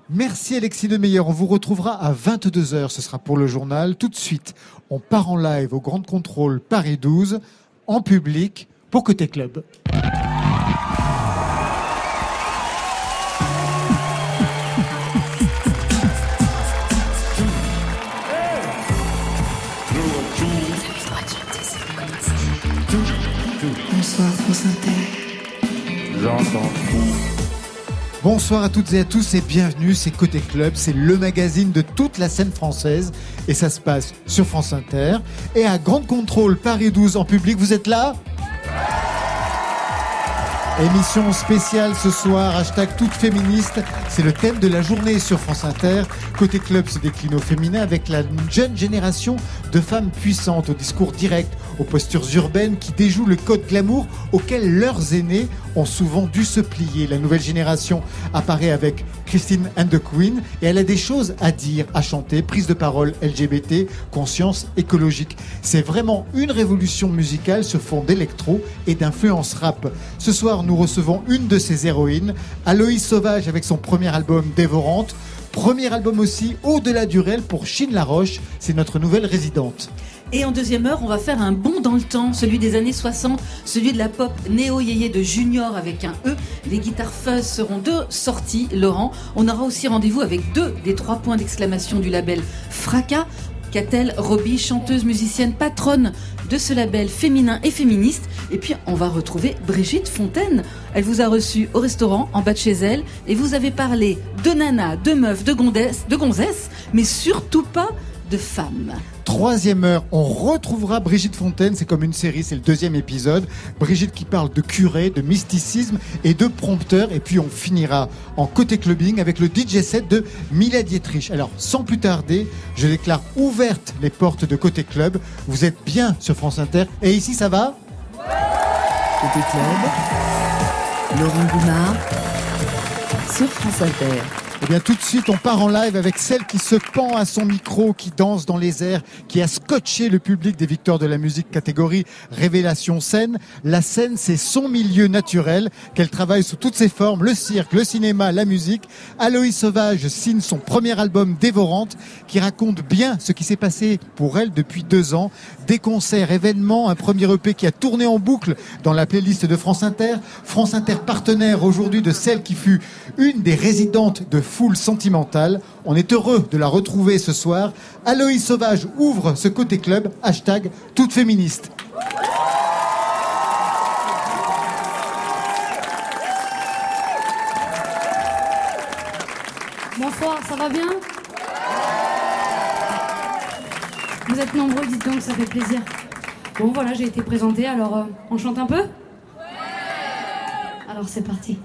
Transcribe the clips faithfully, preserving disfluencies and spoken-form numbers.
Merci Alexis Demeyer, on vous retrouvera à vingt-deux heures, ce sera pour le journal. Tout de suite, on part en live au Grand Contrôle Paris douze, en public, pour Côté Club. Bonsoir France Inter. J'entends tout. Bonsoir à toutes et à tous et bienvenue, c'est Côté Club, c'est le magazine de toute la scène française et ça se passe sur France Inter et à Grand Contrôle Paris douze en public, vous êtes là ? Émission spéciale ce soir, hashtag toute féministe, c'est le thème de la journée sur France Inter. Côté Club se décline au féminin avec la jeune génération de femmes puissantes, au discours direct, aux postures urbaines qui déjouent le code glamour auquel leurs aînés ont souvent dû se plier. La nouvelle génération apparaît avec Christine and the Queen et elle a des choses à dire, à chanter, prise de parole L G B T, conscience écologique. C'est vraiment une révolution musicale sur fond d'électro et d'influence rap. Ce soir, nous recevons une de ces héroïnes, Aloïs Sauvage avec son premier album Dévorante. Premier album aussi, Au-delà du réel pour Chine Laroche, c'est notre nouvelle résidente. Et en deuxième heure, on va faire un bond dans le temps, celui des années soixante, celui de la pop néo-yéyé de Junior avec un E. Les guitares fuzz seront deux sorties, Laurent. On aura aussi rendez-vous avec deux des trois points d'exclamation du label Fracas. Catel Roby, chanteuse, musicienne, patronne de ce label féminin et féministe. Et puis, on va retrouver Brigitte Fontaine. Elle vous a reçu au restaurant, en bas de chez elle, et vous avez parlé de nana, de meuf, de gonzesse, de gonzesse, mais surtout pas de femmes. Troisième heure, on retrouvera Brigitte Fontaine, c'est comme une série, c'est le deuxième épisode. Brigitte qui parle de curé, de mysticisme et de prompteur. Et puis on finira en côté clubbing avec le D J set de Mila Dietrich. Alors sans plus tarder, je déclare ouvertes les portes de Côté Club. Vous êtes bien sur France Inter. Et ici ça va ? Côté Club, Laurent Goumard sur France Inter. Eh bien tout de suite on part en live avec celle qui se pend à son micro, qui danse dans les airs, qui a scotché le public des Victoires de la musique catégorie Révélation scène. La scène, c'est son milieu naturel, qu'elle travaille sous toutes ses formes, le cirque, le cinéma, la musique. Aloïs Sauvage signe son premier album Dévorante qui raconte bien ce qui s'est passé pour elle depuis deux ans. Des concerts, événements, un premier E P qui a tourné en boucle dans la playlist de France Inter. France Inter partenaire aujourd'hui de celle qui fut une des résidentes de Foule Sentimentale. On est heureux de la retrouver ce soir. Aloïs Sauvage ouvre ce Côté Club, hashtag toute féministe. Bonsoir, ça va bien ? Vous êtes nombreux, dites donc, ça fait plaisir. Bon, voilà, j'ai été présentée, alors euh, on chante un peu ? Alors c'est parti.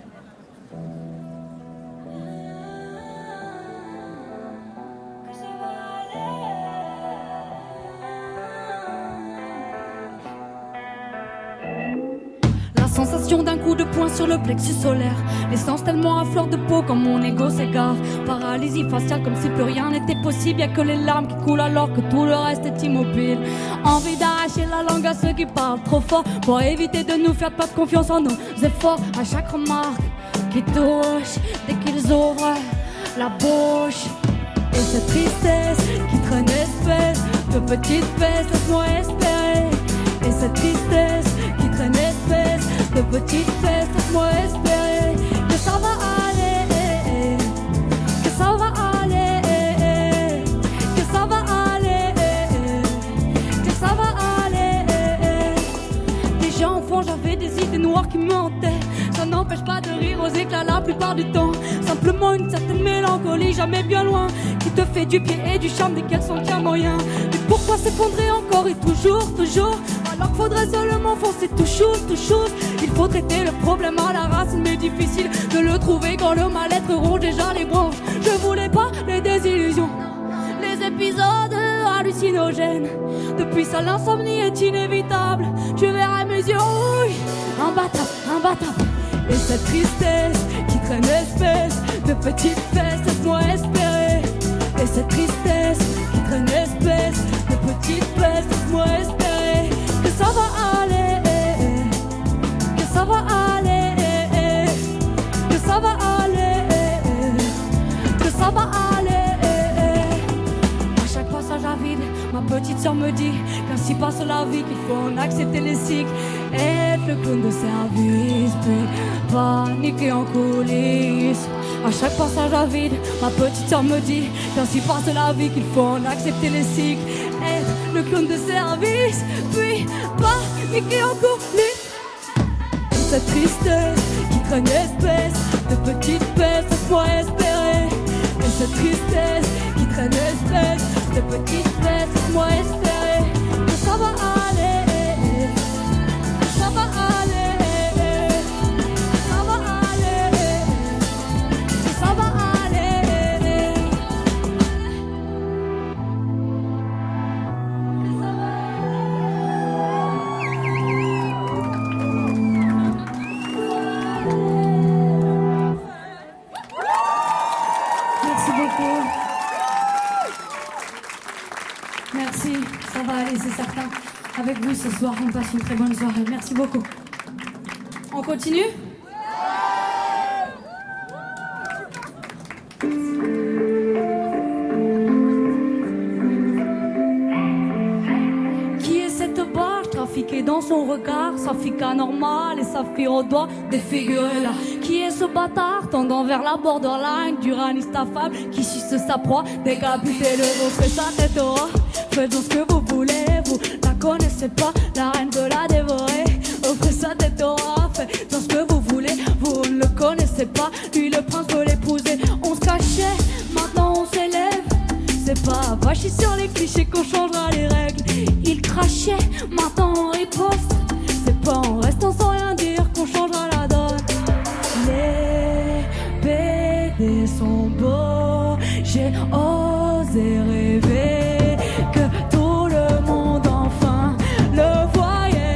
Sensation d'un coup de poing sur le plexus solaire. L'essence tellement à fleur de peau quand mon ego s'égare. Paralysie faciale comme si plus rien n'était possible. Y'a que les larmes qui coulent alors que tout le reste est immobile. Envie d'arracher la langue à ceux qui parlent trop fort pour éviter de nous faire perdre confiance en nos efforts. À chaque remarque qui touche dès qu'ils ouvrent la bouche. Et cette tristesse qui traîne espèce de petite peste, laisse-moi espérer. Et cette tristesse qui traîne espèce de petite fesse, laisse-moi espérer que ça va aller, que ça va aller, que ça va aller, que ça va aller. Déjà enfant j'avais des idées noires qui me hantaient. Ça n'empêche pas de rire aux éclats la plupart du temps. Simplement une certaine mélancolie jamais bien loin qui te fait du pied et du charme dès qu'elle s'en tient moyen. Mais pourquoi s'effondrer encore et toujours, toujours alors qu'il faudrait seulement foncer tout chose, tout chose. Il faut traiter le problème à la racine, mais difficile de le trouver quand le mal-être ronge déjà les branches. Je voulais pas les désillusions, les épisodes hallucinogènes. Depuis ça l'insomnie est inévitable. Tu verras mes yeux rouges, imbattable, imbattable. Et cette tristesse qui traîne espèce de petite fesse, laisse-moi espérer. Et cette tristesse qui traîne espèce de petite fesse, laisse-moi espérer que ça va aller, que ça va aller, que ça va aller, que ça petite sœur me dit qu'ainsi passe la vie, qu'il faut en accepter les cycles. Être le clown de service, puis paniquer en coulisses. À chaque passage à vide, ma petite sœur me dit qu'ainsi passe la vie, qu'il faut en accepter les cycles. Être le clown de service, puis paniquer en coulisses. Cette tristesse qui traîne espèce de petite peste, laisse-moi espérer. Et cette tristesse qui traîne espèce de petite peste, laisse-moi espérer que ça va aller, que ça va aller, que ça va aller, que ça va aller, que ça va Merci beaucoup. Merci, ça va aller, c'est certain. Avec vous ce soir, on passe une très bonne soirée. Merci beaucoup. On continue ? Qui est cette barge trafiquée dans son regard? Sa fille anormale et sa fille au doigt défigurée là. Qui est ce bâtard tendant vers la borderline du raniste affable qui suce sa proie? Décapitez-le, offrez sa tête au rat. Faites donc ce que vous voulez, vous la connaissez pas, la reine veut la dévorer. Offrez sa tête au rat, faites donc ce que vous voulez, vous ne le connaissez pas, lui le prince veut l'épouser. On se cachait, maintenant on s'élève. C'est pas vachi sur les clichés qu'on changera les règles. Il crachait, maintenant on riposte. C'est pas en restant sans rien dire qu'on changera la donne. Les bébés sont beaux, j'ai osé rêver que tout le monde enfin le voyait.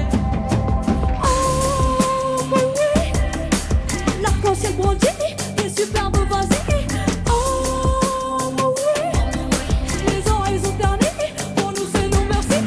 Oh oui, l'arc-en-ciel brandit, les superbes vasines. Oh oui, les oreilles ont terni, pour nous c'est non merci.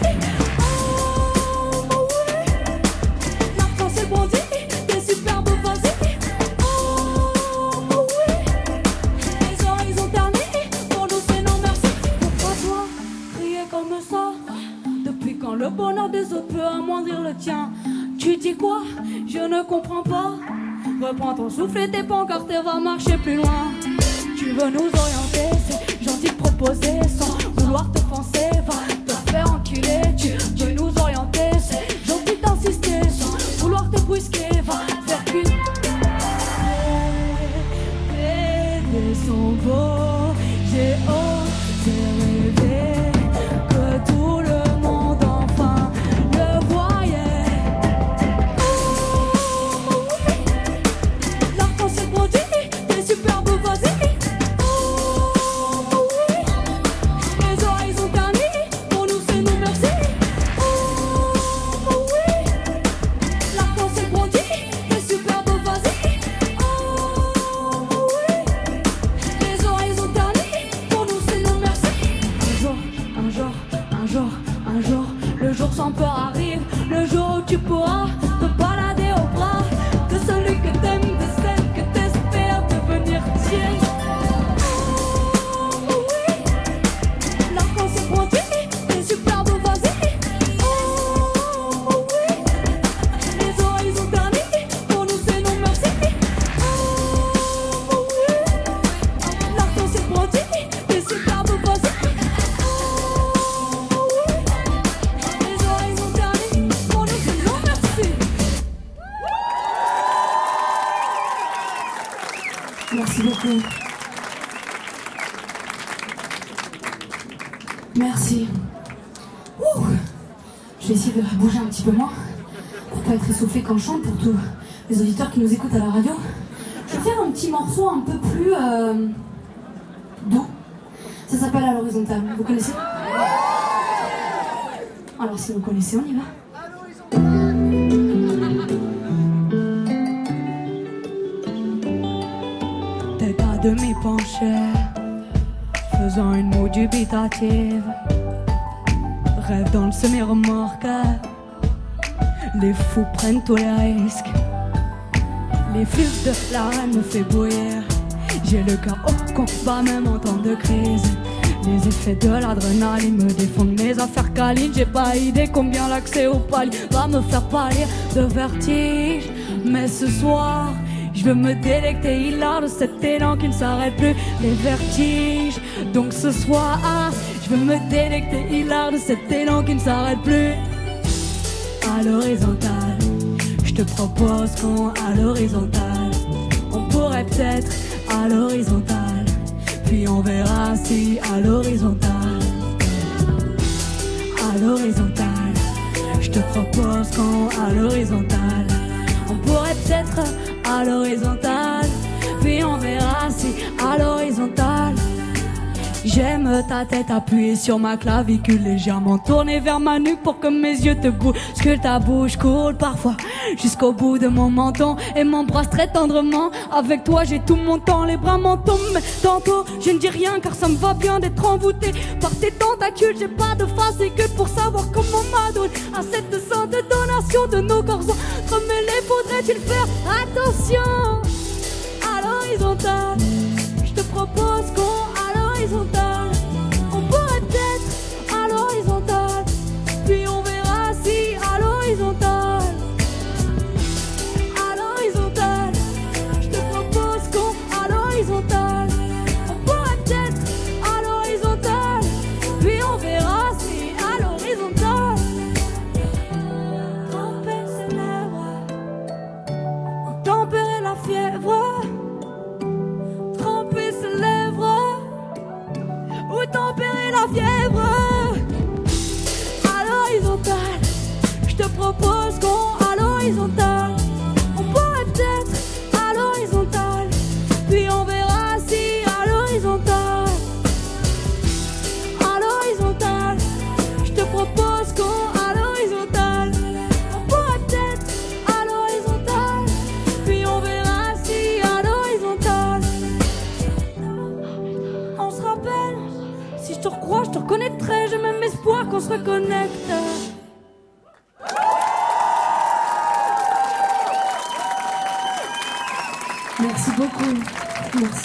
Oh oui, l'arc-en-ciel brandit, les superbes vasines. Oh oui, les oreilles ont terni, pour nous c'est non merci. Pourquoi toi, crier comme ça? Depuis quand le bonheur des autres peut amoindrir le tien? Tu dis quoi? Je ne comprends pas. Reprends ton souffle et tes pancartes et va marcher plus loin. Tu veux nous orienter, c'est gentil de proposer sans vouloir te penser, va te faire enculer. Tu veux nous orienter, c'est gentil d'insister sans vouloir te brusquer, va faire qu'une. Les bébés sont beaux, j'ai osé rêver que tout le monde enfin le voyait. Oh oui, l'arc-en-ciel produit des superbes vasines. Oh oui, les oreilles ont terni, pour nous c'est non merci. Oh oui, l'arc-en-ciel produit des superbes vasines. Oh oui, les oreilles ont terni, pour nous c'est non merci. Un jour, un jour, un jour, un jour, le jour sans peur arrive, le jour où tu pourras te balader au bras de celui que t'aimes, de celle que t'espères devenir tienne. Oh oui, l'arc-en-ciel produit des superbes vasines. Oh oui, les oreilles ont terni, pour nous c'est non merci. Oh oui, l'arc-en-ciel produit des superbes vasines. Oh oui, les oreilles ont terni, pour nous c'est non merci. Merci beaucoup. Merci. Ouh. Je vais essayer de bouger un petit peu moins pour pas être essoufflé quand je chante pour tous les auditeurs qui nous écoutent à la radio. Je vais faire un petit morceau un peu plus euh, doux. Ça s'appelle À l'horizontale. Vous connaissez? Alors si vous connaissez, on y va. Tête à demi penchée, faisant une moue dubitative, rêve dans le semi-remorque. Les fous prennent tous les risques. Les flux de la reine me fait bouillir. J'ai le cœur au combat même en temps de crise. Les effets de l'adrénaline me défendent mes affaires câlines. J'ai pas idée combien l'accès au palier va me faire pâlir de vertige. Mais ce soir, je veux me délecter hilar de cet élan qui ne s'arrête plus, les vertiges. Donc ce soir, je veux me délecter hilar de cet élan qui ne s'arrête plus. À l'horizontale, je te propose qu'on à l'horizontale, on pourrait peut-être à l'horizontale, puis on verra si à l'horizontale, à l'horizontale, je te propose qu'on à l'horizontale, on pourrait peut-être à l'horizontale, puis on verra si à l'horizontale. J'aime ta tête appuyée sur ma clavicule, légèrement tournée vers ma nuque pour que mes yeux te bousculent. Ta bouche coule parfois jusqu'au bout de mon menton et m'embrasse très tendrement. Avec toi j'ai tout mon temps, les bras m'en tombent, mais tantôt je ne dis rien car ça me va bien d'être envoûté par tes tentacules. J'ai pas de fascicule pour savoir comment m'adonner à cette sainte donation de nos corps entremêlés. Faudrait-il faire attention à l'horizontale? Je te propose qu'on l'horizontale, on pourrait peut-être à l'horizontale, puis on verra si à l'horizontale, à l'horizontale, je te propose qu'on à l'horizontale, on pourrait peut-être à l'horizontale, puis on verra si à l'horizontale. Tremper ses lèvres, tempérer la fièvre, tremper ses lèvres ou tempérer la fièvre. À l'horizontale, je te propose qu'on à l'horizontale, on pourrait peut-être à l'horizontale, puis on verra si à l'horizontale, à l'horizontale, je te propose qu'on à l'horizontale, on pourrait peut-être à l'horizontale, puis on verra si à l'horizontale. On se rappelle, si je te recrois, je te reconnaîtrai. J'ai même espoir qu'on se reconnecte. Merci beaucoup. Merci.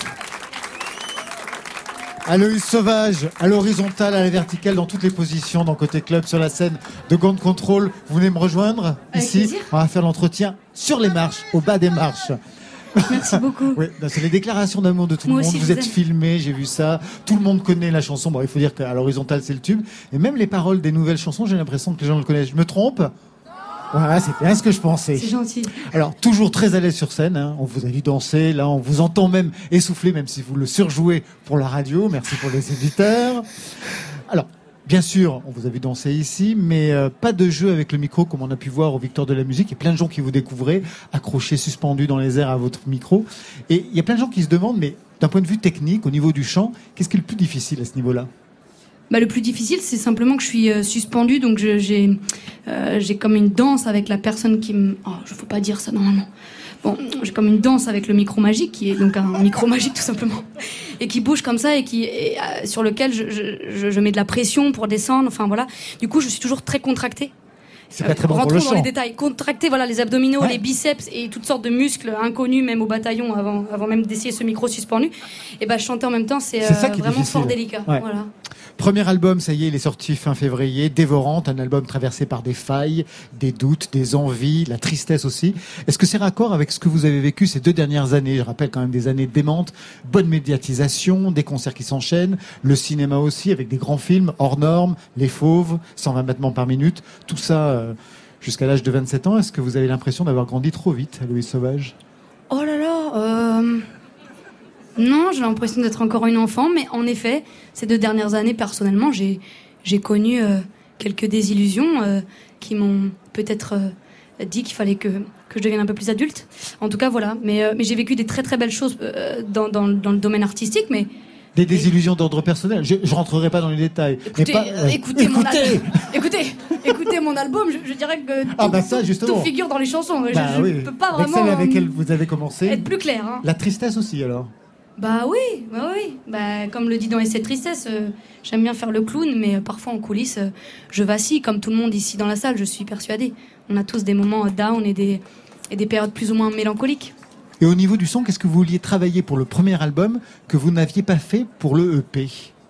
Aloïs Sauvage, à l'horizontale, à la verticale, dans toutes les positions, dans Côté Club, sur la scène de Ground Control. Vous venez me rejoindre Avec ici. plaisir. On va faire l'entretien sur les marches, au bas des marches. Merci beaucoup. Oui, c'est les déclarations d'amour de tout Moi le monde. aussi, Vous je êtes vous aime. filmé, j'ai vu ça. Tout le monde connaît la chanson. Bon, il faut dire qu'à l'horizontale, c'est le tube. Et même les paroles des nouvelles chansons, j'ai l'impression que les gens le connaissent. Je me trompe? Voilà, c'est bien ce que je pensais. C'est gentil. Alors, toujours très à l'aise sur scène, hein. On vous a vu danser, là, on vous entend même essouffler, même si vous le surjouez pour la radio. Merci pour les éditeurs. Alors, bien sûr, on vous a vu danser ici, mais euh, pas de jeu avec le micro, comme on a pu voir aux Victoires de la musique. Il y a plein de gens qui vous découvraient, accrochés, suspendus dans les airs à votre micro. Et il y a plein de gens qui se demandent, mais d'un point de vue technique, au niveau du chant, qu'est-ce qui est le plus difficile à ce niveau-là? Bah, le plus difficile, c'est simplement que je suis euh, suspendue, donc je- j'ai euh, j'ai comme une danse avec la personne qui me... Oh, je faut pas dire ça normalement. Bon, j'ai comme une danse avec le micro magique, qui est donc un micro magique tout simplement, et qui bouge comme ça et qui et, euh, sur lequel je, je, je, je mets de la pression pour descendre. Enfin voilà. Du coup, je suis toujours très contractée. C'est pas très bon pour Rentrons le dans chant. les détails. Contracter, voilà, les abdominaux, Ouais. les biceps et toutes sortes de muscles inconnus, même au bataillon, avant, avant même d'essayer ce micro suspendu. Et bah, chanter en même temps, c'est C'est euh, ça qui est vraiment difficile. fort délicat. Ouais. Voilà. Premier album, ça y est, il est sorti fin février. Dévorante, un album traversé par des failles, des doutes, des envies, la tristesse aussi. Est-ce que c'est raccord avec ce que vous avez vécu ces deux dernières années? Je rappelle quand même des années démentes, bonne médiatisation, des concerts qui s'enchaînent, le cinéma aussi, avec des grands films hors normes, Les Fauves, cent vingt battements par minute, tout ça euh, jusqu'à l'âge de vingt-sept ans. Est-ce que vous avez l'impression d'avoir grandi trop vite, Aloïs Sauvage? Oh là là, euh... non, j'ai l'impression d'être encore une enfant, mais en effet, ces deux dernières années, personnellement, j'ai j'ai connu euh, quelques désillusions euh, qui m'ont peut-être euh, dit qu'il fallait que que je devienne un peu plus adulte. En tout cas, voilà. Mais euh, mais j'ai vécu des très très belles choses euh, dans, dans dans le domaine artistique, mais Des désillusions d'ordre personnel. Je, je rentrerai pas dans les détails. écoutez, mais pas, euh, écoutez, mon écoutez. album, écoutez, écoutez mon album. Je, je dirais que tout, Ah bah ça, tout- justement. tout figure dans les chansons. Je- Bah je oui. ne peux pas Avec vraiment celle avec euh, laquelle vous avez commencé. être plus clair. Hein. La tristesse aussi, alors. Bah oui, bah oui. Bah, comme le dit dans Essai de tristesse, euh, j'aime bien faire le clown, mais euh, parfois en coulisses, euh, je vacille, comme tout le monde ici dans la salle, je suis persuadée. On a tous des moments euh, down et des, et des périodes plus ou moins mélancoliques. Et au niveau du son, qu'est-ce que vous vouliez travailler pour le premier album que vous n'aviez pas fait pour le E P?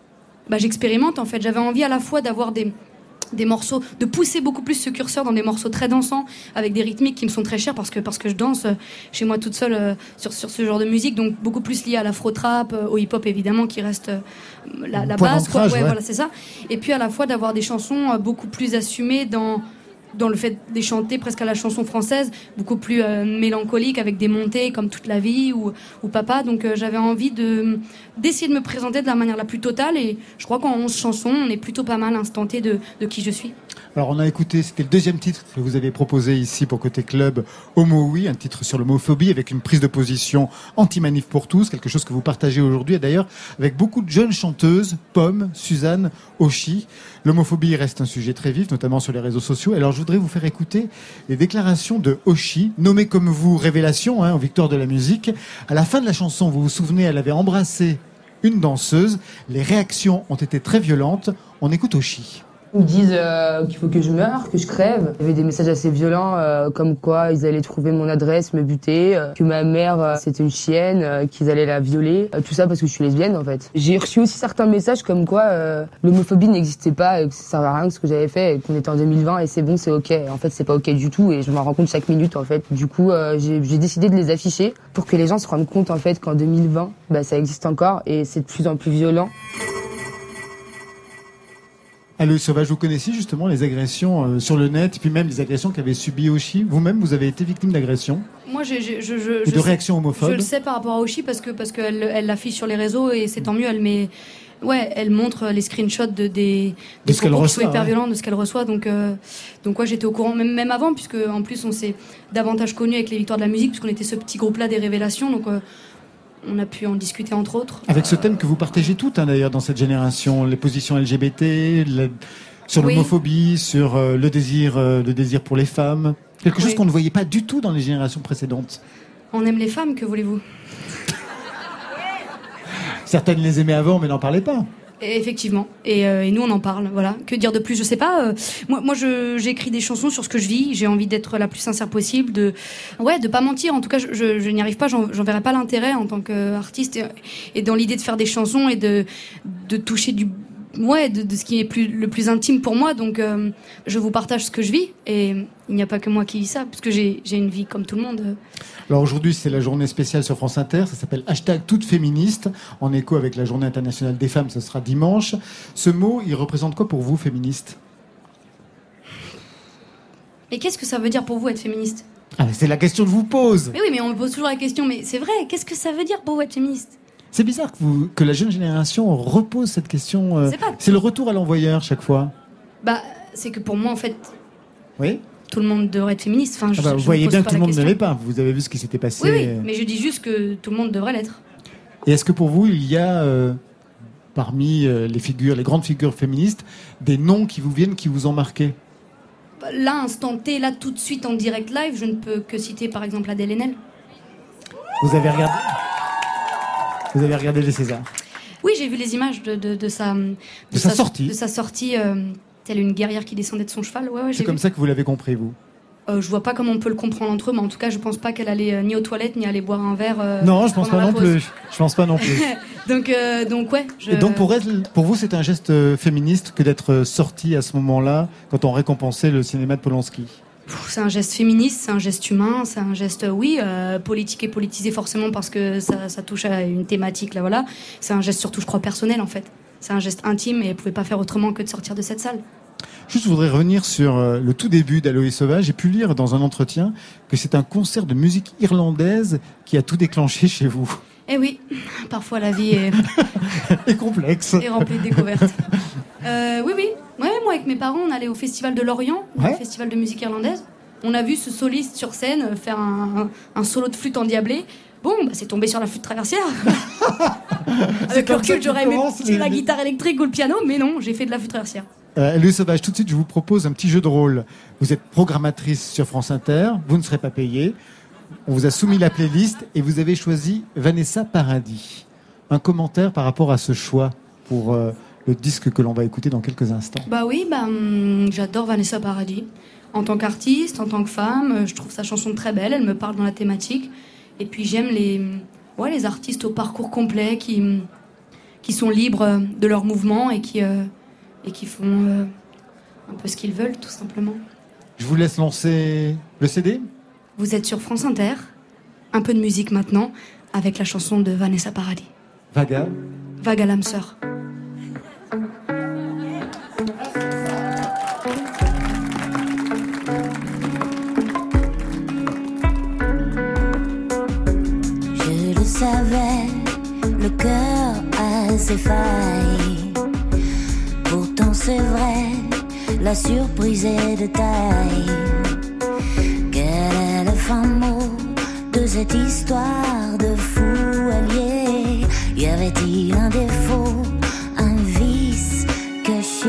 bah, j'expérimente en fait. J'avais envie à la fois d'avoir des des morceaux, de pousser beaucoup plus ce curseur dans des morceaux très dansants, avec des rythmiques qui me sont très chers parce que, parce que je danse chez moi toute seule euh, sur, sur ce genre de musique, donc beaucoup plus lié à l'afro-trap, euh, au hip-hop évidemment, qui reste euh, la, la base, quoi. Ouais, ouais. Voilà, c'est ça. Et puis à la fois d'avoir des chansons euh, beaucoup plus assumées dans... dans le fait de les chanter presque à la chanson française, beaucoup plus euh, mélancolique, avec des montées comme Toute la vie ou, ou Papa. Donc euh, j'avais envie de, d'essayer de me présenter de la manière la plus totale, et je crois qu'en onze chansons, on est plutôt pas mal instanté de, de qui je suis. Alors on a écouté, c'était le deuxième titre que vous avez proposé ici pour Côté Club, Homo Oui, un titre sur l'homophobie avec une prise de position anti-manif pour tous, quelque chose que vous partagez aujourd'hui, et d'ailleurs avec beaucoup de jeunes chanteuses, Pomme, Suzanne, Oshi. L'homophobie reste un sujet très vif, notamment sur les réseaux sociaux. Alors je voudrais vous faire écouter les déclarations de Oshi, nommée comme vous Révélation, hein, aux Victoires de la musique. À la fin de la chanson, vous vous souvenez, elle avait embrassé une danseuse. Les réactions ont été très violentes. On écoute Oshi. Ils me disent euh, qu'il faut que je meure, que je crève. Il y avait des messages assez violents, euh, comme quoi ils allaient trouver mon adresse, me buter, euh, que ma mère euh, c'était une chienne, euh, qu'ils allaient la violer. Euh, tout ça parce que je suis lesbienne en fait. J'ai reçu aussi certains messages comme quoi euh, l'homophobie n'existait pas, et que ça servait à rien ce que j'avais fait, et qu'on était en deux mille vingt et c'est bon, c'est ok. En fait, c'est pas ok du tout, et je m'en rends compte chaque minute en fait. Du coup, euh, j'ai, j'ai décidé de les afficher pour que les gens se rendent compte en fait qu'en deux mille vingt, bah, ça existe encore et c'est de plus en plus violent. Aloïs Sauvage, vous connaissiez justement les agressions euh, sur le net, et puis même les agressions qu'avait subies Oshi. Vous-même, vous avez été victime d'agressions. Moi, j'ai, j'ai, je, je, et de je réactions homophobes. Je le sais par rapport à Oshi parce que parce qu'elle elle l'affiche sur les réseaux, et c'est tant mieux. Elle met, ouais, elle montre les screenshots de des de ce qu'elle reçoit, hyper ouais. violents, de ce qu'elle reçoit. Donc euh, donc ouais, j'étais au courant même même avant, puisque en plus on s'est davantage connus avec les Victoires de la musique, puisqu'on était ce petit groupe-là des Révélations. Donc euh, on a pu en discuter entre autres. Avec ce thème que vous partagez toutes, hein, d'ailleurs, dans cette génération, les positions L G B T, la... sur l'homophobie, oui. sur euh, le désir, euh, le désir pour les femmes. Quelque chose oui. qu'on ne voyait pas du tout dans les générations précédentes. On aime les femmes, que voulez-vous ? Certaines les aimaient avant, mais n'en parlaient pas. Et effectivement. Et, euh, et nous, on en parle. Voilà. Que dire de plus ? Je sais pas. Euh, moi, moi je, j'écris des chansons sur ce que je vis. J'ai envie d'être la plus sincère possible, de, ouais, de pas mentir. En tout cas, je, je, je n'y arrive pas. J'en, j'en verrai pas l'intérêt en tant qu'artiste. Et, et dans l'idée de faire des chansons et de, de toucher du Ouais, de, de ce qui est plus, le plus intime pour moi. Donc, euh, je vous partage ce que je vis. Et il n'y a pas que moi qui vis ça, parce que j'ai, j'ai une vie comme tout le monde. Alors aujourd'hui, c'est la journée spéciale sur France Inter. Ça s'appelle hashtag Toutes Féministes, en écho avec la Journée internationale des femmes. Ce sera dimanche. Ce mot, il représente quoi pour vous, féministe ? Et qu'est-ce que ça veut dire pour vous, être féministe ? Ah, c'est la question que je vous pose. Mais oui, mais on me pose toujours la question. Mais c'est vrai, qu'est-ce que ça veut dire pour vous, être féministe ? C'est bizarre que, vous, que la jeune génération repose cette question. Euh, c'est, pas... c'est le retour à l'envoyeur chaque fois. Bah, c'est que pour moi, en fait, oui. tout le monde devrait être féministe. Enfin, ah bah, je, vous je voyez bien que tout le monde question. ne l'est pas. Vous avez vu ce qui s'était passé. Oui, oui, mais je dis juste que tout le monde devrait l'être. Et est-ce que pour vous, il y a, euh, parmi euh, les figures, les grandes figures féministes, des noms qui vous viennent, qui vous ont marqué ? Là, instant T, là, tout de suite en direct live, je ne peux que citer par exemple Adèle Haenel. Vous avez regardé Vous avez regardé les Césars ? Oui, j'ai vu les images de, de, de sa de, de sa, sa sortie, de sa sortie, euh, telle une guerrière qui descendait de son cheval. Ouais, ouais, c'est j'ai comme vu. ça que vous l'avez compris, vous ? Euh, je vois pas comment on peut le comprendre entre eux, mais en tout cas, je pense pas qu'elle allait euh, ni aux toilettes ni aller boire un verre. Euh, non, je pense pas non pause. plus. Je pense pas non plus. donc, euh, donc ouais. Je... Et donc pour elle, pour vous, c'est un geste féministe que d'être sorti à ce moment-là, quand on récompensait le cinéma de Polanski. C'est un geste féministe, c'est un geste humain, c'est un geste, oui, euh, politique et politisé forcément parce que ça, ça touche à une thématique, là, voilà. C'est un geste surtout, je crois, personnel, en fait. C'est un geste intime et elle pouvait pas faire autrement que de sortir de cette salle. Juste, je voudrais revenir sur euh, le tout début d'Aloïs Sauvage. J'ai pu lire dans un entretien que c'est un concert de musique irlandaise qui a tout déclenché chez vous. Eh oui, parfois la vie est... est complexe. Et remplie de découvertes. Euh, oui, oui. Ouais, moi, avec mes parents, on allait au Festival de Lorient, ouais. le festival de musique irlandaise. On a vu ce soliste sur scène faire un, un, un solo de flûte endiablé. Bon, bah, c'est tombé sur la flûte traversière. Avec le recul, j'aurais aimé tirer la guitare électrique ou le piano, mais non, j'ai fait de la flûte traversière. Euh, Aloïs Sauvage, tout de suite, je vous propose un petit jeu de rôle. Vous êtes programmatrice sur France Inter, vous ne serez pas payée. On vous a soumis la playlist et vous avez choisi Vanessa Paradis. Un commentaire par rapport à ce choix pour euh, le disque que l'on va écouter dans quelques instants. Bah oui, bah, hum, j'adore Vanessa Paradis. En tant qu'artiste, en tant que femme, je trouve sa chanson très belle, elle me parle dans la thématique. Et puis j'aime les, ouais, les artistes au parcours complet qui, qui sont libres de leurs mouvements et qui, euh, et qui font euh, un peu ce qu'ils veulent, tout simplement. Je vous laisse lancer le C D. Vous êtes sur France Inter. Un peu de musique maintenant, avec la chanson de Vanessa Paradis. Vaga. Vaga l'âme sœur. Je le savais, le cœur a ses failles. Pourtant c'est vrai, la surprise est de taille. Quel est le fin mot de cette histoire de fou allié? Y avait-il un défaut, un vice caché?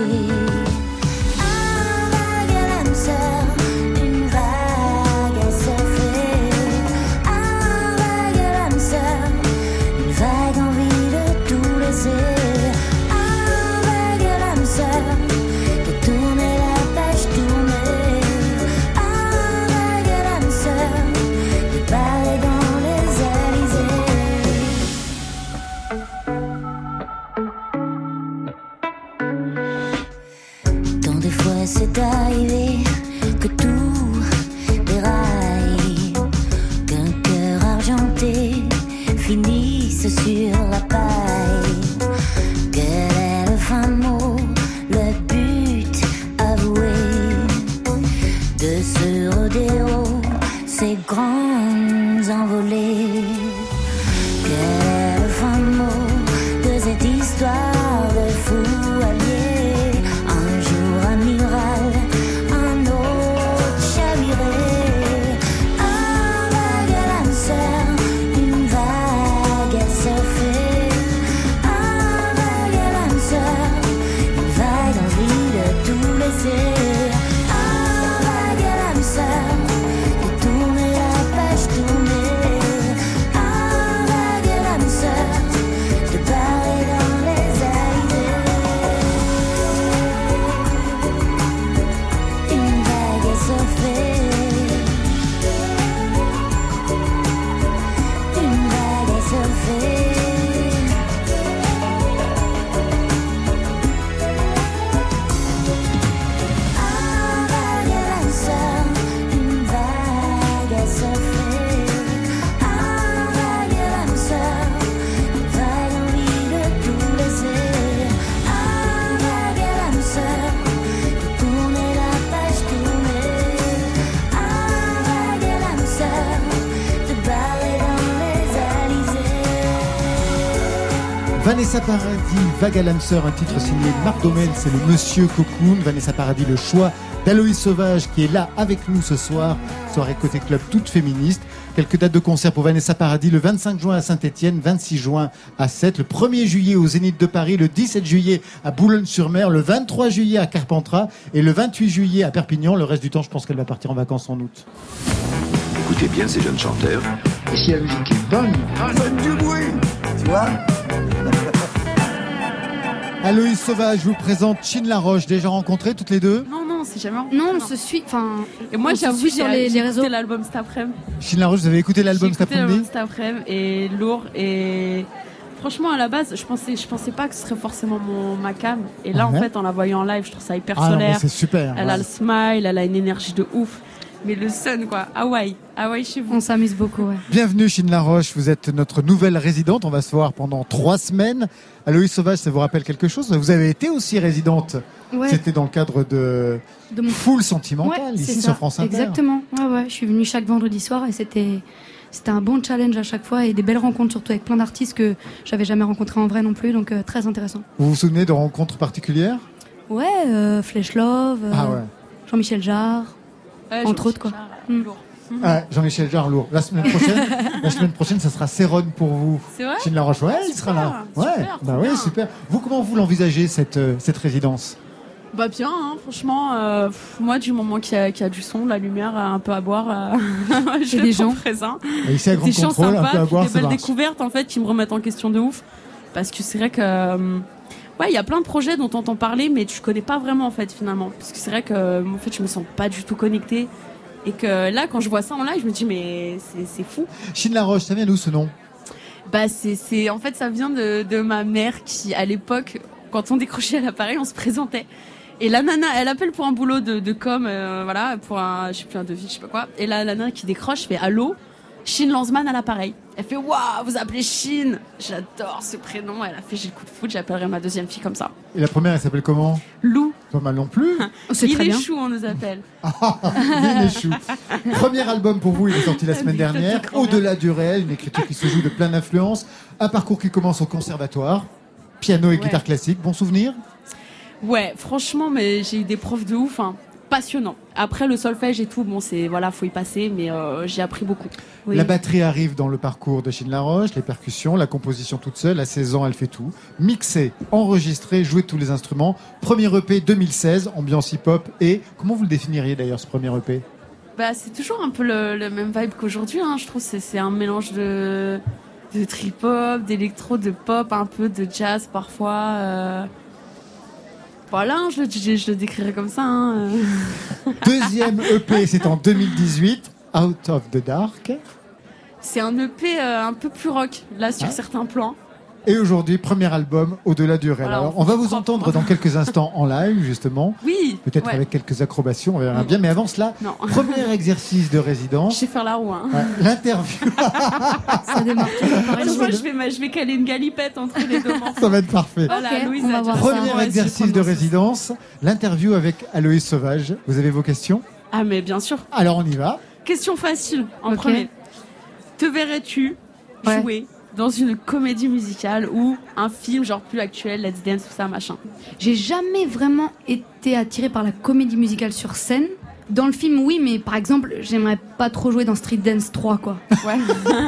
Un vague à l'âme sœur, une vague à surfer. Un vague à l'âme sœur, une vague envie de tout laisser. Un vague à l'âme sœur, de tourner la page tournée. Un vague à l'âme sœur, de parler dans les Élysées. Tant de fois c'est arrivé que tout déraille, qu'un cœur argenté finisse sur la paille. Quel est le fin mot, le but avoué de ce rodéo, ces grandes envolées? Quel est le fin mot de cette histoire de fou allié? Un jour amiral, un autre chaviré. Un vague à l'âme sœur, une vague à surfer. Un vague à l'âme sœur, une vague envie de tout laisser. Un vague à l'âme sœur, de tourner la page tournée. Un vague à l'âme sœur, de parler dans les Élysées. Une vague à surfer. Une vague à surfer. Un vague à l'âme sœur, une vague à surfer. Un vague à l'âme sœur, une vague envie de tout laisser. Un vague à l'âme sœur, de tourner la page tournée. Un vague à l'âme sœur, de parler dans les Élysées. Vanessa Paradis, Vague à l'âme sœur, un titre signé Marc Domel, c'est le Monsieur Cocoon. Vanessa Paradis, le choix d'Aloïs Sauvage qui est là avec nous ce soir. Soirée Côté Club toute féministe. Quelques dates de concert pour Vanessa Paradis, le vingt-cinq juin à Saint-Étienne, vingt-six juin à Sète, le premier juillet au Zénith de Paris, le dix-sept juillet à Boulogne-sur-Mer, le vingt-trois juillet à Carpentras et le vingt-huit juillet à Perpignan. Le reste du temps, je pense qu'elle va partir en vacances en août. Écoutez bien ces jeunes chanteurs. Et si la musique est bonne, faites du bruit, tu vois. Aloïs Sauvage, je vous présente Chine Laroche, déjà rencontrées toutes les deux. Non, non, c'est jamais. Non, on se suit. Enfin, Et moi, on se j'avoue, suit j'ai sur les, j'ai les réseaux. écouté l'album cet après-midi. Chine Laroche, vous avez écouté l'album J'ai cet écouté l'album après-midi cet après-midi et lourd. Et franchement, à la base, je pensais, je pensais pas que ce serait forcément mon, ma cam. Et là, Ouais. en fait, en la voyant en live, je trouve ça hyper Ah non, mais solaire. c'est super. Elle ouais. a le smile, elle a une énergie de ouf. Mais le sun, quoi. Hawaï. Hawaï chez vous. On s'amuse beaucoup, ouais. Bienvenue Chine Laroche, vous êtes notre nouvelle résidente, on va se voir pendant trois semaines. Aloïs Sauvage, ça vous rappelle quelque chose? Vous avez été aussi résidente, Ouais. c'était dans le cadre de, De mon Foule Sentimentale, Ouais, ici c'est sur ça. France Inter. Exactement. Ouais, ouais. Je suis venue chaque vendredi soir et c'était, c'était un bon challenge à chaque fois et des belles rencontres, surtout avec plein d'artistes que j'avais jamais rencontrés en vrai non plus, donc euh, très intéressant. Vous vous souvenez de rencontres particulières? Ouais, euh, Flesh Love, euh, Ah ouais. Jean-Michel Jarre, Ouais, entre Jean- autres, quoi. Jarre, Mm. lourd. Ah, Jean-Michel Jarre, lourd. La semaine prochaine, la semaine prochaine, ça sera Céron pour vous. C'est vrai? Chine Laroche, ouais, Ah, il sera super, là. Ouais, super, bah trop oui, bien. super. Vous, comment vous l'envisagez cette euh, cette résidence? Bah bien, hein, franchement, euh, pff, moi du moment qu'il y, a, qu'il y a du son, de la lumière, un peu à boire, euh, je Et des gens. prends présent. Et ici à Grand Des chants Contrôle, un sympas, peu à puis boire, des ça belles marche. découvertes en fait qui me remettent en question de ouf. Parce que c'est vrai que euh, ouais, il y a plein de projets dont on entend parler, mais tu connais pas vraiment en fait finalement. Parce que c'est vrai que euh, en fait je me sens pas du tout connectée. Et que là, quand je vois ça en live, je me dis mais c'est, c'est fou. Chine Laroche, ça vient d'où ce nom? Bah c'est, c'est en fait ça vient de, de ma mère qui à l'époque quand on décrochait à l'appareil on se présentait et la nana elle appelle pour un boulot de, de com euh, voilà pour un je sais plus un devis je sais pas quoi et là la nana qui décroche fait allô Chine Lanzmann à l'appareil. Elle fait waouh vous appelez Chine, j'adore ce prénom. Elle a fait j'ai le coup de foot, j'appellerai ma deuxième fille comme ça. Et la première elle s'appelle comment? Lou. Pas mal non plus. C'est il est chou on nous appelle. Il est chou. Premier album pour vous, il est sorti la semaine dernière. Au-delà du réel, une écriture qui se joue de plein d'influences. Un parcours qui commence au conservatoire. Piano et Ouais. guitare classique. Bon souvenir? Ouais, franchement, mais j'ai eu des profs de ouf, hein. Passionnant. Après le solfège et tout, bon, c'est voilà, faut y passer, mais euh, j'ai appris beaucoup. La batterie arrive dans le parcours de Chine Laroche, les percussions, la composition toute seule. À seize ans, elle fait tout. Mixer, enregistrer, jouer tous les instruments. Premier E P deux mille seize, ambiance hip-hop. Et comment vous le définiriez d'ailleurs ce premier E P? Bah, c'est toujours un peu le, le même vibe qu'aujourd'hui, hein. Je trouve que c'est, c'est un mélange de, de trip-hop, d'électro, de pop, un peu de jazz parfois. Euh... Voilà, je, je, je le décrirais comme ça. Hein. Deuxième E P, c'est en deux mille dix-huit, Out of the Dark. C'est un E P euh, un peu plus rock, là, sur Ah. certains plans. Et aujourd'hui, premier album, Au-delà du réel. Voilà, Alors, on on va se vous croit entendre dans quelques instants en live, justement. Oui. Peut-être ouais. avec quelques acrobations, on verra bien. Mais avant cela, Non. premier exercice de résidence. Je sais faire la roue. Hein. Ouais, l'interview. Ça démarre toujours pareil. Moi, je vais, ma- je vais caler une galipette entre les deux morceaux. Ça va être parfait. Voilà, Ok, Louise on va a voir déjà ça. fait un Premier ouais, je vais exercice prendre de mon sauce. résidence, l'interview avec Aloïs Sauvage. Vous avez vos questions? Ah, mais bien sûr. Alors, on y va. Question facile en Ok. premier. Te verrais-tu Ouais. jouer dans une comédie musicale ou un film genre plus actuel, Let's Dance, tout ça, machin? J'ai jamais vraiment été attirée par la comédie musicale sur scène. Dans le film, oui, mais par exemple, j'aimerais pas trop jouer dans Street Dance trois, quoi. Ouais.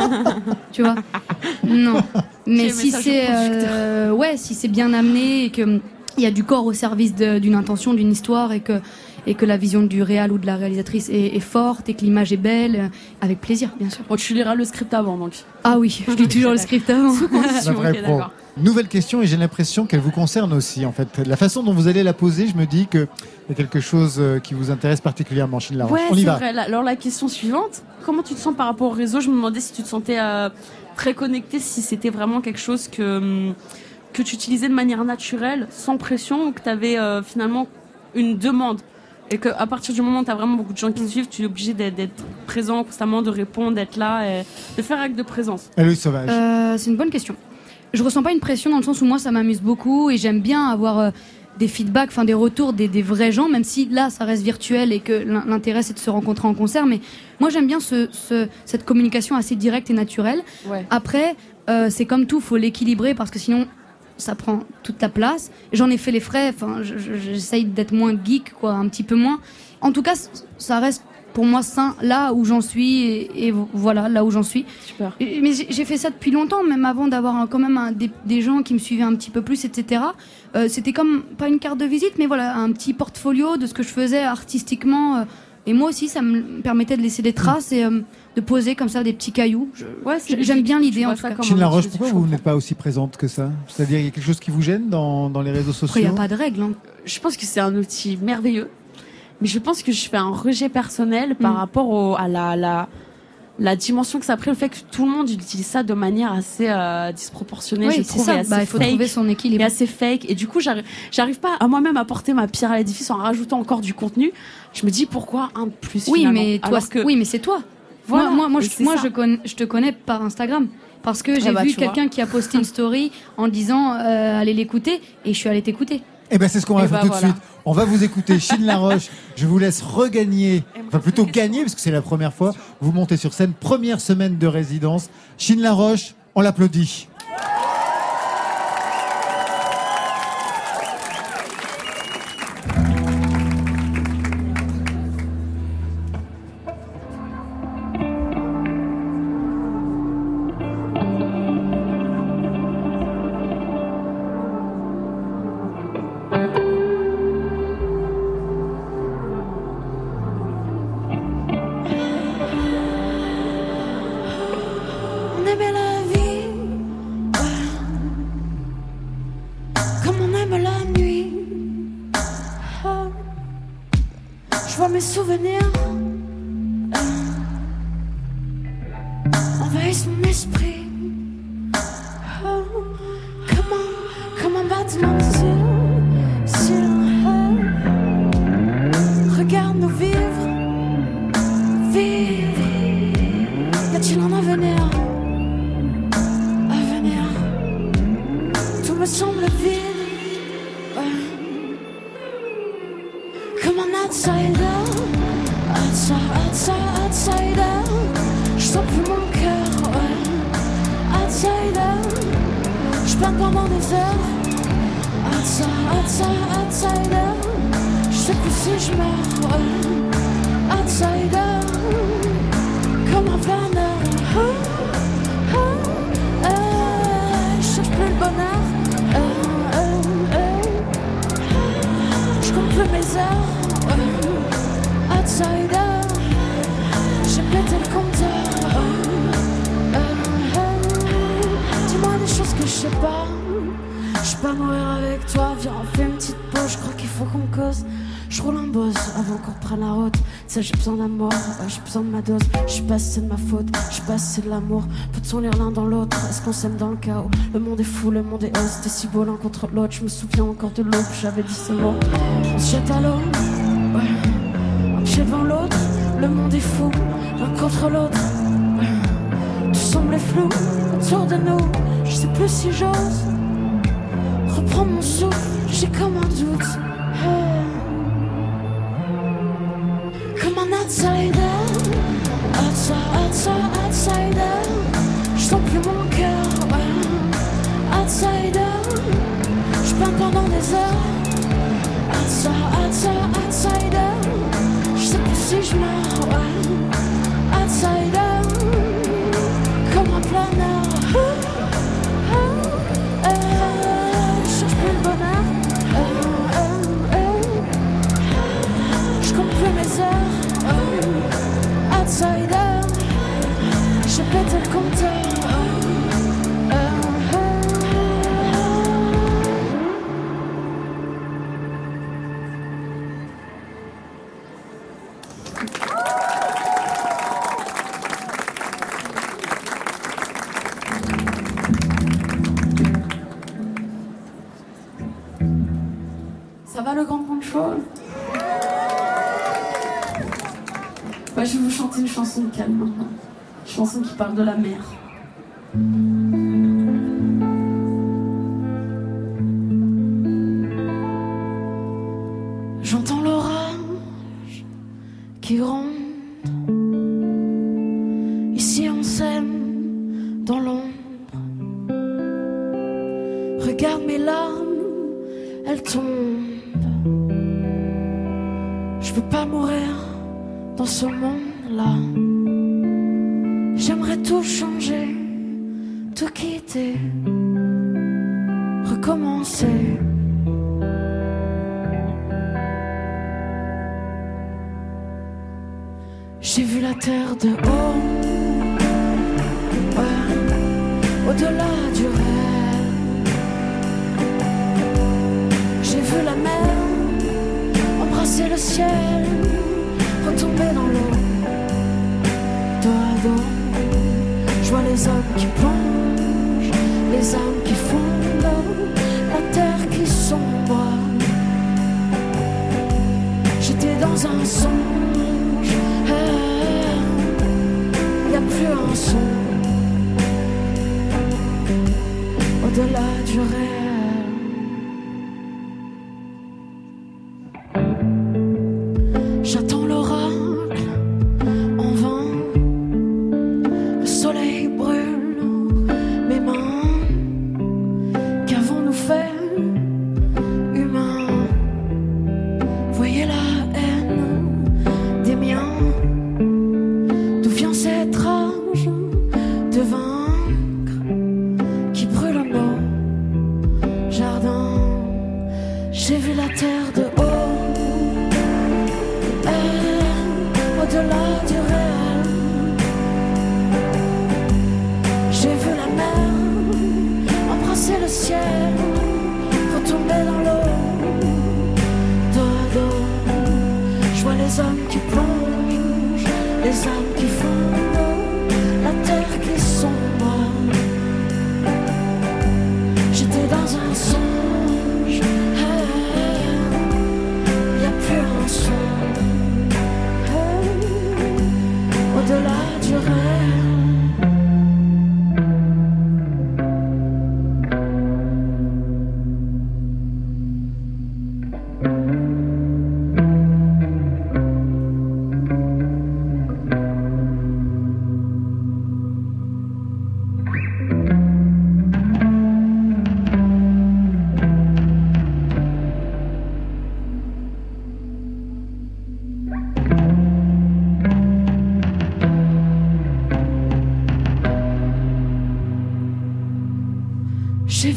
Tu vois? Non. Mais Ok, si message au c'est, producteur. euh, ouais, si c'est bien amené et que hum, il y a du corps au service de- d'une intention, d'une histoire et que et que la vision du réal ou de la réalisatrice est, est forte et que l'image est belle, euh, avec plaisir, bien sûr. Bon, tu liras le script avant, donc. Ah oui, je lis toujours le script avant. Sous La condition, vraie ok, pro. d'accord. Nouvelle question et j'ai l'impression qu'elle vous concerne aussi. En fait, la façon dont vous allez la poser, je me dis qu'il y a quelque chose euh, qui vous intéresse particulièrement, Chine Laroche. Ouais, on y c'est va. vrai. Alors, la question suivante, comment tu te sens par rapport au réseau? Je me demandais si tu te sentais euh, très connecté, si c'était vraiment quelque chose que, hum, que tu utilisais de manière naturelle, sans pression, ou que tu avais euh, finalement une demande. Et qu'à partir du moment où tu as vraiment beaucoup de gens qui te suivent, tu es obligé d'être, d'être présent constamment, de répondre, d'être là, et de faire acte de présence. Aloïs Sauvage. Euh, c'est une bonne question. Je ressens pas une pression dans le sens où moi ça m'amuse beaucoup et j'aime bien avoir euh, des feedbacks, enfin des retours des, des vrais gens, même si là ça reste virtuel et que l'in- l'intérêt c'est de se rencontrer en concert. Mais moi j'aime bien ce, ce- cette communication assez directe et naturelle. Ouais. Après, euh, c'est comme tout, faut l'équilibrer parce que sinon ça prend toute la place. J'en ai fait les frais, enfin je- je- j'essaye d'être moins geek, quoi, un petit peu moins. En tout cas, c- ça reste pour moi sain là où j'en suis et, et voilà là où j'en suis. Super. Et- Mais j'ai j'ai fait ça depuis longtemps, même avant d'avoir un- quand même un- des, des gens qui me suivaient un petit peu plus, et cetera. Euh, C'était comme, pas une carte de visite, mais voilà, un petit portfolio de ce que je faisais artistiquement. euh, et moi aussi, ça me permettait de laisser des traces et euh, de poser comme ça des petits cailloux. Je- Ouais, c'est J'aime bien logique. l'idée, Tu en vois tout ça cas. comme Chine un Laroche, outil, pourquoi je vous comprends. n'êtes pas aussi présente que ça? C'est-à-dire, il y a quelque chose qui vous gêne dans, dans les réseaux sociaux? Après, il n'y a pas de règle. Hein. Je pense que c'est un outil merveilleux, mais je pense que je fais un rejet personnel par Mm. rapport au, à la, la, la dimension que ça a pris, le fait que tout le monde utilise ça de manière assez euh, disproportionnée, Oui, je c'est trouve, et ça. assez Bah, il faut fake, trouver son et équilibre. assez fake. Et du coup, j'arrive, j'arrive pas à moi-même à porter ma pierre à l'édifice en rajoutant encore du contenu. Je me dis pourquoi un de plus Oui, finalement, mais toi, alors que oui, mais c'est toi. Voilà, moi, moi, moi, et je, c'est moi ça. je, connais, je te connais par Instagram. Parce que j'ai bah, vu tu vois. quelqu'un qui a posté une story en disant euh, allez l'écouter, et je suis allée t'écouter. Eh ben c'est ce qu'on va Eh faire ben, tout de voilà. suite. On va vous écouter Chine Laroche. Je vous laisse regagner, Et moi, enfin je plutôt fais gagner parce que c'est la première fois. Vous montez sur scène, première semaine de résidence. Chine Laroche, on l'applaudit. On aimait la vie, voilà. Comme on aime la nuit. Ah. Je vois mes souvenirs ah. envahissent mon esprit. ce monde si, si loin. Regarde-nous vivre, vivre. Y a-t-il un avenir, avenir? Tout me semble vide, ouais. Comme un outsider, outsider, outsider, outsider. Je sens plus mon cœur, ouais. Outsider, je plane pendant des heures. Outsider, outsider, outsider. Je sais plus si je meurs, ouais. Outsider, comme un planeur. Oh, oh, oh. Je cherche plus le bonheur. Oh, oh, oh. Je compte plus mes heures. Oh. Outsider, j'ai pété le compteur. Oh, oh, oh. Dis-moi des choses que je sais pas. Je peux pas mourir avec toi. Viens, on fait une petite pause. Je crois qu'il faut qu'on cause. Je roule en bosse avant qu'on reprenne la route. Tu sais, j'ai besoin d'amour, ouais, j'ai besoin de ma dose. Je sais pas si c'est de ma faute, je sais pas si c'est de l'amour. Peut-on lire l'un dans l'autre? Est-ce qu'on s'aime dans le chaos? Le monde est fou, le monde est haut. C'était si beau l'un contre l'autre. Je me souviens encore de l'aube, j'avais dit ce mot. On se jette à l'eau, ouais. Un pied devant l'autre. Le monde est fou, l'un contre l'autre, ouais. Tout semblait flou autour de nous. Je sais plus si j'ose reprendre mon souffle, j'ai comme un doute. Hey. Comme un outsider, outsider, outsider, outsider. Je sens plus mon cœur, ouais. Outsider, je peins pendant des heures. Outsider, outsider, outsider. Je sais plus si je meurs, ouais. Outsider, comme un planeur. Oh, oh, oh. Je cherche plus le bonheur. Oh, oh, oh. Je compte plus mes heures. Oh. Outsider, j'ai pété le compteur. Oh, oh, oh. Ça va le grand contrôle? Ouais, je vais vous chanter une chanson calme maintenant. Une chanson qui parle de la mer. J'entends l'orage qui gronde. Ici on s'aime dans l'ombre. Regarde mes larmes, elles tombent. Je veux pas mourir dans ce monde-là. J'aimerais tout changer, tout quitter, recommencer. J'ai vu la terre de haut, ouais, au-delà du rêve. J'ai vu la mer embrasser le ciel, retomber dans l'eau, dos à dos. Je vois les hommes qui plongent, les âmes qui fondent, la terre qui sombre. J'étais dans un songe, il n'y a plus un son au-delà du réel. J'attends l'oracle en vain. Le soleil brûle mes mains. Qu'avons-nous fait, humains? Voyez la haine des miens. D'où vient cette rage de vaincre qui brûle nos jardins? J'ai vu la terre de haut, au-delà du réel. J'ai vu la mer embrasser le ciel, retomber dans l'eau, dos à dos. Je vois les hommes qui plongent, les âmes qui fondent, la terre qui sombre. J'étais dans un songe,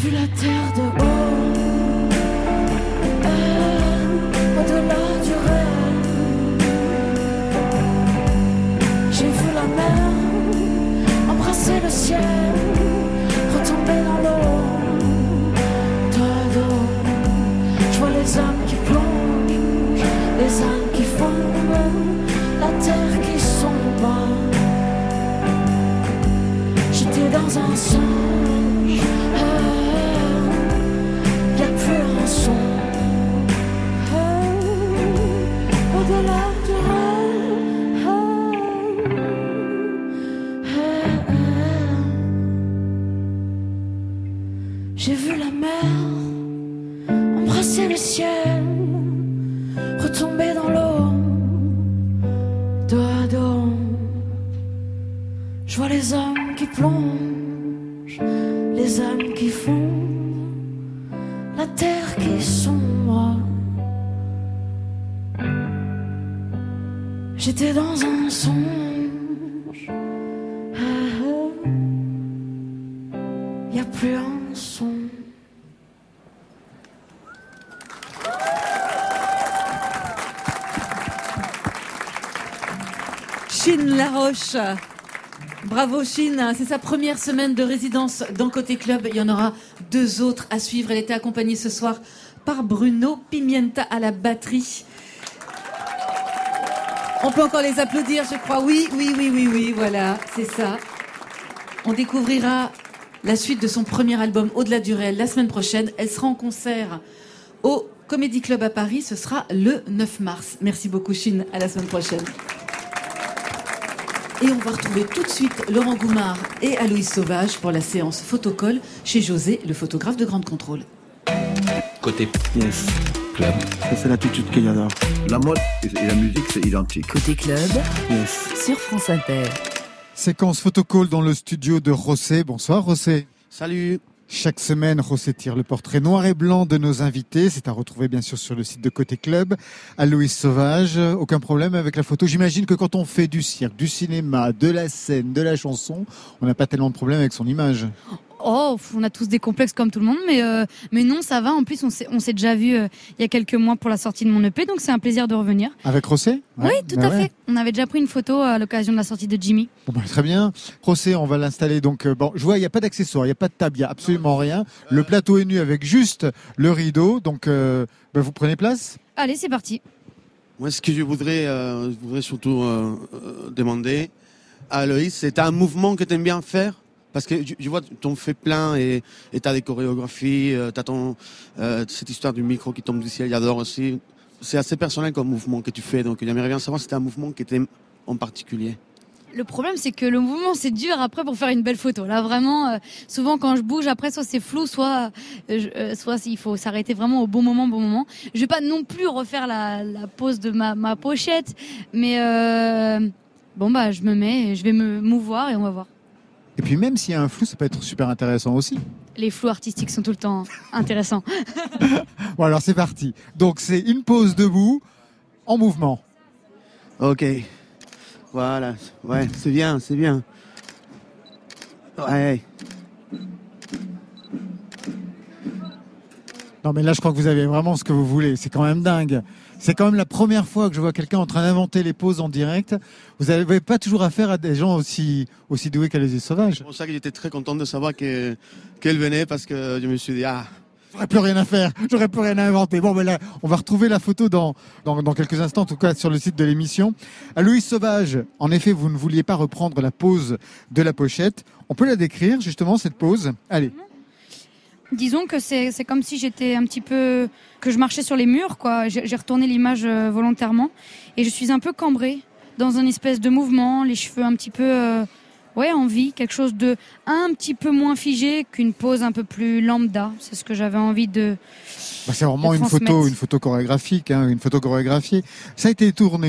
vu la terre de haut, euh, au-delà du réel. J'ai vu la mer embrasser le ciel, retomber dans l'eau. Dos à dos, je vois les âmes qui plongent, les âmes qui fondent, la terre qui sombre. J'étais dans un songe, il n'y a plus un son. Euh, au-delà du rêve, euh, euh, j'ai vu la mer embrasser le ciel, retomber dans l'eau. Dos à dos, je vois les hommes qui plongent, les âmes qui fondent, la terre qui sombre. J'étais dans un songe, ah, y a plus un son. Chine Laroche. Bravo Chine, c'est sa première semaine de résidence dans Côté Club. Il y en aura deux autres à suivre. Elle était accompagnée ce soir par Bruno Pimienta à la batterie. On peut encore les applaudir, je crois. Oui, oui, oui, oui, oui, voilà, c'est ça. On découvrira la suite de son premier album Au-delà du réel la semaine prochaine. Elle sera en concert au Comedy Club à Paris. Ce sera le neuf mars. Merci beaucoup Chine, à la semaine prochaine. Et on va retrouver tout de suite Laurent Goumard et Aloïs Sauvage pour la séance photocall chez José, le photographe de Grande Contrôle. Côté yes. Club. Ça, c'est l'attitude qu'il y a là. La mode et la musique, c'est identique. Côté Club, Yes. sur France Inter. Séquence photocall dans le studio de José. Bonsoir José. Salut. Chaque semaine, José tire le portrait noir et blanc de nos invités. C'est à retrouver bien sûr sur le site de Côté Club. Aloïs Sauvage, aucun problème avec la photo. J'imagine que quand on fait du cirque, du cinéma, de la scène, de la chanson, on n'a pas tellement de problème avec son image. Oh, on a tous des complexes comme tout le monde, mais, euh, mais non, ça va. En plus, on s'est, on s'est déjà vu euh, il y a quelques mois pour la sortie de mon E P, donc c'est un plaisir de revenir. Avec José ? Ouais, Oui, tout bah à ouais. fait. On avait déjà pris une photo à l'occasion de la sortie de Jimmy. Bon, bah, très bien. José, on va l'installer. Donc, euh, bon, je vois, il n'y a pas d'accessoires, il n'y a pas de table, il n'y a absolument rien. Le plateau est nu avec juste le rideau. Donc, euh, bah, vous prenez place ? Allez, c'est parti. Moi, ce que je voudrais, euh, je voudrais surtout euh, euh, demander à Aloïs, c'est un mouvement que tu aimes bien faire ? Parce que je, je vois, tu en fais plein et tu as des chorégraphies, euh, tu as ton, euh, cette histoire du micro qui tombe du ciel, j'adore aussi. C'est assez personnel comme mouvement que tu fais, donc j'aimerais bien savoir si c'était un mouvement que tu aimes en particulier. Le problème, c'est que le mouvement, c'est dur après pour faire une belle photo. Là, vraiment, euh, souvent quand je bouge, après, soit c'est flou, soit, euh, je- euh, soit il faut s'arrêter vraiment au bon moment, bon moment. Je vais pas non plus refaire la, la pose de ma, ma pochette, mais euh, bon, bah, je me mets, je vais me mouvoir et on va voir. Et puis, même s'il y a un flou, ça peut être super intéressant aussi. Les flous artistiques sont tout le temps intéressants. Bon, alors c'est parti. Donc, c'est une pause debout, en mouvement. Ok. Voilà. Ouais, c'est bien, c'est bien. Ouais. Non, mais là, je crois que vous avez vraiment ce que vous voulez. C'est quand même dingue. C'est quand même la première fois que je vois quelqu'un en train d'inventer les poses en direct. Vous n'avez pas toujours affaire à des gens aussi, aussi doués qu'Aloïs Sauvage. C'est pour ça que j'étais très content de savoir que, qu'elle venait, parce que je me suis dit, ah, J'aurais plus rien à faire, j'aurais plus rien à inventer. Bon, ben là, on va retrouver la photo dans, dans, dans quelques instants, en tout cas sur le site de l'émission. Aloïs Sauvage, en effet, vous ne vouliez pas reprendre la pose de la pochette. On peut la décrire, justement, cette pose. Allez. Disons que c'est, c'est comme si j'étais un petit peu, que je marchais sur les murs, quoi. J'ai, j'ai retourné l'image euh, volontairement et je suis un peu cambrée dans un espèce de mouvement, les cheveux un petit peu, euh, ouais, en vie, quelque chose de un petit peu moins figé qu'une pose un peu plus lambda. C'est ce que j'avais envie de. Bah, c'est vraiment de une photo, transmettre. une photo chorégraphique, hein, une photo chorégraphiée. Ça a été tourné où ?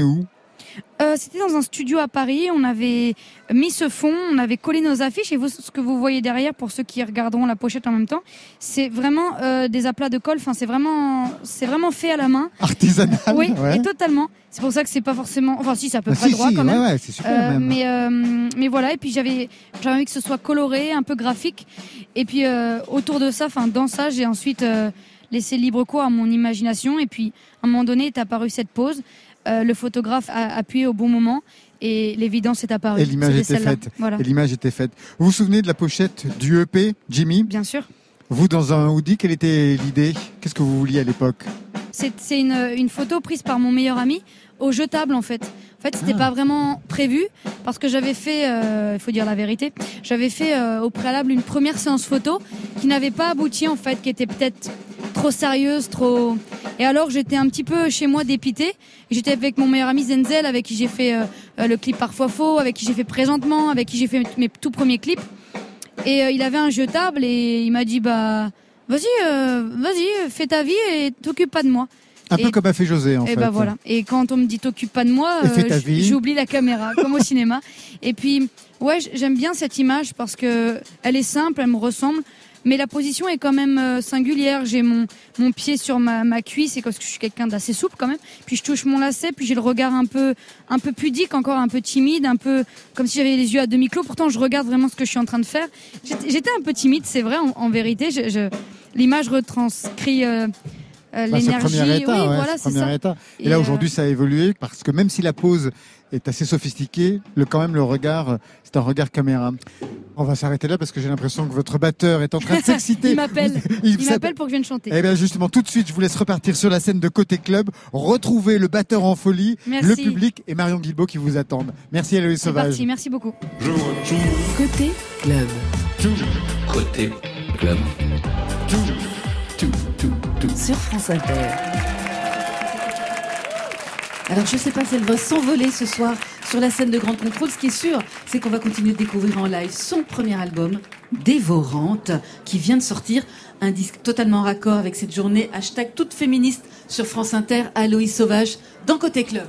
Euh, c'était dans un studio à Paris. On avait mis ce fond, on avait collé nos affiches. Et vous, ce que vous voyez derrière, pour ceux qui regarderont la pochette en même temps, c'est vraiment euh, des aplats de colle. Enfin, c'est vraiment, c'est vraiment fait à la main. Artisanal. Oui, ouais. et totalement. C'est pour ça que c'est pas forcément. Enfin, si, c'est à peu Ah, près si, droit si, quand même. ouais, ouais, c'est super Euh, même. mais euh, mais voilà. Et puis j'avais j'avais envie que ce soit coloré, un peu graphique. Et puis euh, autour de ça, enfin dans ça, j'ai ensuite euh, laissé libre cours à mon imagination. Et puis à un moment donné est apparue cette pause. Euh, le photographe a appuyé au bon moment et l'évidence est apparue. Et l'image C'était était celle-là. faite. Voilà. Et l'image était faite. Vous vous souvenez de la pochette du E P, Jimmy ? Bien sûr. Vous, dans un hoodie, quelle était l'idée ? Qu'est-ce que vous vouliez à l'époque ? C'est, c'est une, une photo prise par mon meilleur ami au jetable en fait. En fait, c'était Ah. pas vraiment prévu parce que j'avais fait, il faut dire la vérité, j'avais fait euh, au préalable une première séance photo qui n'avait pas abouti en fait, qui était peut-être trop sérieuse, trop. Et alors j'étais un petit peu chez moi dépitée. Et j'étais avec mon meilleur ami Zenzel, avec qui j'ai fait euh, euh, le clip Parfois Faux, avec qui j'ai fait Présentement, avec qui j'ai fait mes tout premiers clips. Et euh, il avait un jetable et il m'a dit bah vas-y, euh, vas-y, fais ta vie et t'occupe pas de moi. Un Et- peu comme a fait José, en et fait. bah voilà. Et quand on me dit t'occupe pas de moi, Et fais ta j- vie. j'oublie la caméra, comme au cinéma. Et puis, ouais, j- j'aime bien cette image parce que elle est simple, elle me ressemble, mais la position est quand même euh, singulière. J'ai mon mon pied sur ma, ma cuisse, et parce que je suis quelqu'un d'assez souple quand même. Puis je touche mon lacet, puis j'ai le regard un peu un peu pudique, encore un peu timide, un peu comme si j'avais les yeux à demi clos. Pourtant, je regarde vraiment ce que je suis en train de faire. J'étais, j'étais un peu timide, c'est vrai, en, en vérité. Je, je- l'image retranscrit. Euh, euh, Bah, c'est le l'énergie, premier état, oui, ouais, voilà, c'est le c'est premier ça. état. Et, Et, là, euh, aujourd'hui, ça a évolué parce que même si la pose est assez sophistiquée, le, quand même, le regard, c'est un regard caméra. On va s'arrêter là parce que j'ai l'impression que votre batteur est en train de s'exciter. Il m'appelle. Il Il, s'appelle- m'appelle pour que je vienne chanter. Eh bien, justement, tout de suite, je vous laisse repartir sur la scène de Côté Club, retrouver le batteur en folie, Merci. le public et Marion Guilbault qui vous attendent. Merci, Héloïse C'est Sauvage. parti, merci beaucoup. Côté Club. Côté club. Sur France Inter. Alors je sais pas si elle va s'envoler ce soir sur la scène de Grande Contrôle. Ce qui est sûr, c'est qu'on va continuer de découvrir en live son premier album, Dévorante, qui vient de sortir. Un disque totalement en raccord avec cette journée. Hashtag toute féministe sur France Inter. Aloïs Sauvage dans Côté Club.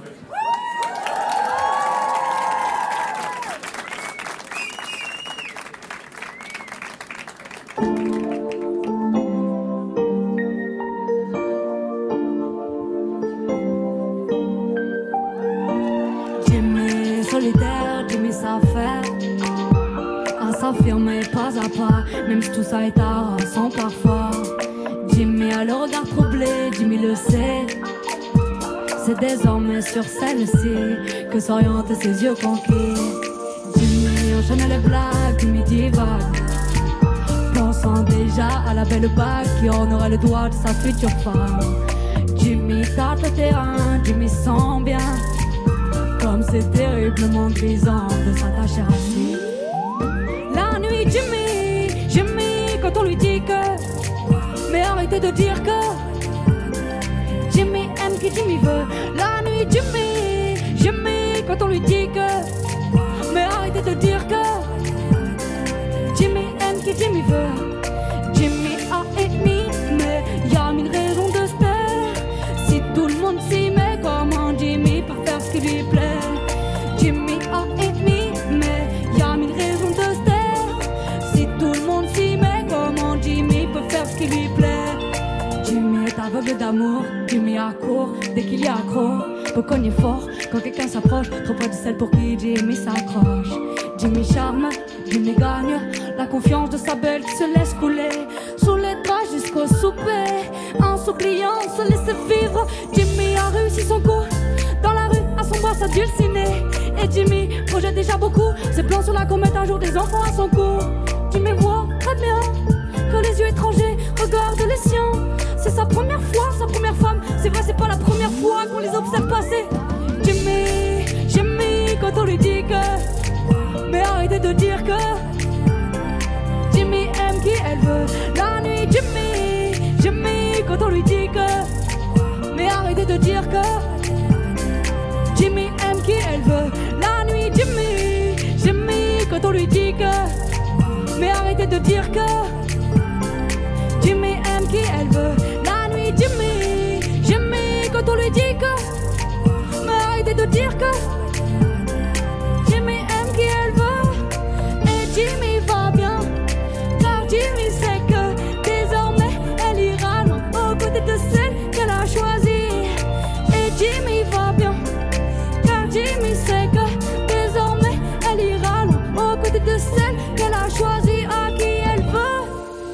Jimmy solitaire, Jimmy ça fait à s'affirmer pas à pas, même si tout ça est harassant parfois. Jimmy a le regard troublé, Jimmy le sait. C'est désormais sur celle-ci que s'orientent ses yeux conquis. Jimmy enchaîne les blagues, Jimmy divague, pensant déjà à la belle bague qui ornera le doigt de sa future femme. Jimmy tâte le terrain, Jimmy sent bien comme c'est terriblement grisant de s'attacher à lui. La nuit, Jimmy, Jimmy, quand on lui dit que, mais arrêtez de dire que Jimmy aime qui Jimmy veut. La nuit, Jimmy, Jimmy, quand on lui dit que, mais arrêtez de dire que Jimmy aime qui Jimmy veut. Jimmy a ennemi, mais y a mille raisons de se taire. Si tout le monde s'y met, comment Jimmy peut faire ce qui lui plaît? Jimmy a ennemi, mais y a mille raisons de se taire. Si tout le monde s'y met, comment Jimmy peut faire ce qui lui plaît? Jimmy est aveugle d'amour, Jimmy accourt dès qu'il y a accro. Peut cogner fort quand quelqu'un s'approche, trop près de celle pour qui Jimmy s'accroche. Jimmy charme, Jimmy gagne la confiance de sa belle qui se laisse couler sous les draps jusqu'au souper. En s'oubliant, se laisser vivre, Jimmy a réussi son coup. Dans la rue, à son bras, sa dulcinée. Et Jimmy projette déjà beaucoup ses plans sur la comète, un jour des enfants à son cou. Jimmy voit très bien que les yeux étrangers regardent les siens. C'est sa première fois, sa première femme. C'est vrai, c'est pas la première fois qu'on les observe passer. Jimmy, Jimmy, quand on lui dit que, mais arrêtez de dire que Jimmy aime qui elle veut. La nuit, Jimmy, Jimmy, quand on lui dit que, mais arrêtez de dire que Jimmy aime qui elle veut. La nuit, Jimmy, Jimmy, quand on lui dit que, mais arrêtez de dire que Jimmy aime qui elle veut. La nuit, Jimmy, Jimmy, quand on lui dit que, mais arrêtez c'est de dire que Jimmy aime qui elle veut et Jimmy va bien, car Jimmy sait que désormais elle ira loin aux côtés de celle qu'elle a choisie. Et Jimmy va bien, car Jimmy sait que désormais elle ira loin aux côtés de celle qu'elle a choisie. À qui elle veut,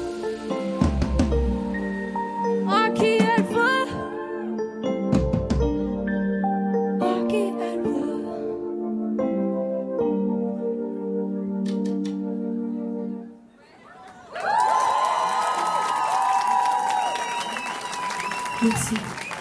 à qui elle veut, à qui elle veut. Merci.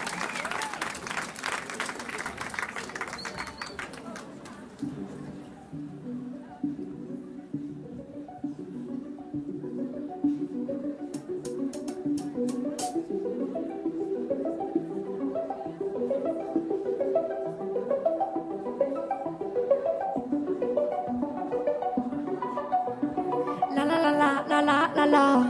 La la la la la la la la.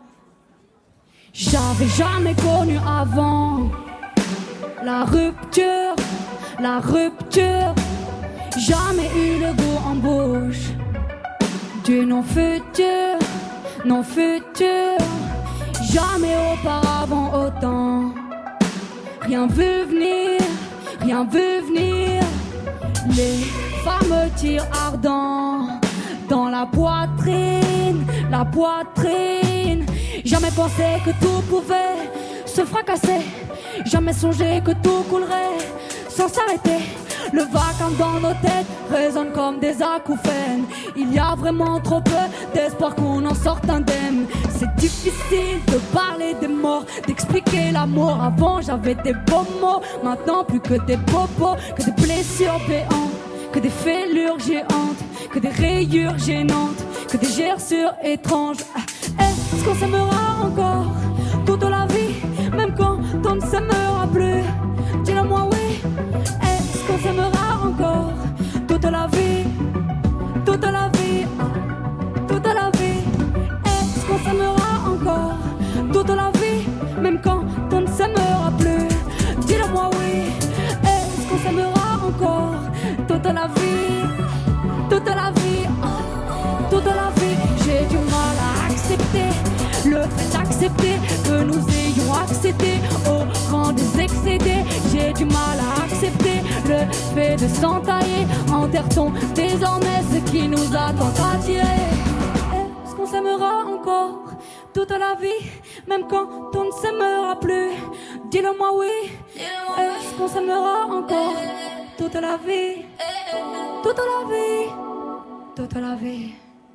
J'avais jamais connu avant la rupture, la rupture. Jamais eu le goût en bouche du non-futur, non-futur. Jamais auparavant autant rien vu venir, rien vu venir. Les fameux tirs ardents dans la poitrine, la poitrine. Jamais pensé que tout pouvait se fracasser. Jamais songé que tout coulerait sans s'arrêter. Le vacarme dans nos têtes résonne comme des acouphènes. Il y a vraiment trop peu d'espoir qu'on en sorte indemne. C'est difficile de parler des morts, d'expliquer l'amour. Avant j'avais des beaux mots, maintenant plus que des bobos, que des blessures béantes, que des fêlures géantes, que des rayures gênantes, que des gerçures étranges. Est-ce qu'on s'aimera encore toute la vie, même quand on ne s'aimera plus? Dis-le moi oui. Est-ce qu'on s'aimera encore toute la vie, toute la vie, toute la vie? Est-ce qu'on s'aimera encore toute la vie, même quand on ne s'aimera plus? Dis-le moi oui. Est-ce qu'on s'aimera encore toute la vie, toute la vie, toute la vie? J'ai du mal à accepter le fait d'accepter que nous ayons accédé au rang des excédés. J'ai du mal à accepter le fait de s'entailler. Enterre-t-on désormais ce qui nous a tant attirés? Est-ce qu'on s'aimera encore toute la vie, même quand on ne s'aimera plus? Dis-le moi oui. Est-ce qu'on s'aimera encore toute la vie, toute la vie, toute la vie?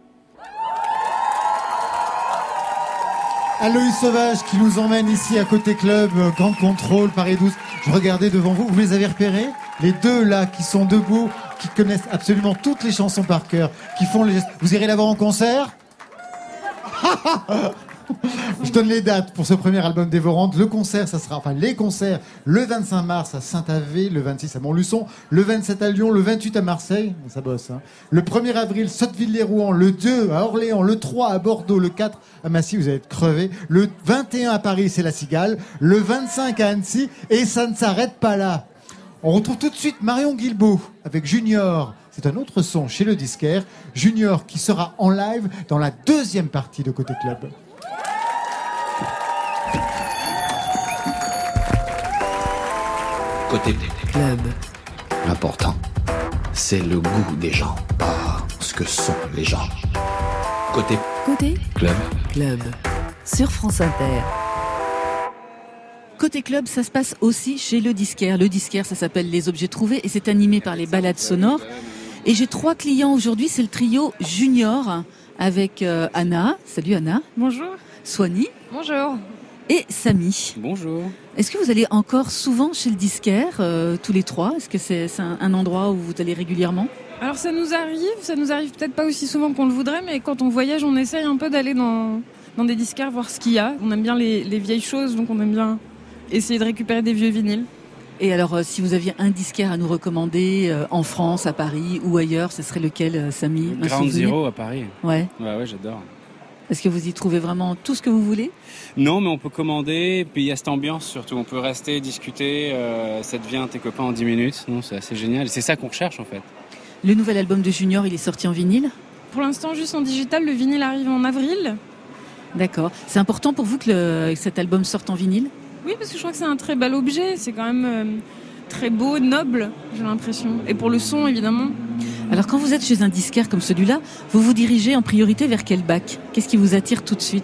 Aloïs Sauvage qui nous emmène ici à Côté Club, Grand Contrôle, Paris douze. Je regardais devant vous, vous les avez repérés? Les deux là qui sont debout, qui connaissent absolument toutes les chansons par cœur, qui font les gestes. Vous irez la voir en concert? Je donne les dates pour ce premier album Dévorante. Le concert, ça sera, enfin les concerts, le vingt-cinq mars à Saint-Avé, le vingt-six à Montluçon, le vingt-sept à Lyon, le vingt-huit à Marseille, ça bosse, hein. Le premier avril, Sotteville-les-Rouen, le deux à Orléans, le trois à Bordeaux, le quatre à Massy, vous allez être crevés. Le vingt et un à Paris, c'est la Cigale, le vingt-cinq à Annecy, et ça ne s'arrête pas là. On retrouve tout de suite Marion Guilbault avec Junior. C'est un autre son chez le disquaire. Junior qui sera en live dans la deuxième partie de Côté Club. Côté Club. L'important, c'est le goût des gens, pas ce que sont les gens. Côté Côté Club. Club. Sur France Inter. Côté Club, ça se passe aussi chez le disquaire. Le disquaire, ça s'appelle Les Objets Trouvés et c'est animé par les balades sonores. Et j'ai trois clients aujourd'hui, c'est le trio Junior avec euh, Anna. Salut Anna. Bonjour. Soigny. Bonjour. Et Samy. Bonjour. Est-ce que vous allez encore souvent chez le disquaire, euh, tous les trois? Est-ce que c'est, c'est un, un endroit où vous allez régulièrement? Alors ça nous arrive, ça nous arrive peut-être pas aussi souvent qu'on le voudrait, mais quand on voyage, on essaye un peu d'aller dans, dans des disquaires, voir ce qu'il y a. On aime bien les, les vieilles choses, donc on aime bien essayer de récupérer des vieux vinyles. Et alors, euh, si vous aviez un disquaire à nous recommander euh, en France, à Paris ou ailleurs, ce serait lequel, euh, Samy? Ground Zero à Paris. Ouais. Ouais, ouais, j'adore. Est-ce que vous y trouvez vraiment tout ce que vous voulez ? Non, mais on peut commander, et puis il y a cette ambiance surtout. On peut rester, discuter, euh, ça devient tes copains en dix minutes. Non, c'est assez génial. C'est ça qu'on recherche en fait. Le nouvel album de Junior, il est sorti en vinyle ? Pour l'instant, juste en digital. Le vinyle arrive en avril. D'accord. C'est important pour vous que, le, que cet album sorte en vinyle ? Oui, parce que je crois que c'est un très bel objet. C'est quand même euh, très beau, noble, j'ai l'impression. Et pour le son, évidemment. Alors quand vous êtes chez un disquaire comme celui-là, vous vous dirigez en priorité vers quel bac ? Qu'est-ce qui vous attire tout de suite ?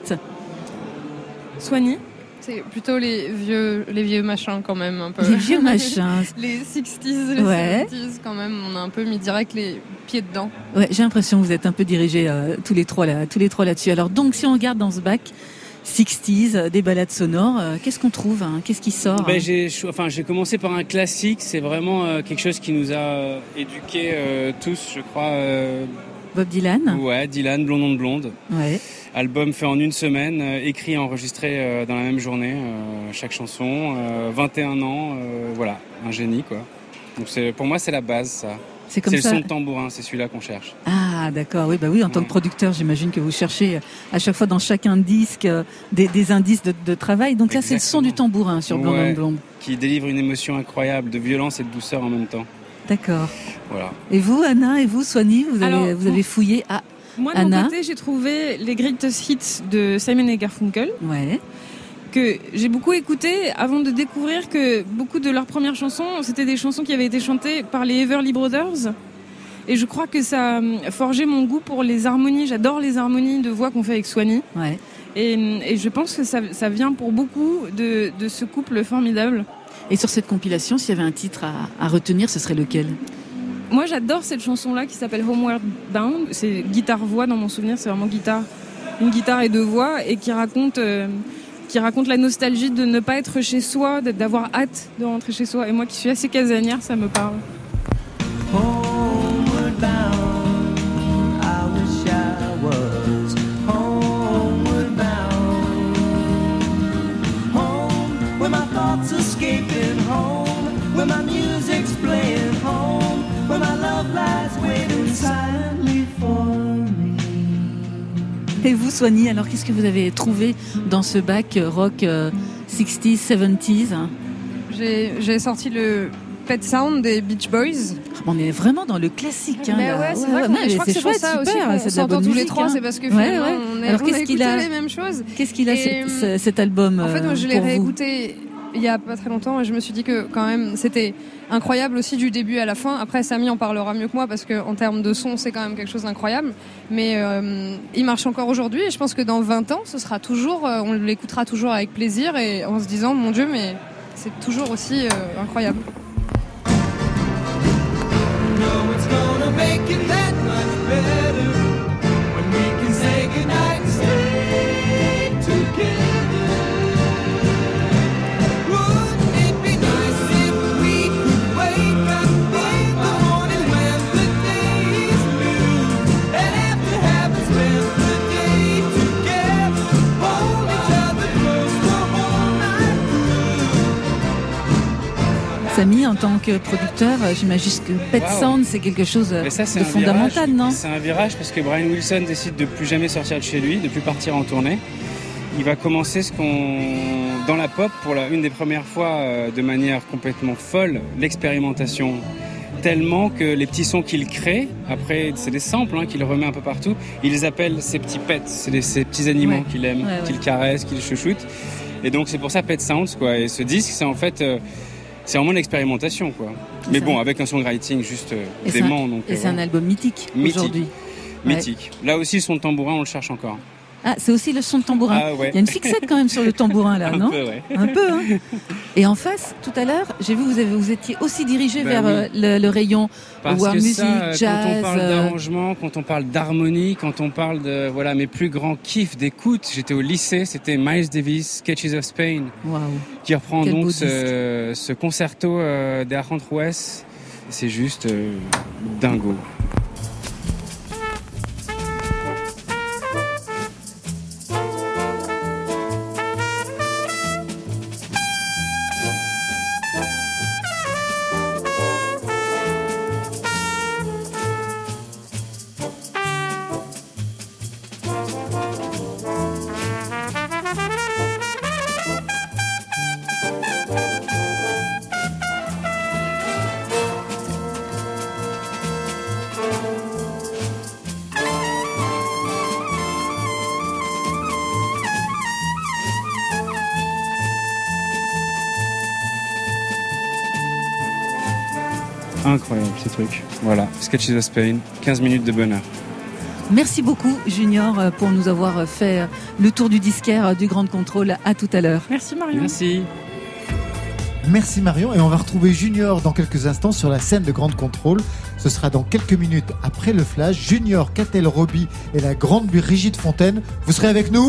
Soigny. C'est plutôt les vieux, les vieux machins quand même un peu. Les vieux machins. Les soixante, les ouais. soixante-dix quand même, on a un peu mis direct les pieds dedans. Ouais, j'ai l'impression que vous êtes un peu dirigés euh, tous les trois là, tous les trois là-dessus. Alors donc si on regarde dans ce bac soixante, euh, des balades sonores, euh, qu'est-ce qu'on trouve hein ? Qu'est-ce qui sort ben, hein j'ai, enfin, j'ai commencé par un classique, c'est vraiment euh, quelque chose qui nous a euh, éduqués euh, tous, je crois. Euh... Bob Dylan ? Ouais, Dylan, Blonde on Blonde. Ouais. Album fait en une semaine, euh, écrit et enregistré euh, dans la même journée, euh, chaque chanson, euh, vingt et un ans, euh, voilà, un génie quoi. Donc c'est, pour moi c'est la base ça. C'est comme c'est ça. le son de tambourin, c'est celui-là qu'on cherche. Ah d'accord, oui bah oui en tant que producteur j'imagine que vous cherchez à chaque fois dans chacun disque euh, des, des indices de, de travail. Donc là c'est le son du tambourin sur Blonde ouais, on Blonde. Qui délivre une émotion incroyable, de violence et de douceur en même temps. D'accord. Voilà. Et vous Anna et vous Soigny, vous avez, Alors, vous avez fouillé à Moi de Anna. mon côté j'ai trouvé les Greatest Hits de Simon et Garfunkel. Ouais. Que j'ai beaucoup écouté avant de découvrir que beaucoup de leurs premières chansons, c'était des chansons qui avaient été chantées par les Everly Brothers. Et je crois que ça a forgé mon goût pour les harmonies. J'adore les harmonies de voix qu'on fait avec Soigny. Ouais. Et, et je pense que ça, ça vient pour beaucoup de, de ce couple formidable. Et sur cette compilation, s'il y avait un titre à, à retenir, ce serait lequel ? Moi, j'adore cette chanson-là qui s'appelle Homeward Bound. C'est guitare-voix dans mon souvenir, c'est vraiment guitare, une guitare et deux voix, et qui raconte, euh, qui raconte la nostalgie de ne pas être chez soi, d'avoir hâte de rentrer chez soi. Et moi qui suis assez casanière, ça me parle. Homeward bound, I wish I was homeward bound. Home, where my thoughts escaping home, where my music's playing home, where my love lies waiting silently for me. Et vous Soigny, alors qu'est-ce que vous avez trouvé dans ce bac rock euh, soixante, soixante-dix hein ? J'ai, j'ai sorti le Pet Sound des Beach Boys. On est vraiment dans le classique. Hein, mais là. ouais, c'est ouais, vrai ouais, qu'on ouais, je crois que c'est chouette, pour ça super, aussi qu'on c'est de la s'entend bonne tous les musique, trois, hein. c'est parce que Ouais, finalement ouais. on, est, Alors, on qu'est-ce a qu'il écouté a les mêmes choses. Qu'est-ce qu'il a Et, cet, ce- cet album En fait, moi je l'ai pour vous réécouté il y a pas très longtemps et je me suis dit que quand même c'était incroyable aussi du début à la fin. Après Samy en parlera mieux que moi parce qu'en termes de son c'est quand même quelque chose d'incroyable. Mais euh, il marche encore aujourd'hui et je pense que dans vingt ans ce sera toujours, euh, on l'écoutera toujours avec plaisir et en se disant mon Dieu mais c'est toujours aussi euh, incroyable. No, it's gonna make it that much better when we can say goodnight and stay together. Wouldn't it be nice if we could wake up in the morning when the day is blue and after having spent the day together, hold each other close the whole night through. Samy, en tant que producteur, euh, j'imagine que Pet Wow. Sound c'est quelque chose euh, Mais ça, c'est de un fondamental, virage. non ? C'est un virage parce que Brian Wilson décide de plus jamais sortir de chez lui, de plus partir en tournée. Il va commencer ce qu'on, dans la pop, pour la, une des premières fois, euh, de manière complètement folle, l'expérimentation. Tellement que les petits sons qu'il crée, après, c'est des samples hein, qu'il remet un peu partout, il les appelle ses petits pets, c'est des, ses petits animaux Ouais. qu'il aime, Ouais, ouais. qu'il caresse, qu'il chouchoute. Et donc c'est pour ça Pet Sounds, quoi. Et ce disque, c'est en fait, euh, c'est vraiment l'expérimentation, quoi. C'est Mais ça. bon, avec un songwriting juste euh, Et c'est un- dément. Donc, Et euh, c'est un voilà. album mythique, Mythique. aujourd'hui. Ouais. Mythique. Là aussi, son tambourin, on le cherche encore. Ah, c'est aussi le son de tambourin. Ah ouais. Il y a une fixette quand même sur le tambourin là, Un non ? peu, ouais. Un peu. Hein. Et en face, tout à l'heure, j'ai vu vous avez, vous étiez aussi dirigé Bah vers oui. euh, le, le rayon Parce world que music, ça, euh, jazz. quand on parle euh, d'arrangement, quand on parle d'harmonie, quand on parle de voilà mes plus grands kiffs d'écoute, j'étais au lycée, c'était Miles Davis, Sketches of Spain, Waouh. qui reprend Quel beau donc ce, ce concerto euh, d'Aranjuez. C'est juste euh, dingo. incroyable ce truc. Voilà, Sketches of Spain, quinze minutes de bonheur. Merci beaucoup Junior pour nous avoir fait le tour du disquaire du Grand Contrôle. À tout à l'heure. Merci Marion. Merci. Merci Marion, et on va retrouver Junior dans quelques instants sur la scène de Grande Contrôle. Ce sera dans quelques minutes après le flash. Junior, Catel, Roby et la grande Brigitte Fontaine, vous serez avec nous ?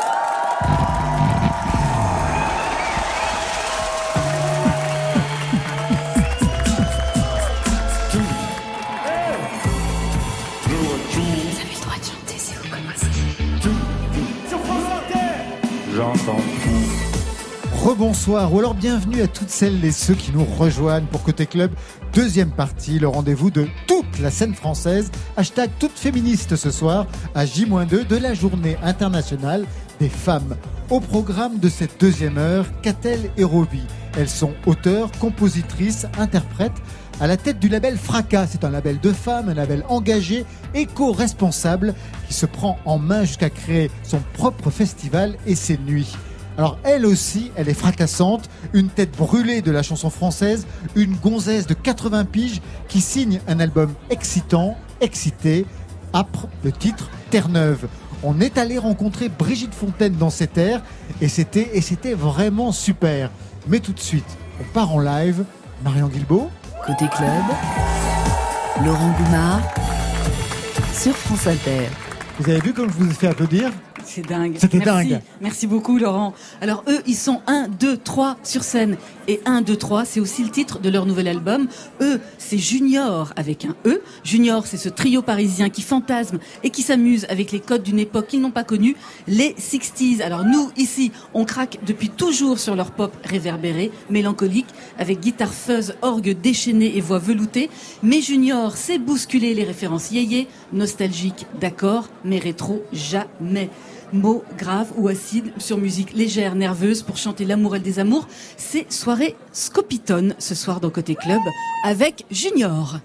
J'entends Rebonsoir, ou alors bienvenue à toutes celles et ceux qui nous rejoignent pour Côté Club, deuxième partie, le rendez-vous de toute la scène française, hashtag toute féministe ce soir, à J deux de la journée internationale des femmes. Au programme de cette deuxième heure, Catel et Roby. Elles sont auteurs, compositrices, interprètes, à la tête du label Fracas. C'est un label de femmes, un label engagé, éco-responsable, qui se prend en main jusqu'à créer son propre festival et ses nuits. Alors elle aussi, elle est fracassante, une tête brûlée de la chanson française, une gonzesse de quatre-vingts piges qui signe un album excitant, excité, âpre, le titre Terre-Neuve. On est allé rencontrer Brigitte Fontaine dans cette ère et c'était, et c'était vraiment super. Mais tout de suite, on part en live. Marion Guilbault. Côté Club, Laurent Goumard sur France Inter. Vous avez vu comme je vous ai fait applaudir ? C'est dingue. C'était Merci. dingue. Merci beaucoup, Laurent. Alors, eux, ils sont un, deux, trois sur scène. Et un, deux, trois, c'est aussi le titre de leur nouvel album. Eux, c'est Junior avec un E. Junior, c'est ce trio parisien qui fantasme et qui s'amuse avec les codes d'une époque qu'ils n'ont pas connue, les sixties. Alors, nous, ici, on craque depuis toujours sur leur pop réverbéré, mélancolique, avec guitare fuzz, orgue déchaîné et voix veloutée. Mais Junior, c'est bousculer les références yéyé, nostalgique, d'accord, mais rétro, jamais. Mots graves ou acides sur musique légère, nerveuse pour chanter l'amour et le désamour. C'est soirée Scopitone ce soir dans Côté Club avec Junior.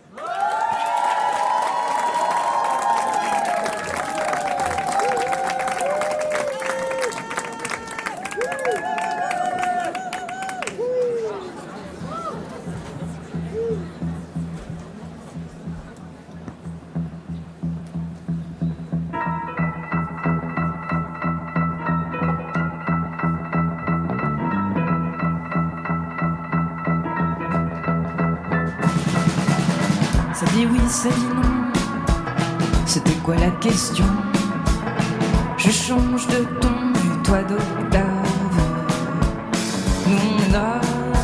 Ça dit oui, ça dit non. C'était quoi la question? Je change de ton et toi d'octave. Nous on est grave.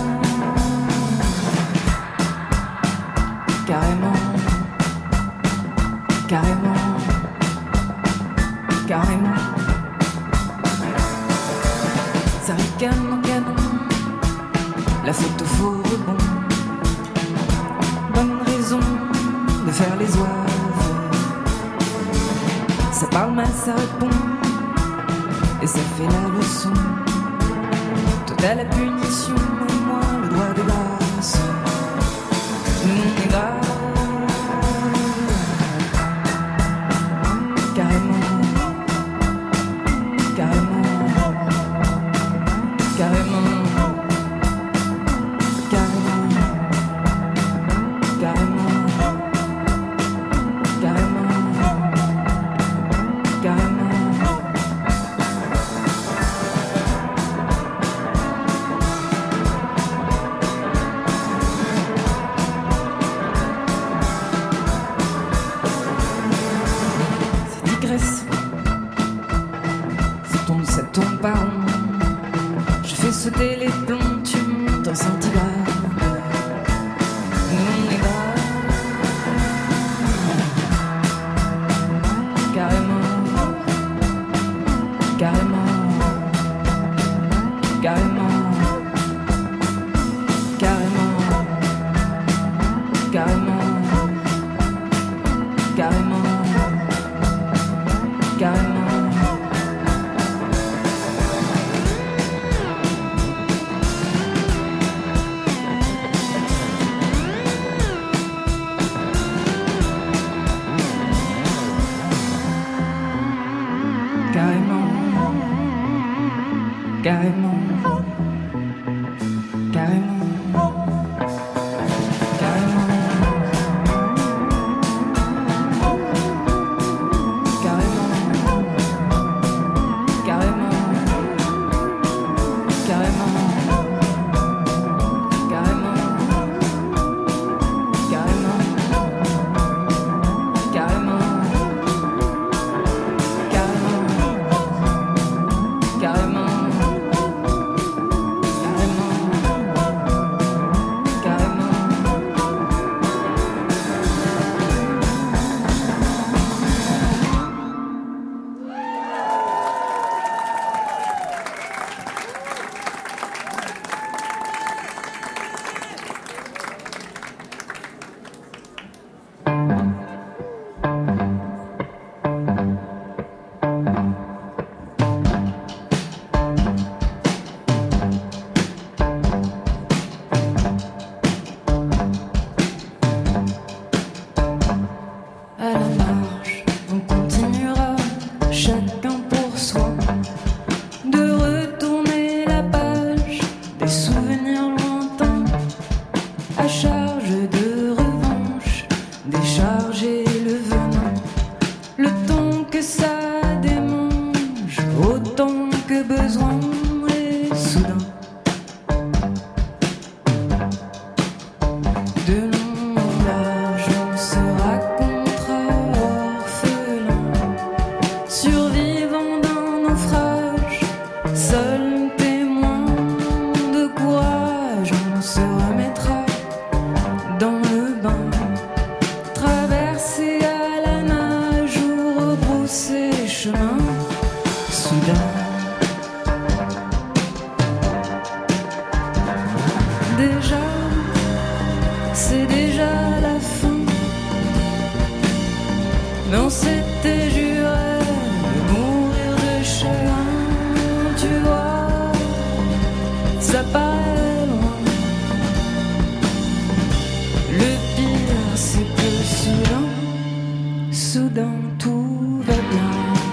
Carrément. Carrément. Carrément. Ça ricane en canon. La photo faux rebond. Bonne raison de faire les oives. Ça parle mal, ça répond. Et ça fait la leçon. Toi t'as la punition et moi le droit de grâce. Nous on est grave. Carrément. Carrément. Carrément. Sauter les plombs, tu montes en centigrade. Nous on est grave. Carrément. Carrément. Carrément. Carrément. Carrément. Carrément. Carrément. Carrément. Carrément. Carrément. souvenirs lointains, à charge de revanche, décharger le venin, le temps que ça démange, autant que besoin et soudain. De long en large, on se racontera orphelin, survivant d'un naufrage, seul témoin de courage, on se remettra dans le bain, traversé à la nage ou rebrousser chemin, soudain. Déjà, c'est déjà la fin. Mais on s'était juré de mourir de chagrin, tu vois, ça paraît loin. Le pire, c'est que soudain, soudain, tout va bien.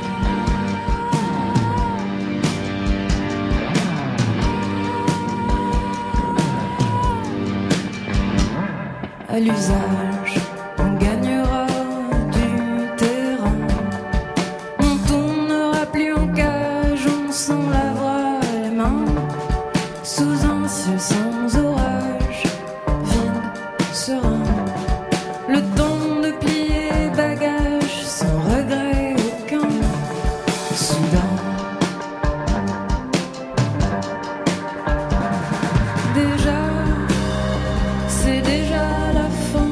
À l'usage, on gagnera du terrain. On tournera plus en cage, on s'en lavera les mains. Sous un ciel sans orage, vide, serein. Le temps de plier bagages sans regret aucun. Soudain. Déjà, c'est déjà la fin.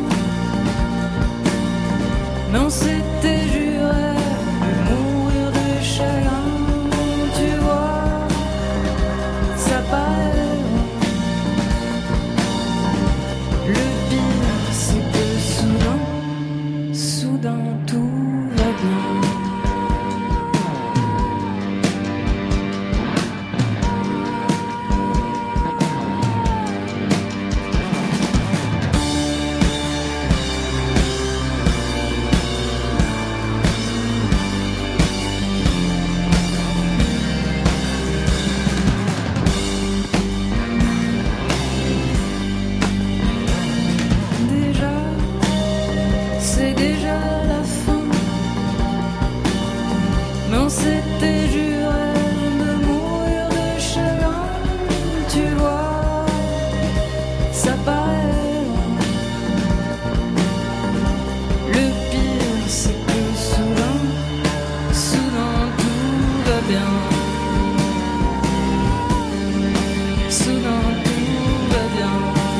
Mais on s'était juré de mourir de chagrin, tu vois, ça paraît loin. Le pire, c'est que soudain, soudain, tout va bien. Déjà, c'est déjà la fin. Mais on s'était juré de mourir de chagrin, tu vois, ça paraît loin. Le pire, c'est que soudain, soudain, tout va bien. Soudain, tout va bien.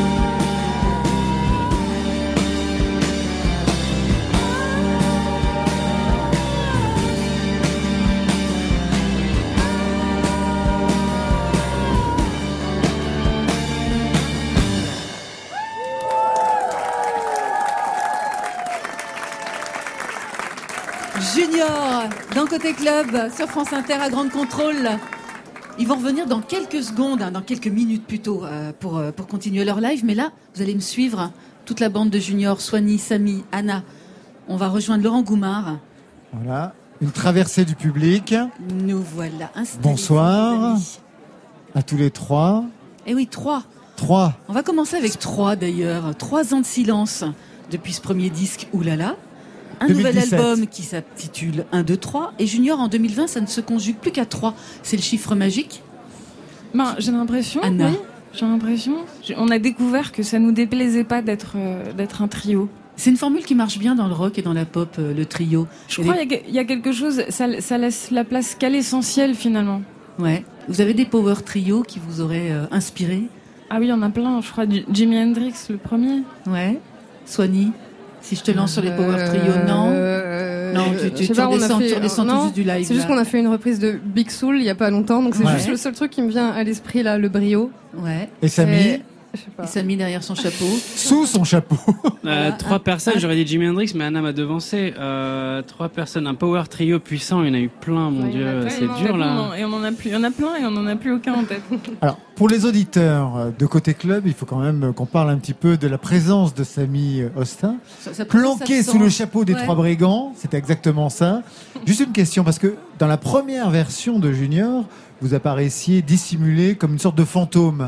Junior, dans Côté Club, sur France Inter à Grande Contrôle. Ils vont revenir dans quelques secondes, hein, dans quelques minutes plutôt, euh, pour, euh, pour continuer leur live. Mais là, vous allez me suivre, toute la bande de Junior, Soigny, Samy, Anna. On va rejoindre Laurent Goumard. Voilà, une traversée du public. Nous voilà installés. Bonsoir à tous les trois. Eh oui, trois. Trois. On va commencer avec trois d'ailleurs. Trois ans de silence depuis ce premier disque, oulala. Un deux mille dix-sept. nouvel album qui s'intitule un, deux, trois. Et Junior en deux mille vingt, ça ne se conjugue plus qu'à trois. C'est le chiffre magique. Ben, j'ai l'impression, Anna. oui, j'ai l'impression. J'ai- On a découvert que ça nous déplaisait pas d'être euh, d'être un trio. C'est une formule qui marche bien dans le rock et dans la pop, euh, le trio. Je crois qu'il y a- il y, a quelque chose, ça, ça laisse la place qu'à l'essentiel finalement. Ouais. Vous avez des power trio qui vous auraient euh, inspiré? Ah oui, il y en a plein. Je crois du- Jimi Hendrix, le premier. Ouais. Soigny, si je te lance sur les power trio, non Euh, Non, tu, je tu, sais tu pas, on a redescends, fait- tu redescends non, tout juste du live. C'est juste là. qu'on a fait une reprise de Big Soul il y a pas longtemps, donc c'est Ouais. juste le seul truc qui me vient à l'esprit là, le brio. Ouais. Et Samy Et- je sais pas. Et Samy derrière son chapeau. Sous son chapeau. Euh, trois personnes, j'aurais dit Jimi Hendrix, mais Anna m'a devancé. Euh, trois personnes, un power trio puissant, il y en a eu plein, mon Ouais, il y en a dieu, plein, c'est il y en a dur plein, là. non, Et on en a plus, il y en a plein et on en a plus aucun en tête. Alors, pour les auditeurs de Côté Club, il faut quand même qu'on parle un petit peu de la présence de Samy Austin. Ça- ça- Planqué ça sous le sent. chapeau des Ouais. trois brigands, c'était exactement ça. Juste une question, parce que dans la première version de Junior, vous apparaissiez dissimulé comme une sorte de fantôme.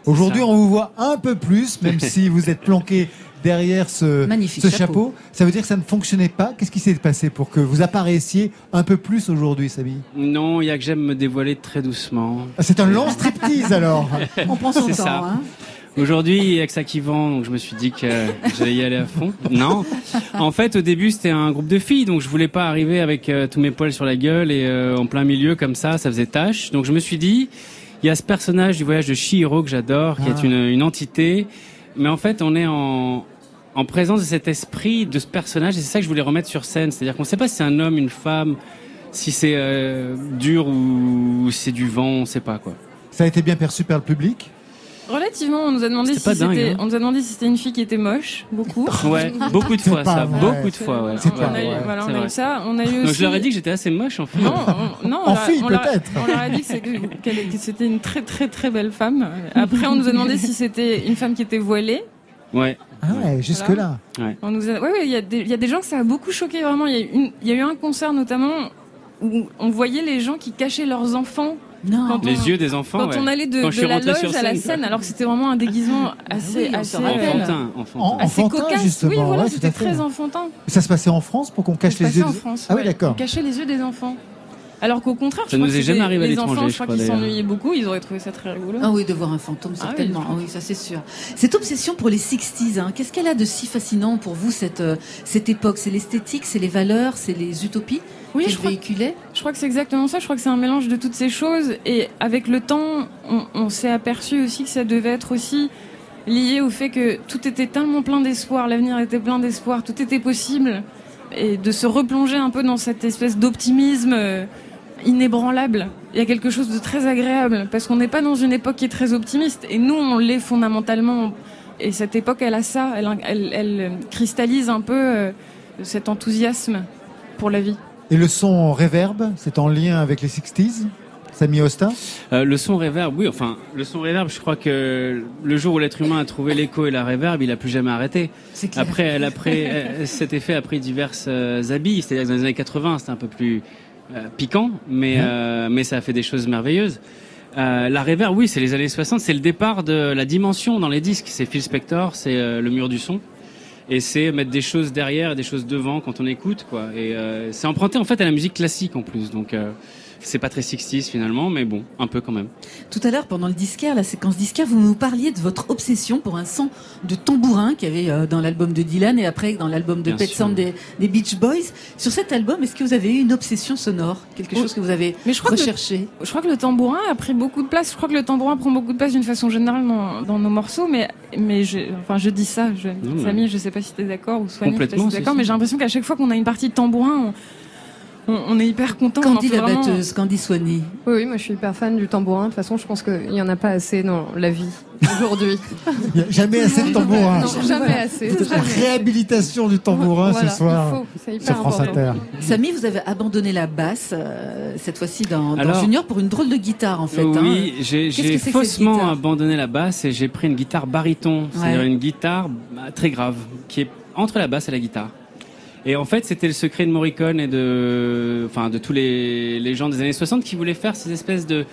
Aujourd'hui, ça. on vous voit un peu plus, même si vous êtes planqué derrière ce, Magnifique ce chapeau. chapeau. Ça veut dire que ça ne fonctionnait pas. Qu'est-ce qui s'est passé pour que vous apparaissiez un peu plus aujourd'hui, Samy? Non, il y a que j'aime me dévoiler très doucement. Ah, c'est un long striptease alors. On prend son C'est temps. ça. Hein. Aujourd'hui, il y a que ça qui vend, donc je me suis dit que j'allais y aller à fond. Non. En fait, au début, c'était un groupe de filles, donc je voulais pas arriver avec euh, tous mes poils sur la gueule et euh, en plein milieu comme ça, ça faisait tâche. Donc je me suis dit, il y a ce personnage du voyage de Chihiro que j'adore, qui Ah. est une, une entité, mais en fait, on est en en présence de cet esprit, de ce personnage, et c'est ça que je voulais remettre sur scène. C'est-à-dire qu'on ne sait pas si c'est un homme, une femme, si c'est euh, dur ou c'est du vent, on ne sait pas quoi. Ça a été bien perçu par le public? Relativement, on nous a demandé si C'était pas dingue, c'était, hein. on nous a demandé si c'était une fille qui était moche, beaucoup. Ouais, beaucoup de C'est fois pas ça, vrai. beaucoup de fois, ouais. C'est Ouais. pas On a eu, vrai. voilà, C'est on a vrai. eu ça. On a eu Donc aussi. je leur ai dit que j'étais assez moche en fait. Non, on, non, on En leur a- fille, on leur a- peut-être. on leur a dit que, c'est- qu'elle était- que c'était une très très très belle femme. Après, on nous a demandé si c'était une femme qui était voilée. Ouais. Ah ouais, jusque-là. Ouais. On nous a, ouais, ouais, il y a des, il y a des gens que ça a beaucoup choqué vraiment. Il y a eu une, il y a eu un concert notamment où on voyait les gens qui cachaient leurs enfants. Non. Quand on- Les yeux des enfants. Quand ouais. on allait de, Quand je de suis la rentré loge sur à la scène, scène, alors que c'était vraiment un déguisement assez, oui, on assez se rappelle. Enfantin, enfantin. En- assez enfantin, cocasse. justement. Oui, voilà, ouais, tout c'était à fait. très enfantin. Ça se passait en France pour qu'on cache Ça se les passait yeux en des- France. Ah oui, ouais. d'accord. On cachait les yeux des enfants. Alors qu'au contraire, Ça je crois nous que est jamais c'était- arrivé à les l'étranger, enfants, je je crois crois, qu'ils d'ailleurs. s'ennuyaient beaucoup, ils auraient trouvé ça très rigolo. Ah oui, de voir un fantôme, Ah oui, certainement. Ah oui, ça c'est sûr. Cette obsession pour les sixties, hein, qu'est-ce qu'elle a de si fascinant pour vous, cette, euh, cette époque? C'est l'esthétique, c'est les valeurs, c'est les utopies Oui, qu'elle je crois, véhiculait? je crois que c'est exactement ça. Je crois que c'est un mélange de toutes ces choses. Et avec le temps, on, on s'est aperçu aussi que ça devait être aussi lié au fait que tout était tellement plein d'espoir, l'avenir était plein d'espoir, tout était possible. Et de se replonger un peu dans cette espèce d'optimisme euh, inébranlable. Il y a quelque chose de très agréable, parce qu'on n'est pas dans une époque qui est très optimiste. Et nous, on l'est fondamentalement. Et cette époque, elle a ça. Elle, elle, elle cristallise un peu euh, cet enthousiasme pour la vie. Et le son reverb, c'est en lien avec les sixties, Samy Osta? Euh, le son reverb, oui, enfin, le son reverb, je crois que le jour où l'être humain a trouvé l'écho et la reverb, il a plus jamais arrêté. C'est clair. Après, elle a pris, euh, cet effet a pris diverses euh, habits, c'est-à-dire que dans les années quatre-vingts, c'était un peu plus euh, piquant, mais, euh, mais ça a fait des choses merveilleuses. Euh, la reverb, oui, c'est les années soixante, c'est le départ de la dimension dans les disques. C'est Phil Spector, c'est euh, le mur du son. Et c'est mettre des choses derrière et des choses devant quand on écoute, quoi. Et euh, c'est emprunté en fait à la musique classique en plus, donc euh, c'est pas très sixties finalement, mais bon, un peu quand même. Tout à l'heure, pendant le disquaire, la séquence disquaire, vous nous parliez de votre obsession pour un son de tambourin qu'il y avait euh, dans l'album de Dylan et après dans l'album de Bien Pet sûr. Sound des, des Beach Boys. Sur cet album, est-ce que vous avez eu une obsession sonore? Quelque chose que vous avez Mais je crois que le- recherché? Je crois que le tambourin a pris beaucoup de place. Je crois que le tambourin prend beaucoup de place d'une façon générale dans, dans nos morceaux, mais mais je, enfin je dis ça. Je, mais- Samy, je sais pas si t'es d'accord ou Soigny, je sais pas si Complètement, t'es d'accord, si, mais si. j'ai l'impression qu'à chaque fois qu'on a une partie de tambourin, on, on, on est hyper content. on en Candy fait la vraiment- batteuse, Candy Soigny. Oui, oui, moi je suis hyper fan du tambourin. De toute façon, je pense qu'il n'y en a pas assez dans la vie aujourd'hui. Il n'y a jamais assez de tambourin. Non, jamais assez. Peut-être la réhabilitation du tambourin Voilà, ce soir il faut, c'est hyper sur France important. Inter. Samy, vous avez abandonné la basse, euh, cette fois-ci dans, dans Alors- Junior, pour une drôle de guitare en fait. oui, hein. j'ai Qu'est-ce j'ai que c'est que cette faussement guitare abandonné la basse et j'ai pris une guitare baryton, c'est-à-dire Ouais. une guitare bah, très grave, qui est entre la basse et la guitare. Et en fait, c'était le secret de Morricone et de, enfin, de tous les, les gens des années soixante qui voulaient faire ces espèces de,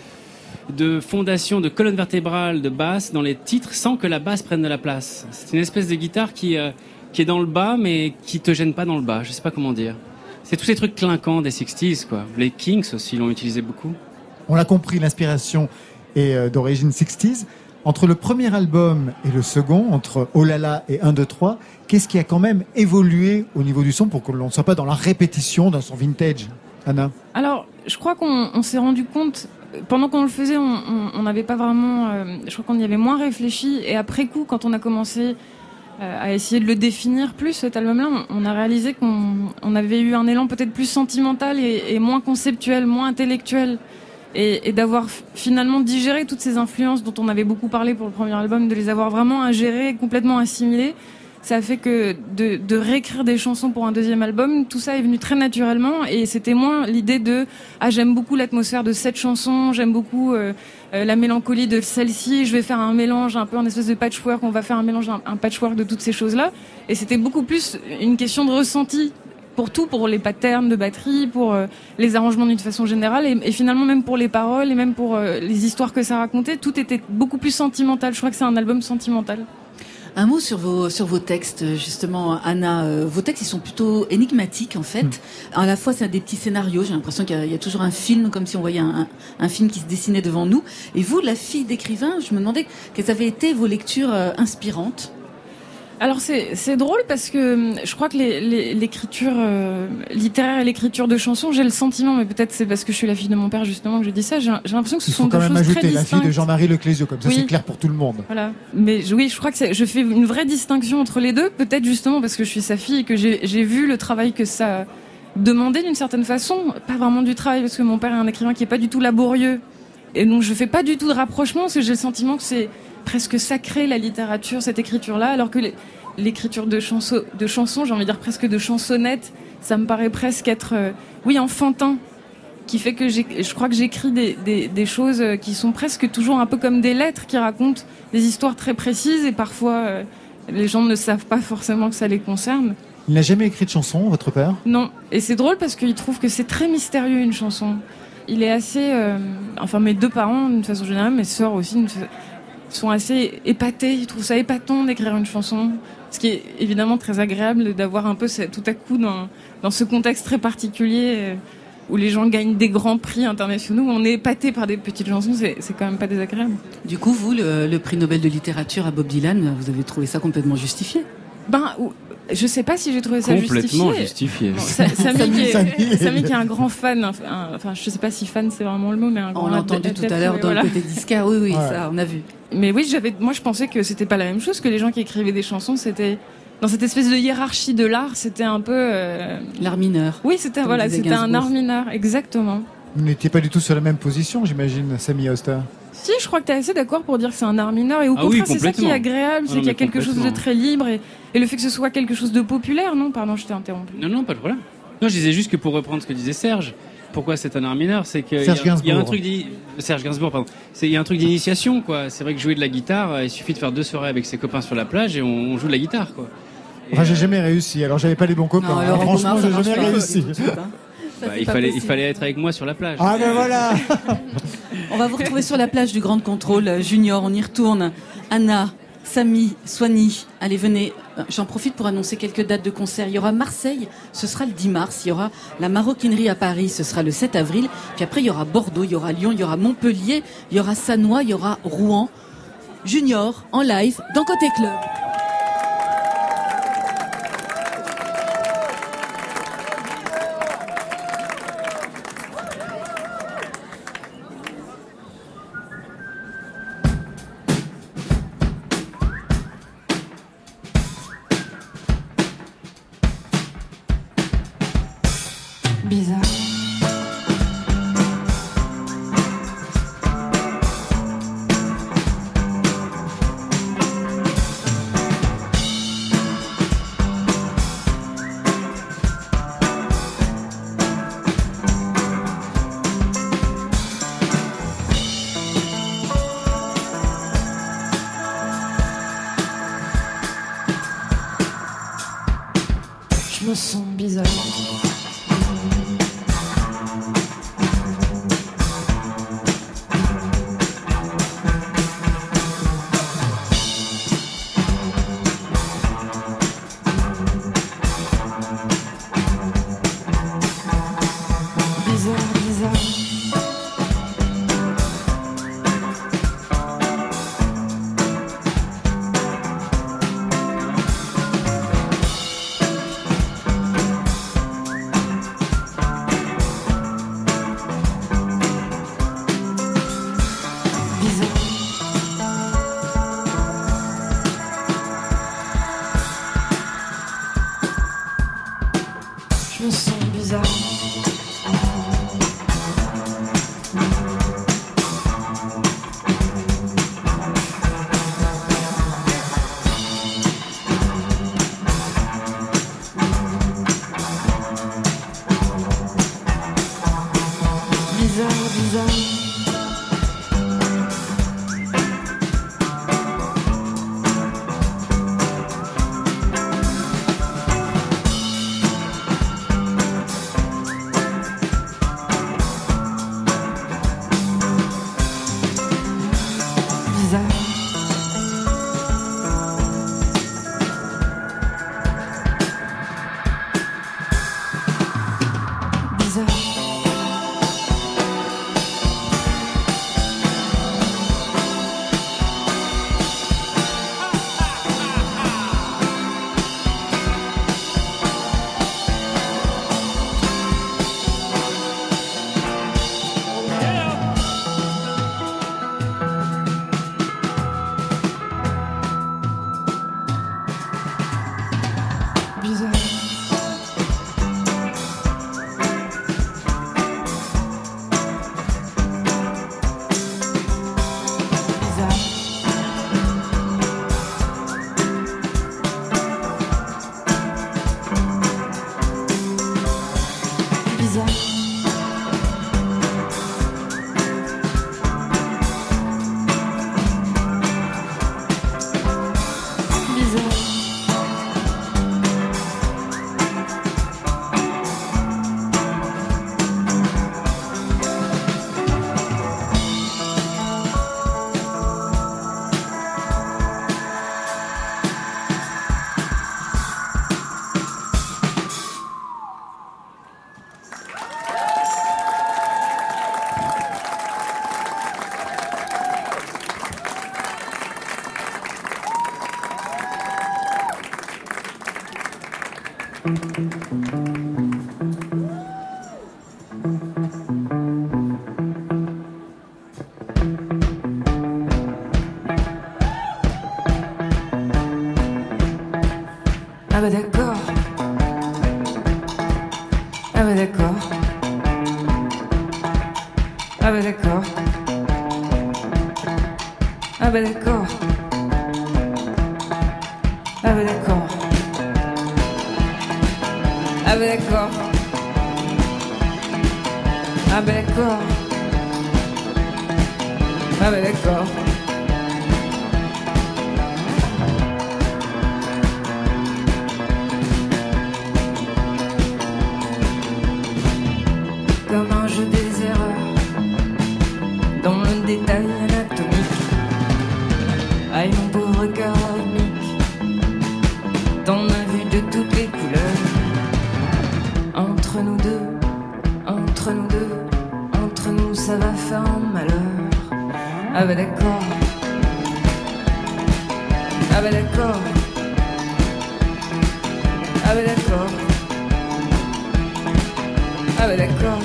de fondations, de colonnes vertébrales, de basse dans les titres sans que la basse prenne de la place. C'est une espèce de guitare qui, euh, qui est dans le bas mais qui te gêne pas dans le bas. Je sais pas comment dire. C'est tous ces trucs clinquants des sixties, quoi. Les Kings aussi l'ont utilisé beaucoup. On l'a compris, l'inspiration est euh, d'origine sixties. Entre le premier album et le second, entre Oh là là et un, deux, trois, qu'est-ce qui a quand même évolué au niveau du son pour que l'on ne soit pas dans la répétition d'un son vintage, Anna? Alors, je crois qu'on on s'est rendu compte, pendant qu'on le faisait, on n'avait pas vraiment, euh, je crois qu'on y avait moins réfléchi, et après coup, quand on a commencé euh, à essayer de le définir plus, cet album-là, on, on a réalisé qu'on on avait eu un élan peut-être plus sentimental et, et moins conceptuel, moins intellectuel, et, et d'avoir f- finalement digéré toutes ces influences dont on avait beaucoup parlé pour le premier album, de les avoir vraiment ingérées, complètement assimilées. Ça a fait que de, de réécrire des chansons pour un deuxième album, tout ça est venu très naturellement, et c'était moins l'idée de ah j'aime beaucoup l'atmosphère de cette chanson, j'aime beaucoup euh, euh, la mélancolie de celle-ci, je vais faire un mélange un peu en espèce de patchwork, on va faire un mélange un, un patchwork de toutes ces choses-là, et c'était beaucoup plus une question de ressenti pour tout, pour les patterns de batterie, pour euh, les arrangements d'une façon générale, et, et finalement même pour les paroles, et même pour euh, les histoires que ça racontait, tout était beaucoup plus sentimental. Je crois que c'est un album sentimental. Un mot sur vos sur vos textes, justement, Anna. Euh, vos textes, ils sont plutôt énigmatiques, en fait. Mm. À la fois, c'est des petits scénarios. J'ai l'impression qu'il y a, il y a toujours un film, comme si on voyait un, un film qui se dessinait devant nous. Et vous, la fille d'écrivain, je me demandais quelles avaient été vos lectures euh, inspirantes. Alors c'est c'est drôle parce que je crois que les, les, l'écriture euh, littéraire et l'écriture de chansons, j'ai le sentiment, mais peut-être c'est parce que je suis la fille de mon père justement que je dis ça, j'ai, j'ai l'impression que ce Il faut sont quand deux même choses ajouter très la distinctes. fille de Jean-Marie Leclésio, comme ça Oui. c'est clair pour tout le monde. Voilà. Mais je- oui, je crois que c'est, je fais une vraie distinction entre les deux, peut-être justement parce que je suis sa fille et que j'ai, j'ai vu le travail que ça demandait d'une certaine façon, pas vraiment du travail parce que mon père est un écrivain qui est pas du tout laborieux. Et donc je fais pas du tout de rapprochement parce que j'ai le sentiment que c'est presque sacré la littérature, cette écriture-là, alors que les, l'écriture de chansons, de chansons, j'ai envie de dire presque de chansonnettes, ça me paraît presque être, euh, oui, enfantin, qui fait que j'ai, je crois que j'écris des, des, des choses qui sont presque toujours un peu comme des lettres qui racontent des histoires très précises et parfois euh, les gens ne savent pas forcément que ça les concerne. Il n'a jamais écrit de chanson, votre père ? Non, et c'est drôle parce qu'il trouve que c'est très mystérieux une chanson. Il est assez, euh, enfin mes deux parents d'une façon générale, mes sœurs aussi, une fa- sont assez épatés. Ils trouvent ça épatant d'écrire une chanson, ce qui est évidemment très agréable d'avoir un peu ce- tout à coup dans dans ce contexte très particulier euh, où les gens gagnent des grands prix internationaux, où on est épaté par des petites chansons, c'est c'est quand même pas désagréable. Du coup, vous, le, le prix Nobel de littérature à Bob Dylan, vous avez trouvé ça complètement justifié? Ben, ou- je sais pas si j'ai trouvé ça Complètement justifié. justifié. Bon, Sa- Samy, qui est, Samy. Samy qui est un grand fan, enfin, un- enfin je sais pas si fan c'est vraiment le mot, mais un grand On l'a entendu adepte, tout à l'heure mais dans voilà. le côté disquaire, oui, oui, Ouais. ça, on a vu. Mais oui, j'avais, moi je pensais que c'était pas la même chose, que les gens qui écrivaient des chansons, c'était dans cette espèce de hiérarchie de l'art, c'était un peu euh, L'art mineur. oui, c'était Comme voilà, disait c'était un Gainsbourg. art mineur, exactement. Vous n'étiez pas du tout sur la même position, j'imagine, Samy Oster. Si, je crois que tu es assez d'accord pour dire que c'est un art mineur et au Ah oui, contraire, c'est ça qui est complètement. agréable, Ah c'est non, qu'il y a mais quelque chose de complètement. très libre et, et le fait que ce soit quelque chose de populaire, non, pardon, je t'ai interrompu. Non, non, pas de problème. Non, je disais juste que pour reprendre ce que disait Serge, pourquoi c'est un art mineur, c'est qu'il y, Serge a- il y a un Gainsbourg. truc d'ini- Serge Gainsbourg, pardon. C'est il y a un truc d'initiation, quoi. C'est vrai que jouer de la guitare, euh, il suffit de faire deux soirées avec ses copains sur la plage et on, on joue de la guitare, quoi. Et, Enfin, j'ai euh, jamais réussi, alors j'avais pas les bons copains. Non, hein. alors, Franchement, Romain, ça j'ai marche jamais pas. réussi. Tout de suite, hein. Ça, bah, c'est il pas fallait, il possible. fallait être avec moi sur la plage. Ah ben voilà. On va vous retrouver sur la plage du Grand Contrôle euh, Junior, on y retourne. Anna, Samy, Soigny, allez venez. Euh, J'en profite pour annoncer quelques dates de concert. Il y aura Marseille, ce sera le dix mars. Il y aura la Maroquinerie à Paris, ce sera le sept avril. Puis après, il y aura Bordeaux, il y aura Lyon, il y aura Montpellier, il y aura Sannois, il y aura Rouen. Junior, en live, dans Côté Club. Bizarre. Je me sens bizarre. Bizarre, bizarre. Je me sens bizarre. Bizarre, bizarre. Ah bah d'accord. Ah bah d'accord. Ah bah d'accord. Ah bah d'accord. Ah bah d'accord. Ah bah d'accord. Ah bah d'accord. Ah bah d'accord. Comme un jeu des erreurs dans le détail anatomique. Aïe mon pauvre cœur rythmique, t'en as vu de toutes les couleurs. Entre nous deux, entre nous deux, entre nous ça va faire un malheur. Ah bah d'accord. Ah bah d'accord. Ah bah d'accord. Ah bah d'accord.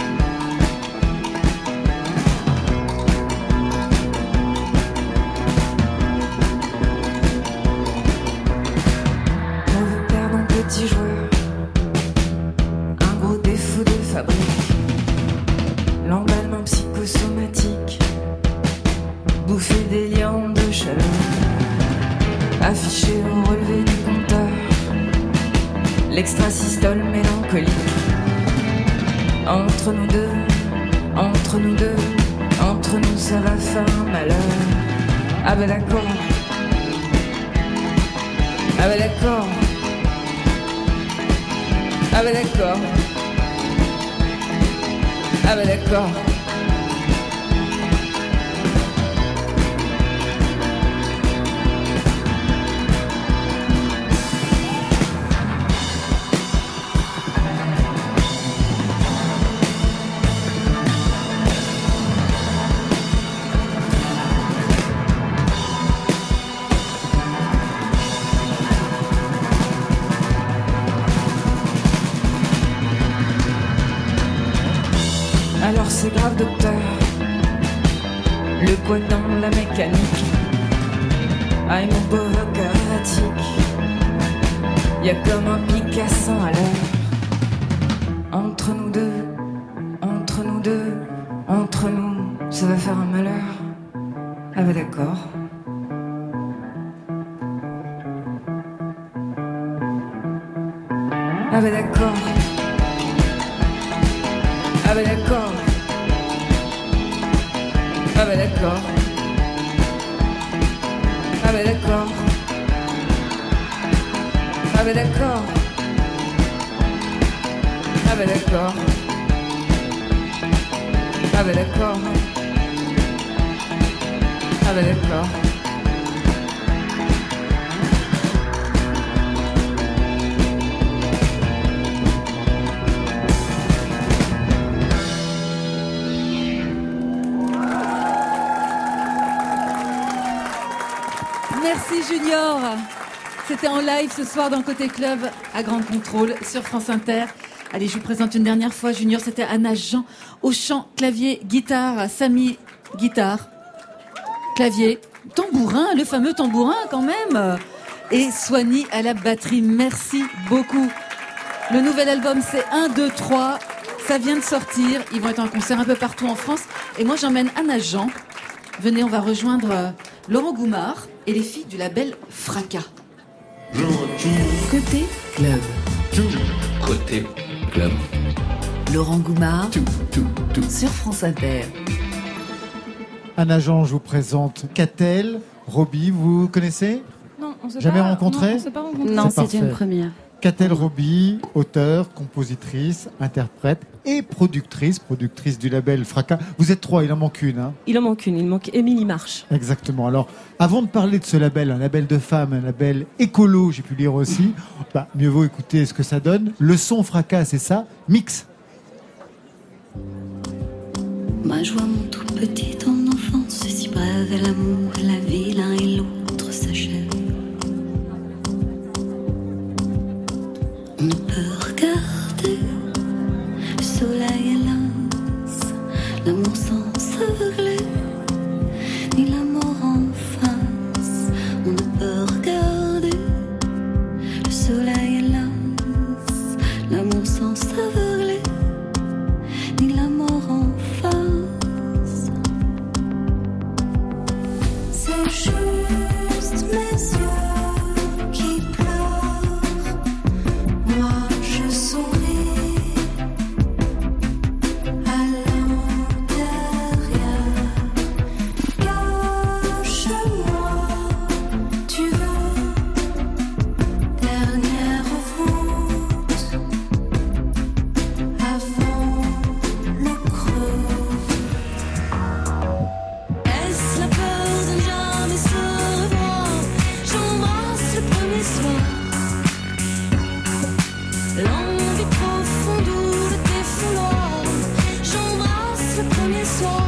Mauvais perdant, petit joueur, un gros défaut de fabrique, l'emballement psychosomatique, bouffer des liens de chaleur, affiché au relevé du compteur, l'extrasystole mélancolique. Entre nous deux, entre nous deux, entre nous ça va faire un malheur. Ah bah d'accord. Ah bah d'accord. Ah bah d'accord. Ah bah d'accord. Alors c'est grave docteur, le poids dans la mécanique. Aïe mon pauvre cœur erratique, y'a comme un Picasso à l'heure. Entre nous deux, entre nous deux, entre nous, ça va faire un malheur. Ah bah d'accord. Ah bah d'accord. Ah bah d'accord. Ah bah d'accord. Ah bah d'accord. Ah bah d'accord. Ah bah d'accord. Ah bah d'accord. Ah bah d'accord. Merci Junior. C'était en live ce soir dans Côté Club à Grand Contrôle sur France Inter. Allez, je vous présente une dernière fois Junior. C'était Anna Jean au chant, clavier, guitare, Samy, guitare, clavier, tambourin, le fameux tambourin quand même, et Soigny à la batterie. Merci beaucoup. Le nouvel album c'est un, deux, trois. Ça vient de sortir. Ils vont être en concert un peu partout en France. Et moi j'emmène Anna Jean. Venez, on va rejoindre Laurent Goumard et les filles du label Fracas. Côté Club. Côté Club. Laurent Goumard sur France Inter. Anna Jean, je vous présente Catel, Roby, vous connaissez? Non, on s'est Jamais pas, rencontré? Non, on s'est pas rencontré. Non, C'est c'était une parfait. première. Catel Roby, auteure, compositrice, interprète et productrice, productrice du label Fracas. Vous êtes trois, il en manque une. Hein. Il en manque une, il manque Émilie Marche. Exactement. Alors, avant de parler de ce label, un label de femmes, un label écolo, j'ai pu lire aussi, bah, mieux vaut écouter ce que ça donne. Le son Fracas, c'est ça, mix. Ma joie, mon tout petit en enfance, si brève est l'amour, la vie, l'un et l'autre s'achèvent. On ne On ne peut regarder le soleil hélas, l'amour sans s'aveugler, ni la mort en face. C'est juste mes yeux qui pleurent, moi je souris à l'intérieur. Cache-moi, tu veux, dernière route avant le creux. Est-ce la peur de ne jamais se revoir? J'embrasse le premier soir. L'envie profonde ou le défouloir. J'embrasse le premier soir.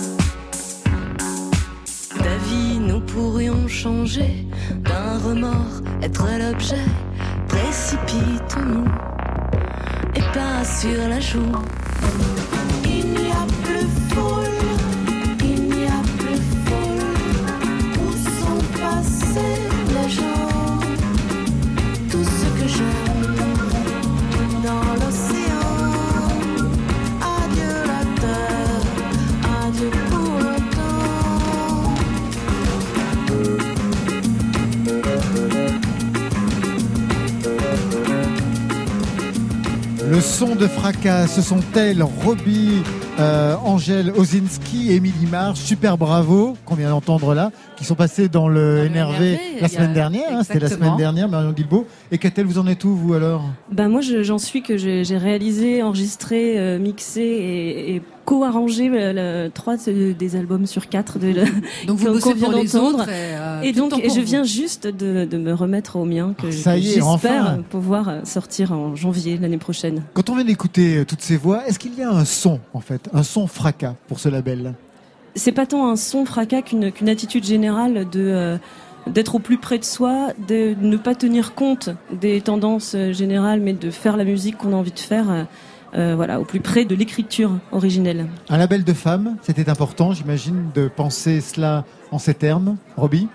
D'avis, nous pourrions changer. D'un remords, être l'objet. Précipitons-nous et pas sur la joue. Il n'y a plus foule, il n'y a plus foule. Où sont passés les gens? Tout ce que j'aime dans l'océan. Adieu la terre, adieu pour longtemps. Le son de fracas, ce sont elles, Robbie, euh, Angèle Osinski, Émilie Marche, super bravo, qu'on vient d'entendre là, qui sont passés dans le Dans le N R V N R V, la il y a- semaine dernière, hein, c'était la exactement. semaine dernière, Marion Guilbault. Et Catel, vous en êtes où, vous alors? Ben moi, je- j'en suis que j'ai j'ai réalisé, enregistré, euh, mixé et, et co-arrangé euh, le- trois de- des albums sur quatre de, Donc vous qu'on- bossez qu'on vient pour les d'entendre. autres et, euh, Et tout le donc, temps et pour je vous. viens juste de, de me remettre au mien que, Ça que y est, j'espère enfin. pouvoir sortir en janvier l'année prochaine. Quand on vient d'écouter euh, toutes ces voix, est-ce qu'il y a un son, en fait, un son fracas pour ce label? C'est pas tant un son fracas qu'une qu'une attitude générale de euh, d'être au plus près de soi, de ne pas tenir compte des tendances euh, générales, mais de faire la musique qu'on a envie de faire, euh, euh, voilà, au plus près de l'écriture originelle. Un label de femmes, c'était important, j'imagine, de penser cela en ces termes. Robbie?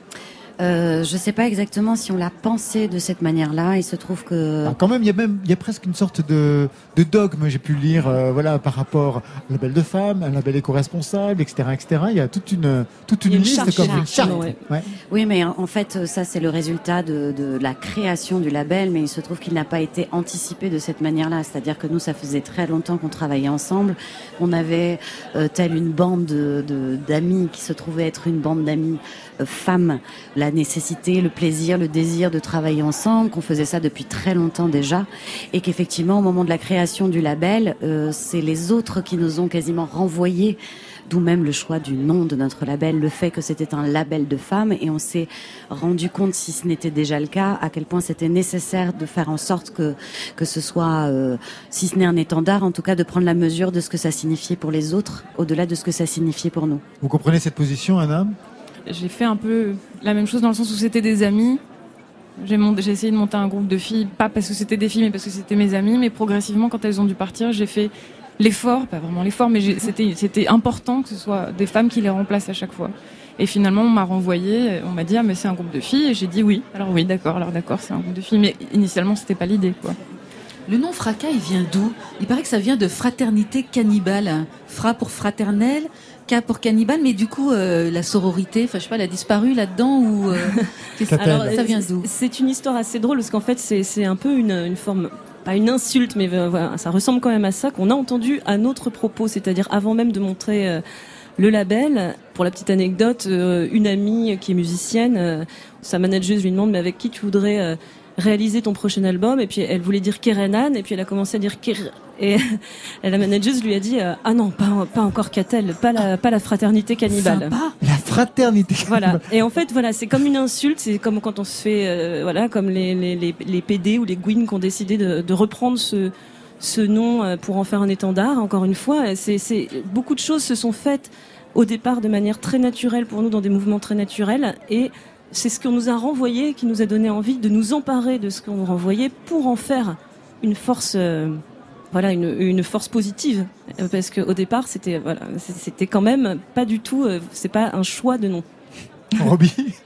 Euh, je sais pas exactement si on l'a pensé de cette manière-là. Il se trouve que Ah, quand même, il y a même, il y a presque une sorte de, de dogme, j'ai pu lire, euh, voilà, par rapport au label de femmes, un label éco-responsable, et cetera, et cetera. Il y a toute une, toute une Il y a une liste, charte, comme charte, une charte. ouais. Ouais. Oui, mais en fait, ça c'est le résultat de, de la création du label, mais il se trouve qu'il n'a pas été anticipé de cette manière-là. C'est-à-dire que nous, ça faisait très longtemps qu'on travaillait ensemble. On avait euh, telle une bande de, de- d'amis qui se trouvait être une bande d'amis euh, femmes, la nécessité, le plaisir, le désir de travailler ensemble, qu'on faisait ça depuis très longtemps déjà, et qu'effectivement, au moment de la création du label, euh, c'est les autres qui nous ont quasiment renvoyés. D'où même le choix du nom de notre label, le fait que c'était un label de femmes, et on s'est rendu compte, si ce n'était déjà le cas, à quel point c'était nécessaire de faire en sorte que que ce soit, euh, si ce n'est un étendard, en tout cas de prendre la mesure de ce que ça signifiait pour les autres, au-delà de ce que ça signifiait pour nous. Vous comprenez cette position, Anna? J'ai fait un peu la même chose dans le sens où c'était des amis. J'ai monté- j'ai essayé de monter un groupe de filles, pas parce que c'était des filles, mais parce que c'était mes amies. Mais progressivement, quand elles ont dû partir, j'ai fait l'effort, pas vraiment l'effort, mais j'ai- c'était c'était important que ce soit des femmes qui les remplacent à chaque fois. Et finalement, on m'a renvoyé, on m'a dit ah mais c'est un groupe de filles, et j'ai dit oui. Alors oui, d'accord, alors d'accord, c'est un groupe de filles, mais initialement c'était pas l'idée, quoi. Le nom fracas, il vient d'où? Il paraît que ça vient de fraternité cannibale. Fra pour fraternel, K pour cannibale, mais du coup, euh, la sororité, enfin, je sais pas, elle a disparu là-dedans ou euh, qu'est-ce- Alors, ça vient c'est- d'où? C'est une histoire assez drôle parce qu'en fait, c'est c'est un peu une, une forme, pas une insulte, mais euh, voilà, ça ressemble quand même à ça qu'on a entendu à notre propos, c'est-à-dire avant même de montrer euh, le label. Pour la petite anecdote, euh, une amie qui est musicienne, euh, sa manageuse lui demande mais avec qui tu voudrais euh, réaliser ton prochain album, et puis elle voulait dire Kerenan, et puis elle a commencé à dire Ker... et la manageuse lui a dit euh, ah non, pas, pas encore Catel, pas la, pas la fraternité cannibale. Sympa. La fraternité. Voilà. Et en fait, voilà, c'est comme une insulte. C'est comme quand on se fait, euh, voilà, comme les, les, les, les P D ou les Gwyn qui ont décidé de, de reprendre ce, ce nom euh, pour en faire un étendard. Encore une fois, c'est, c'est, beaucoup de choses se sont faites au départ de manière très naturelle pour nous, dans des mouvements très naturels. Et c'est ce qu'on nous a renvoyé qui nous a donné envie de nous emparer de ce qu'on nous renvoyait pour en faire une force, euh, voilà, une, une force positive. Euh, Parce qu'au départ, c'était, voilà, c'était quand même pas du tout, euh, c'est pas un choix de nom. Robbie? Parce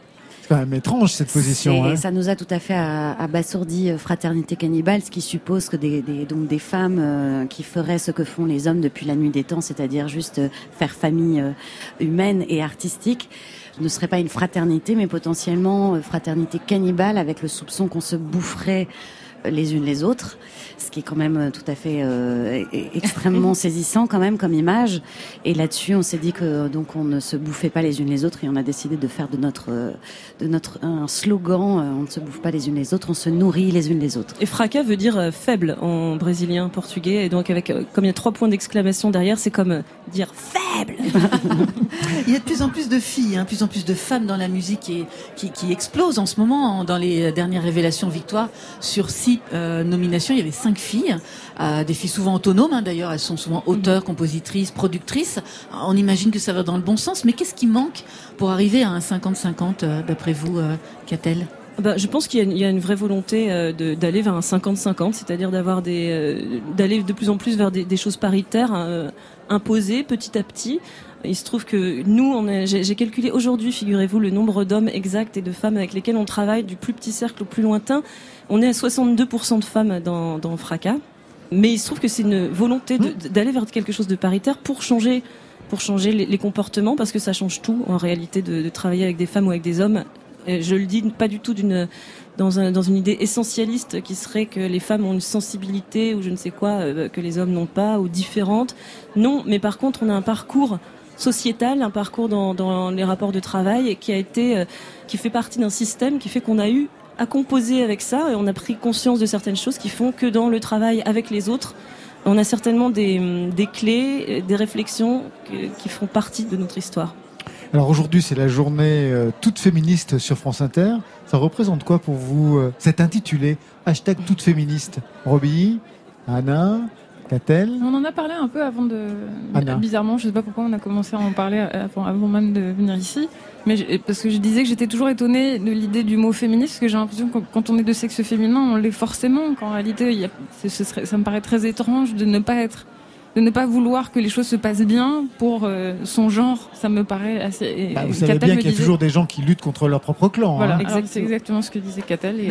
quand même étrange cette position. C'est- Hein. Ça nous a tout à fait a- abasourdi euh, Fraternité Cannibale, ce qui suppose que des, des, donc des femmes euh, qui feraient ce que font les hommes depuis la nuit des temps, c'est-à-dire juste euh, faire famille euh, humaine et artistique, ne serait pas une fraternité, mais potentiellement euh, fraternité cannibale, avec le soupçon qu'on se boufferait les unes les autres, ce qui est quand même tout à fait euh, extrêmement saisissant quand même comme image. Et là-dessus, on s'est dit que donc on ne se bouffait pas les unes les autres et on a décidé de faire de notre de notre un slogan euh, on ne se bouffe pas les unes les autres, on se nourrit les unes les autres. Et fracas veut dire euh, faible en brésilien, portugais, et donc avec euh, comme il y a trois points d'exclamation derrière, c'est comme euh, dire faible. Il y a de plus en plus de filles, hein, de plus en plus de femmes dans la musique qui, qui, qui explosent en ce moment. Dans les dernières révélations Victoire, sur six euh, nominations, il y avait cinq filles, euh, des filles souvent autonomes, hein, d'ailleurs, elles sont souvent auteurs, compositrices, productrices. On imagine que ça va dans le bon sens, mais qu'est-ce qui manque pour arriver à un cinquante cinquante, euh, d'après vous, euh, Catel ? Bah, je pense qu'il y a une, il y a une vraie volonté euh, de, d'aller vers un cinquante cinquante, c'est-à-dire d'avoir des, euh, d'aller de plus en plus vers des, des choses paritaires euh, imposées petit à petit. Il se trouve que nous, on est, j'ai, j'ai calculé aujourd'hui, figurez-vous, le nombre d'hommes exacts et de femmes avec lesquels on travaille, du plus petit cercle au plus lointain. On est à soixante-deux pour cent de femmes dans, dans Fracas. Mais il se trouve que c'est une volonté de, d'aller vers quelque chose de paritaire pour changer, pour changer les, les comportements, parce que ça change tout, en réalité, de, de travailler avec des femmes ou avec des hommes. Et je le dis pas du tout d'une, dans, un, dans une idée essentialiste qui serait que les femmes ont une sensibilité ou je ne sais quoi euh, que les hommes n'ont pas, ou différente. Non, mais par contre, on a un parcours sociétal, un parcours dans, dans les rapports de travail qui a été, euh, qui fait partie d'un système qui fait qu'on a eu à composer avec ça et on a pris conscience de certaines choses qui font que dans le travail avec les autres, on a certainement des, des clés, des réflexions que, qui font partie de notre histoire. Alors aujourd'hui, c'est la journée euh, toute féministe sur France Inter. Ça représente quoi pour vous, euh, cet intitulé hashtag toute féministe? Roby, Anna, Catel? On en a parlé un peu avant de... Anna. Bizarrement, je sais pas pourquoi on a commencé à en parler avant, avant même de venir ici. Mais je- parce que je disais que j'étais toujours étonnée de l'idée du mot féministe, parce que j'ai l'impression que quand on est de sexe féminin, on l'est forcément. Qu'en réalité, il y a, ce ce serait, ça me paraît très étrange de ne pas être, de ne pas vouloir que les choses se passent bien pour euh, son genre. Ça me paraît assez. et- Bah, vous et savez Catel bien me qu'il y a disait- toujours des gens qui luttent contre leur propre clan. Voilà, hein. alors, c'est exactement ce que disait Catel. Et,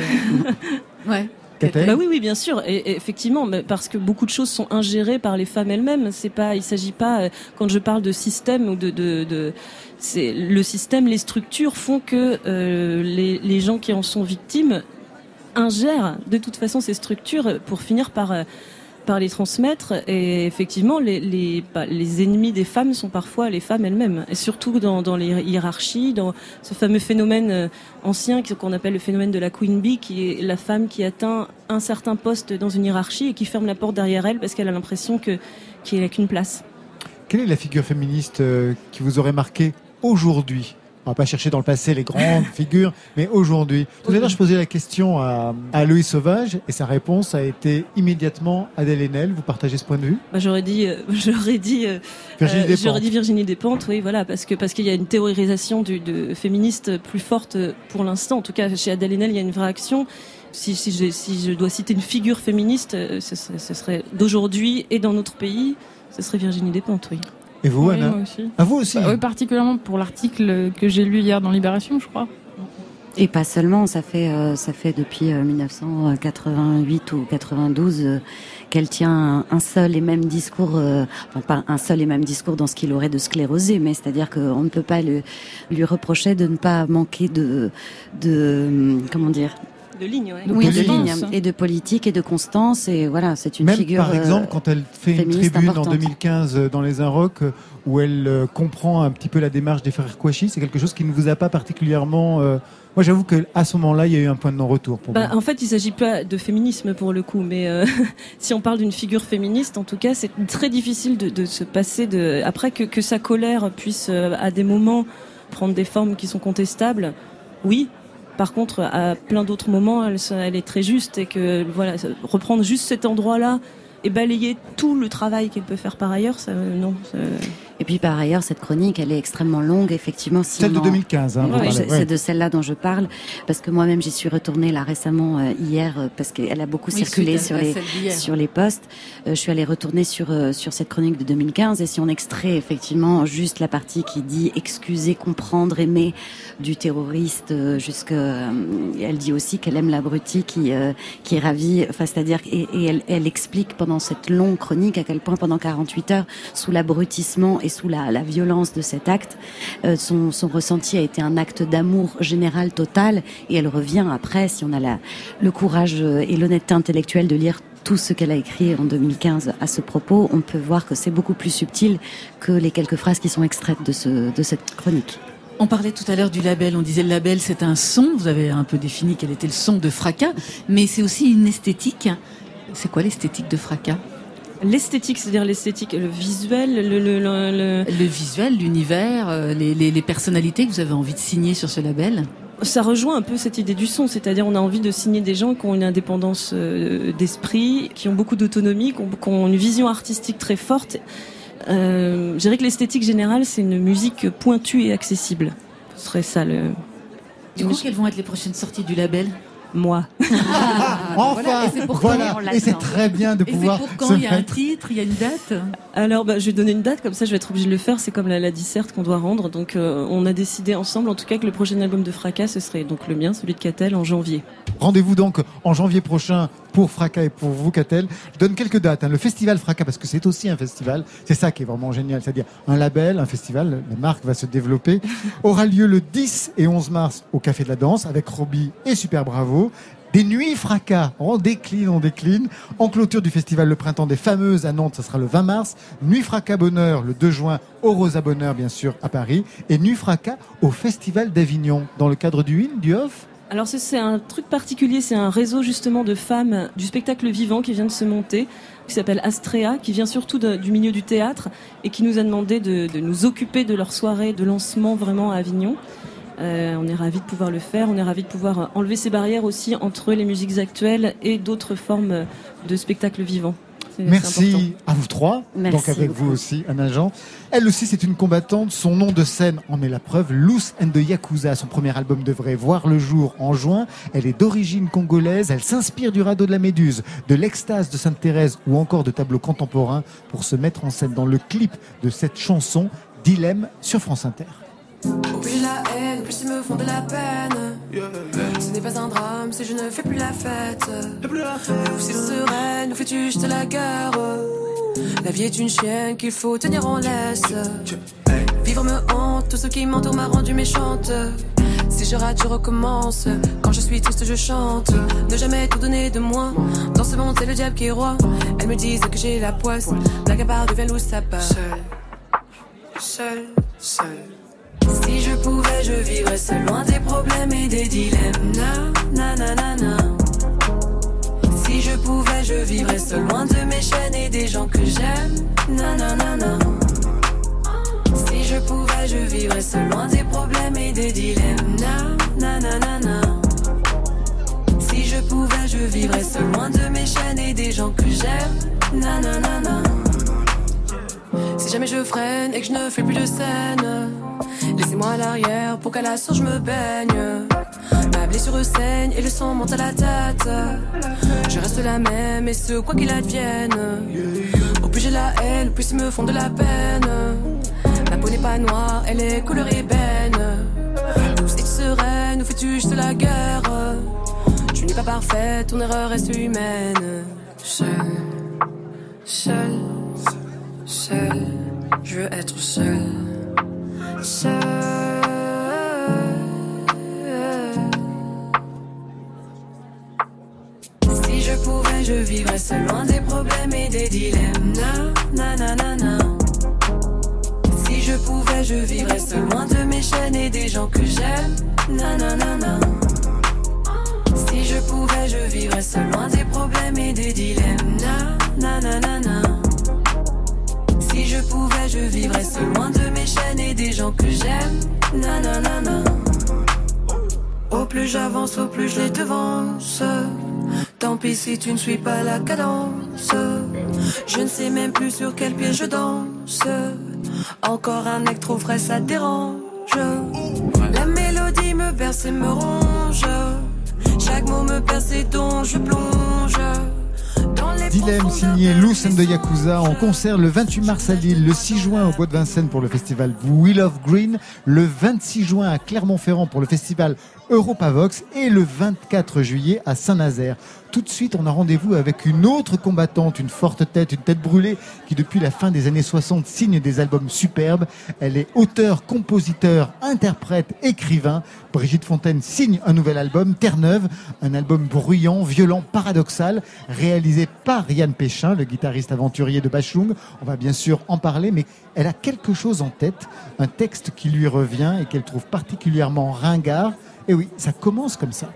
euh, ouais. Catel? Bah oui, oui, bien sûr, et, et effectivement, mais parce que beaucoup de choses sont ingérées par les femmes elles-mêmes. C'est pas, il s'agit pas, euh, quand je parle de système ou de, de, de c'est le système, les structures font que euh, les, les gens qui en sont victimes ingèrent de toute façon ces structures pour finir par euh, par les transmettre. Et effectivement, les les bah, les ennemis des femmes sont parfois les femmes elles-mêmes, et surtout dans dans les hiérarchies, dans ce fameux phénomène euh, ancien qu'on appelle le phénomène de la queen bee, qui est la femme qui atteint un certain poste dans une hiérarchie et qui ferme la porte derrière elle parce qu'elle a l'impression que qu'il n'a qu'une place. Quelle est la figure féministe euh, qui vous aurait marqué aujourd'hui? On va pas chercher dans le passé les grandes figures, mais aujourd'hui. Tout à l'heure, je posais la question à, à Loïs Sauvage et sa réponse a été immédiatement Adèle Haenel. Vous partagez ce point de vue? Bah, j'aurais dit, euh, j'aurais dit, euh, Virginie euh, Despentes. j'aurais dit Virginie Despentes, oui, voilà, parce que parce qu'il y a une théorisation du de féministe plus forte euh, pour l'instant. En tout cas, chez Adèle Haenel, il y a une vraie action. Si si je si je dois citer une figure féministe, euh, ce, serait- ce serait d'aujourd'hui et dans notre pays, ce serait Virginie Despentes, oui. Et vous, oui, Anna? moi aussi. À vous aussi? Bah, oui, particulièrement pour l'article que j'ai lu hier dans Libération, je crois. Et pas seulement, ça fait euh, ça fait depuis euh, mille neuf cent quatre-vingt-huit ou quatre-vingt-douze euh, qu'elle tient un, un seul et même discours, euh, enfin pas un seul et même discours dans ce qu'il aurait de sclérosé, mais c'est-à-dire qu'on ne peut pas le, lui reprocher de ne pas manquer de de comment dire. De ligne, ouais. Oui, De de ligne. ligne et de politique et de constance, et voilà, c'est une Même figure. par exemple, euh, quand elle fait une féministe tribune en importante. deux mille quinze euh, dans les Inrocks, euh, où elle euh, comprend un petit peu la démarche des frères Kouachi, c'est quelque chose qui ne vous a pas particulièrement... euh, Moi, j'avoue qu'à ce moment-là, il y a eu un point de non-retour pour Bah, moi. en fait, il s'agit pas de féminisme pour le coup, mais euh, si on parle d'une figure féministe, en tout cas, c'est très difficile de, de se passer de. Après que, que sa colère puisse, euh, à des moments, prendre des formes qui sont contestables, oui. Par contre, à plein d'autres moments, elle, se- elle est très juste, et que voilà, reprendre juste cet endroit-là et balayer tout le travail qu'elle peut faire par ailleurs, ça, euh, non. ça- Et puis par ailleurs, cette chronique, elle est extrêmement longue, effectivement. Si Celle on de en- deux mille quinze, hein, vous Oui, parlez, c'est ouais. c'est de celle-là dont je parle, parce que moi-même j'y suis retournée là récemment euh, hier, euh, parce qu'elle a beaucoup Oui, circulé suite à- sur à les celle d'hier. sur les posts. Euh, je suis allée retourner sur euh, sur cette chronique de deux mille quinze, et si on extrait effectivement juste la partie qui dit excuser, comprendre, aimer du terroriste, euh, jusque euh, elle dit aussi qu'elle aime l'abruti qui euh, qui est ravi, enfin c'est-à-dire et, et elle, elle explique pendant cette longue chronique à quel point pendant quarante-huit heures, sous l'abrutissement et sous la, la violence de cet acte, euh, son, son ressenti a été un acte d'amour général total, et elle revient après, si on a la, le courage euh, et l'honnêteté intellectuelle de lire tout ce qu'elle a écrit en deux mille quinze à ce propos, on peut voir que c'est beaucoup plus subtil que les quelques phrases qui sont extraites de, ce, de cette chronique. On parlait tout à l'heure du label, on disait le label c'est un son, vous avez un peu défini quel était le son de Fracas, mais c'est aussi une esthétique. C'est quoi l'esthétique de Fracas ? L'esthétique, c'est-à-dire l'esthétique, le visuel, le... Le, le, le... le visuel, l'univers, euh, les, les, les personnalités que vous avez envie de signer sur ce label ? Ça rejoint un peu cette idée du son, c'est-à-dire on a envie de signer des gens qui ont une indépendance euh, d'esprit, qui ont beaucoup d'autonomie, qui ont, qui ont une vision artistique très forte. Euh, je dirais que l'esthétique générale, c'est une musique pointue et accessible. Ce serait ça le... Du coup, quelles vont être les prochaines sorties du label ? Moi. Enfin, voilà, et c'est pour voilà. quand, Et c'est très bien de Et pouvoir c'est pour quand se il y a un mettre- titre, il y a une date ? Alors, bah, je vais donner une date, comme ça je vais être obligée de le faire. C'est comme la, la disserte qu'on doit rendre. Donc, euh, on a décidé ensemble, en tout cas, que le prochain album de Fracas, ce serait donc le mien, celui de Catel, en janvier. Rendez-vous donc en janvier prochain pour Fracas et pour vous, Catel. Je donne quelques dates. hein. Le festival Fracas, parce que c'est aussi un festival, c'est ça qui est vraiment génial, c'est-à-dire un label, un festival, la marque va se développer, aura lieu le dix et onze mars au Café de la Danse avec Robbie et Super Bravo. Des nuits Fracas, on décline, on décline. En clôture du festival Le Printemps des Fameuses à Nantes, ça sera le vingt mars. Nuit Fracas Bonheur le deux juin au Rosa Bonheur, bien sûr, à Paris. Et Nuit Fracas au Festival d'Avignon, dans le cadre du In, du Off. Alors ça, c'est un truc particulier, c'est un réseau justement de femmes du spectacle vivant qui vient de se monter, qui s'appelle Astrea, qui vient surtout de- du milieu du théâtre et qui nous a demandé de, de nous occuper de leur soirée de lancement vraiment à Avignon. Euh, on est ravis de pouvoir le faire, on est ravis de pouvoir enlever ces barrières aussi entre les musiques actuelles et d'autres formes de spectacle vivant. C'est- c'est Merci important. à vous trois, Merci donc avec beaucoup. vous aussi, Anna Jean. Elle aussi, c'est une combattante. Son nom de scène en est la preuve. Loose and the Yakuza, son premier album devrait voir le jour en juin. Elle est d'origine congolaise. Elle s'inspire du radeau de la Méduse, de l'extase de Sainte-Thérèse ou encore de tableaux contemporains pour se mettre en scène dans le clip de cette chanson, Dilemme, sur France Inter. Au plus j'ai la haine, plus ils me font de la peine. Ce n'est pas un drame si je ne fais plus la fête. Ou si sereine, ou fais-tu juste la guerre. La vie est une chienne qu'il faut tenir en laisse. Vivre me hante, tout ce qui m'entoure m'a rendu méchante. Si je rate, je recommence. Quand je suis triste, je chante. Ne jamais tout donner de moi. Dans ce monde, c'est le diable qui est roi. Elles me disent que j'ai la poisse. Blague à part devient loup, ça part. Seul, seul, seul. Si je pouvais, je vivrais seul, loin des problèmes et des dilemmes. Na, na, na, na, na. Si je pouvais, je vivrais seul, loin de mes chaînes et des gens que j'aime. Na, na, na, na. Si je pouvais, je vivrais seul, loin des problèmes et des dilemmes. Na, na, na, na, na. Si je pouvais, je vivrais seul, loin de mes chaînes et des gens que j'aime. Na, na, na, na. Si jamais je freine et que je ne fais plus de scène, laissez-moi à l'arrière pour qu'à la source je me baigne. Ma blessure saigne et le sang monte à la tête. Je reste la même et ce quoi qu'il advienne. Au plus j'ai la haine, plus ils me font de la peine. Ma peau n'est pas noire, elle est couleur ébène. Douce et sereine, où fais-tu juste la guerre? Tu n'es pas parfaite, ton erreur reste humaine. Seul, seul, seul, je veux être seul. Seul. Si je pouvais, je vivrais seul, loin des problèmes et des dilemmes. Na, na, na, na, na. Si je pouvais, je vivrais seul, loin de mes chaînes et des gens que j'aime. Na, na, na, na. Si je pouvais, je vivrais seul, loin des problèmes et des dilemmes. Na, na, na, na, na. Si je pouvais, je vivrais seul, loin de mes chaînes et des gens que j'aime. Na, na, na, na. Au plus j'avance, au plus je les devance. Tant pis si tu ne suis pas la cadence. Je ne sais même plus sur quel pied je danse. Encore un acte trop frais, ça dérange. La mélodie me berce et me ronge. Chaque mot me perce et dont je plonge. Dans les Dilemme signé Loose and the Yakuza en concert le vingt-huit mars à Lille, le six juin au Bois de Vincennes pour le festival Wheel of Green, le vingt-six juin à Clermont-Ferrand pour le festival Europavox et le vingt-quatre juillet à Saint-Nazaire. Tout de suite, on a rendez-vous avec une autre combattante, une forte tête, une tête brûlée, qui depuis la fin des années soixante signe des albums superbes. Elle est auteur, compositeur, interprète, écrivain. Brigitte Fontaine signe un nouvel album, Terre-Neuve, un album bruyant, violent, paradoxal, réalisé par Yann Péchin, le guitariste aventurier de Bachung. On va bien sûr en parler, mais elle a quelque chose en tête, un texte qui lui revient et qu'elle trouve particulièrement ringard. Et oui, ça commence comme ça.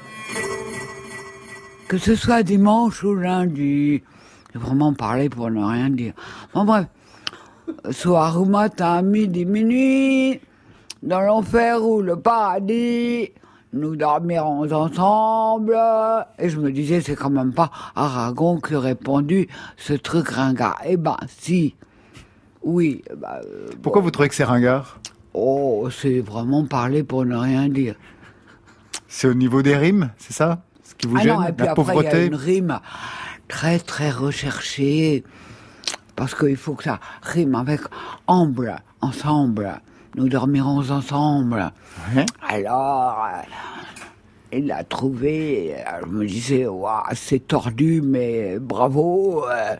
Que ce soit dimanche ou lundi, j'ai vraiment parlé pour ne rien dire. Bon bref, soir ou matin, midi, minuit, dans l'enfer ou le paradis, nous dormirons ensemble. Et je me disais, c'est quand même pas Aragon qui aurait pendu ce truc ringard. Eh ben, si. Oui. Bah, euh, Pourquoi bon. Vous trouvez que c'est ringard ? Oh, c'est vraiment parler pour ne rien dire. C'est au niveau des rimes, c'est ça ? Ce qui vous ah gêne, non, et puis la après, pauvreté. il y a une rime très très recherchée, parce qu'il faut que ça rime avec amble, ensemble. Nous dormirons ensemble. Ouais. Alors, euh, il l'a trouvé. Je me disais, waouh, c'est tordu, mais bravo. Euh,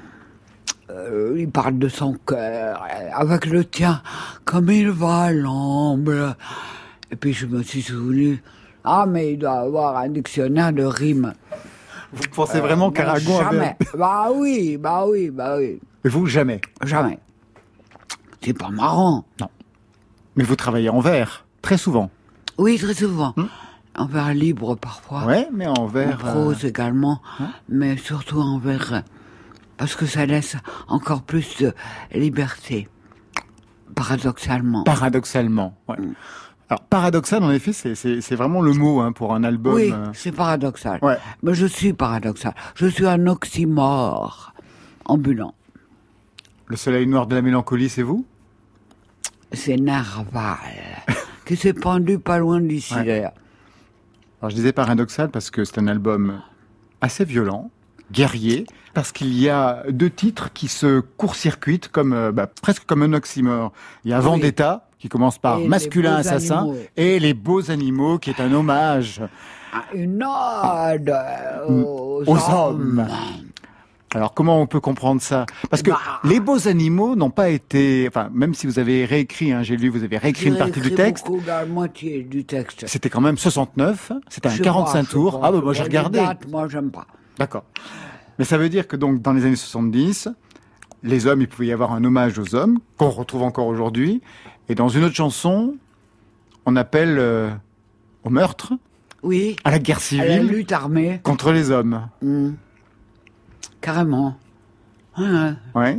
euh, il parle de son cœur, euh, avec le tien, comme il va à l'amble. Et puis je me suis souvenu. Ah, mais il doit avoir un dictionnaire de rimes. Vous pensez vraiment euh, qu'Aragon avait... Jamais. Bah oui, bah oui, bah oui. Et vous, jamais ? Jamais. C'est pas marrant. Non. Mais vous travaillez en vers, très souvent. Oui, très souvent. Hum? En vers libre parfois. Ouais, mais en vers... En prose euh... également. Hein? Mais surtout en vers... Parce que ça laisse encore plus de liberté. Paradoxalement. Paradoxalement, ouais. Hum. Alors, paradoxal, en effet, c'est, c'est, c'est vraiment le mot hein, pour un album. Oui, euh... c'est paradoxal. Ouais. Mais je suis paradoxal. Je suis un oxymore ambulant. Le soleil noir de la mélancolie, c'est vous ? C'est Nerval, qui s'est pendu pas loin d'ici, ouais. d'ailleurs. Alors, je disais paradoxal parce que c'est un album assez violent, guerrier, parce qu'il y a deux titres qui se court-circuitent comme, euh, bah, presque comme un oxymore. Il y a Vendetta, oui. qui commence par et masculin assassin, animaux. Et Les Beaux Animaux, qui est un hommage. Une ode aux, aux hommes. hommes. Alors, comment on peut comprendre ça ? Parce que bah, Les Beaux Animaux n'ont pas été... Enfin, même si vous avez réécrit, hein, j'ai lu, vous avez réécrit une partie du texte. Beaucoup, la moitié du texte. C'était quand même soixante-neuf, c'était un quarante-cinq tours. Ah, bah, moi, j'ai regardé. Dates, moi, j'aime pas. D'accord. Mais ça veut dire que, donc, dans les années soixante-dix, les hommes, il pouvait y avoir un hommage aux hommes, qu'on retrouve encore aujourd'hui. Et dans une autre chanson, on appelle euh, au meurtre, oui, à la guerre civile, à la lutte armée contre les hommes. Mmh. Carrément. Ouais. ouais.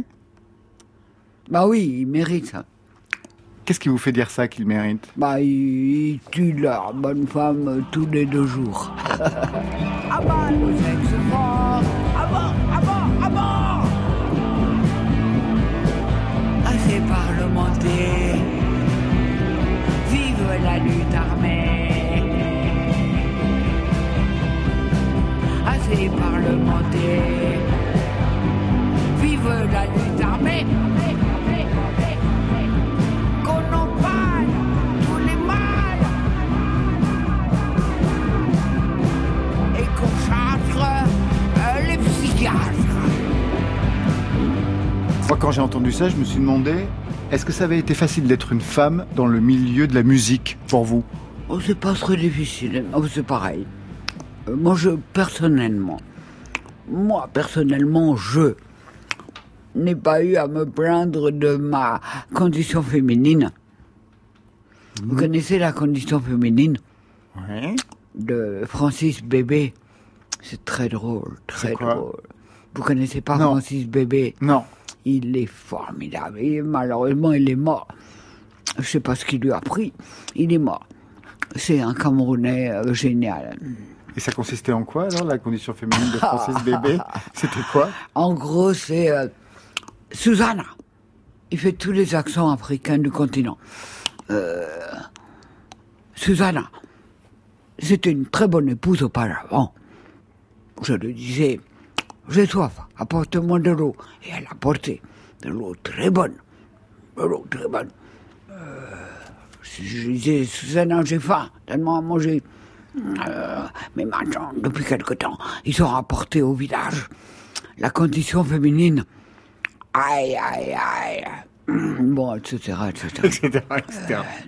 Bah oui, ils méritent ça. Qu'est-ce qui vous fait dire ça qu'ils méritent ? Bah ils, ils tuent leur bonne femme euh, tous les deux jours. Ah bah le sexe fort. Ah bah, ah bah, ah bah. Assez parlementer. Vive la lutte armée. Assez parlementer. Vive la lutte armée. Qu'on en parle tous les mâles. Et qu'on charge euh, les psychiatres. Moi, quand j'ai entendu ça, je me suis demandé, est-ce que ça avait été facile d'être une femme dans le milieu de la musique, pour vous ? Oh, c'est pas très difficile. Oh, c'est pareil. Euh, moi, je, personnellement, moi, personnellement, je n'ai pas eu à me plaindre de ma condition féminine. Mmh. Vous connaissez la condition féminine ? Ouais. De Francis Bébé. C'est très drôle, très drôle. Vous connaissez pas non. Francis Bébé ? Non. Il est formidable. Et malheureusement, il est mort. Je sais pas ce qu'il lui a pris. Il est mort. C'est un Camerounais euh, génial. Et ça consistait en quoi, alors, la condition féminine de Francis Bébé ? C'était quoi ? En gros, c'est euh, Susanna. il fait tous les accents africains du continent. Euh, Susanna, c'était une très bonne épouse auparavant. Je lui disais, j'ai soif, apporte-moi de l'eau. Et elle apportait de l'eau très bonne. De l'eau très bonne. Euh, je lui disais, Susanna, j'ai faim, donne-moi à manger. Euh, mais maintenant, depuis quelque temps, ils ont rapporté au village la condition féminine. Aïe, aïe, aïe. Bon, et cetera, et cetera. et cetera, et cetera. Euh...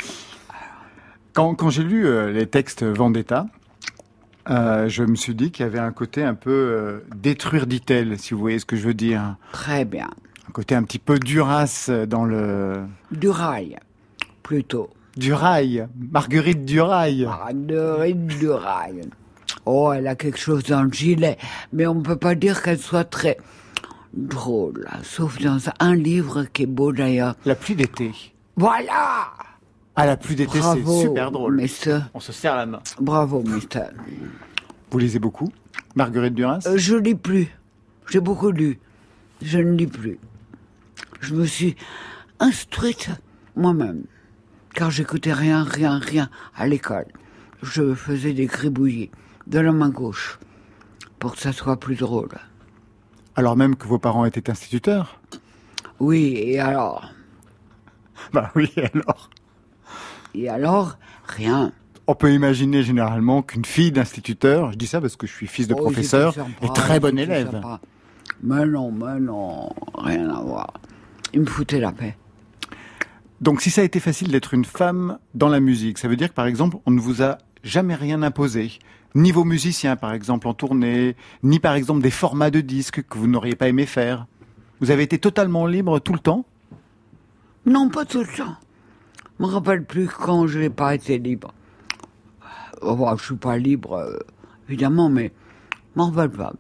Quand, quand j'ai lu euh, les textes Vendetta, euh, je me suis dit qu'il y avait un côté un peu euh, détruire, dit-elle, si vous voyez ce que je veux dire. Très bien. Un côté un petit peu Duras dans le... Durail, plutôt. Durail, Marguerite Durail. Marguerite Durail. Oh, elle a quelque chose dans le gilet, mais on ne peut pas dire qu'elle soit très drôle, sauf dans un livre qui est beau d'ailleurs. La pluie d'été. Voilà. Ah, la pluie d'été, c'est super drôle. Mister. On se serre la main. Bravo, Mister. Vous lisez beaucoup, Marguerite Duras? euh, Je lis plus. J'ai beaucoup lu. Je ne lis plus. Je me suis instruite moi-même, car j'écoutais rien, rien, rien à l'école. Je faisais des gribouillis de la main gauche pour que ça soit plus drôle. Alors même que vos parents étaient instituteurs? Oui, et alors? Bah oui, et alors? Et alors, rien. On peut imaginer généralement qu'une fille d'instituteur, je dis ça parce que je suis fils de oh, professeur, est très bonne élève. Sympa. Mais non, mais non, rien à voir. Il me foutait la paix. Donc si ça a été facile d'être une femme dans la musique, ça veut dire que par exemple, on ne vous a jamais rien imposé. Ni vos musiciens, par exemple, en tournée, ni par exemple des formats de disques que vous n'auriez pas aimé faire. Vous avez été totalement libre tout le temps? Non, pas tout le temps. Je me rappelle plus quand je n'ai pas été libre. Bon, je suis pas libre, euh, évidemment, mais je m'en rappelle pas.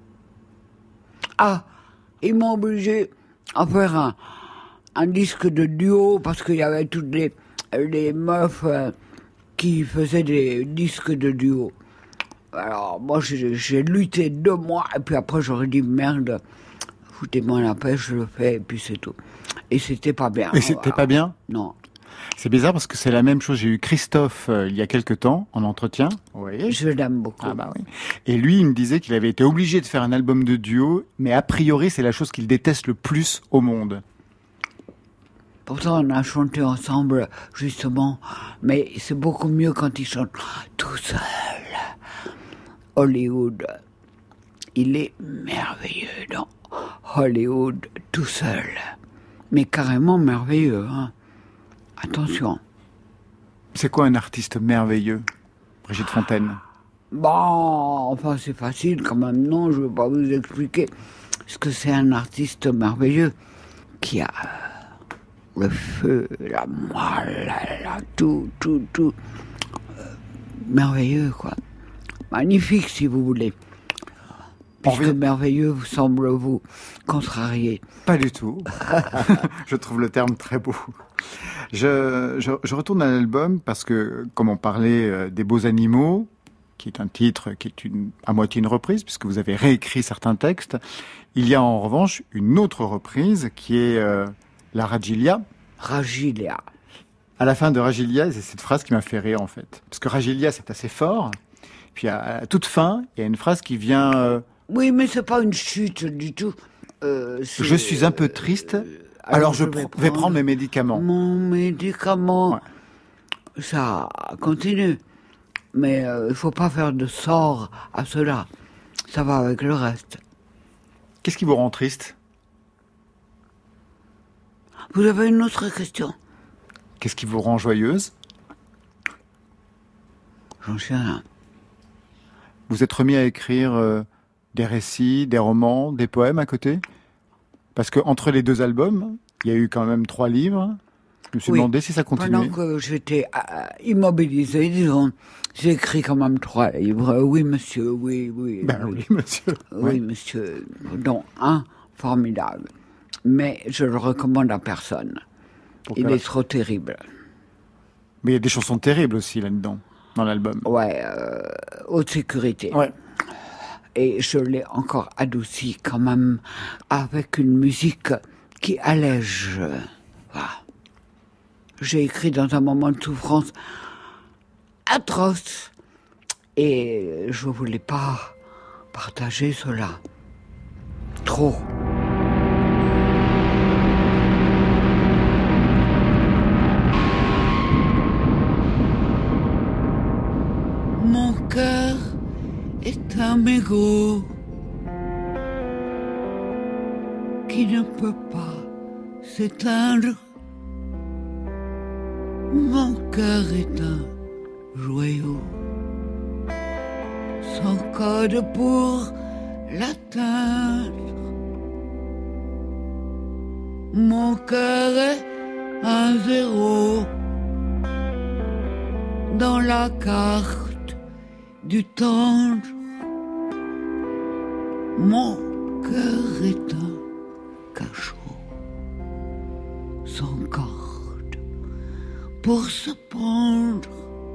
Ah, ils m'ont obligé à faire un, un disque de duo parce qu'il y avait toutes les, les meufs euh, qui faisaient des disques de duo. Alors, moi, j'ai, j'ai lutté deux mois, et puis après, j'aurais dit, merde, foutez-moi la paix, je le fais, et puis c'est tout. Et c'était pas bien. Et c'était voilà. Pas bien? Non. C'est bizarre parce que c'est la même chose. J'ai eu Christophe euh, il y a quelque temps en entretien. Vous voyez, je l'aime beaucoup. Ah bah oui. Et lui, il me disait qu'il avait été obligé de faire un album de duo, mais a priori, c'est la chose qu'il déteste le plus au monde. Pourtant, on a chanté ensemble, justement, mais c'est beaucoup mieux quand il chante tout seul. Hollywood, il est merveilleux dans Hollywood tout seul. Mais carrément merveilleux, hein. Attention. C'est quoi un artiste merveilleux, Brigitte Fontaine? Bon, enfin c'est facile quand même, non, je ne vais pas vous expliquer ce que c'est un artiste merveilleux qui a le feu, la moelle, la, la, tout, tout, tout. Euh, merveilleux, quoi. Magnifique, si vous voulez. Puisque vient... merveilleux vous semble vous contrarier. Pas du tout. Je trouve le terme très beau. Je, je, je retourne à l'album parce que, comme on parlait euh, des Beaux Animaux, qui est un titre qui est une, à moitié une reprise, puisque vous avez réécrit certains textes, il y a en revanche une autre reprise qui est euh, la Ragilia. Ragilia. À la fin de Ragilia, c'est cette phrase qui m'a fait rire en fait. Parce que Ragilia, c'est assez fort. Puis à, à toute fin, il y a une phrase qui vient... Euh, oui, mais c'est pas une chute du tout. Euh, je suis un peu triste, euh, alors, alors je, je vais, prendre vais prendre mes médicaments. Mon médicament, ouais. Ça continue. Mais il euh, ne faut pas faire de sort à cela. Ça va avec le reste. Qu'est-ce qui vous rend triste? Vous avez une autre question? Qu'est-ce qui vous rend joyeuse? J'en sais rien. Vous êtes remis à écrire euh, des récits, des romans, des poèmes à côté? Parce qu'entre les deux albums, il y a eu quand même trois livres. Je me suis oui. demandé si ça continuait. Pendant que j'étais euh, immobilisé, disons, j'ai écrit quand même trois livres. Oui, monsieur, oui, oui. Ben oui, oui monsieur. Oui, oui, monsieur. Dont un formidable. Mais je le recommande à personne. Pourquoi? Il est trop terrible. Mais il y a des chansons terribles aussi là-dedans, dans l'album. Ouais, euh, haute sécurité. Ouais. Et je l'ai encore adouci quand même avec une musique qui allège. Voilà. J'ai écrit dans un moment de souffrance atroce et je voulais pas partager cela. Trop. Mon cœur est un mégot qui ne peut pas s'éteindre. Mon cœur est un joyau sans code pour l'atteindre. Mon cœur est un zéro dans la carte du tendre. Mon cœur est un cachot sans corde pour se pendre.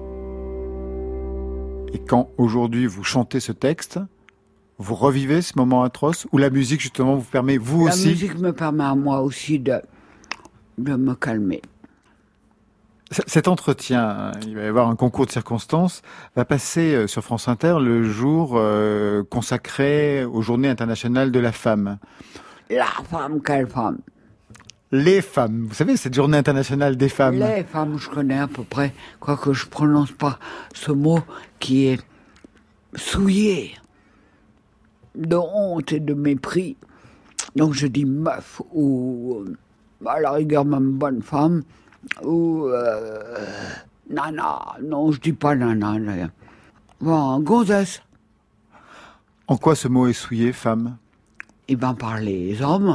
Et quand aujourd'hui vous chantez ce texte, vous revivez ce moment atroce où la musique justement vous permet vous La aussi... La musique me permet à moi aussi de, de me calmer. C- Cet entretien, il va y avoir un concours de circonstances, va passer sur France Inter le jour euh, consacré aux Journées internationales de la femme. La femme, quelle femme? Les femmes, vous savez, cette Journée internationale des femmes. Les femmes, je connais à peu près, quoique je prononce pas ce mot qui est souillé de honte et de mépris. Donc je dis meuf ou à la rigueur même bonne femme ou euh, nana. Non, je dis pas nana. Là. Bon, gonzesse. En quoi ce mot est souillé, femme? Eh bien par les hommes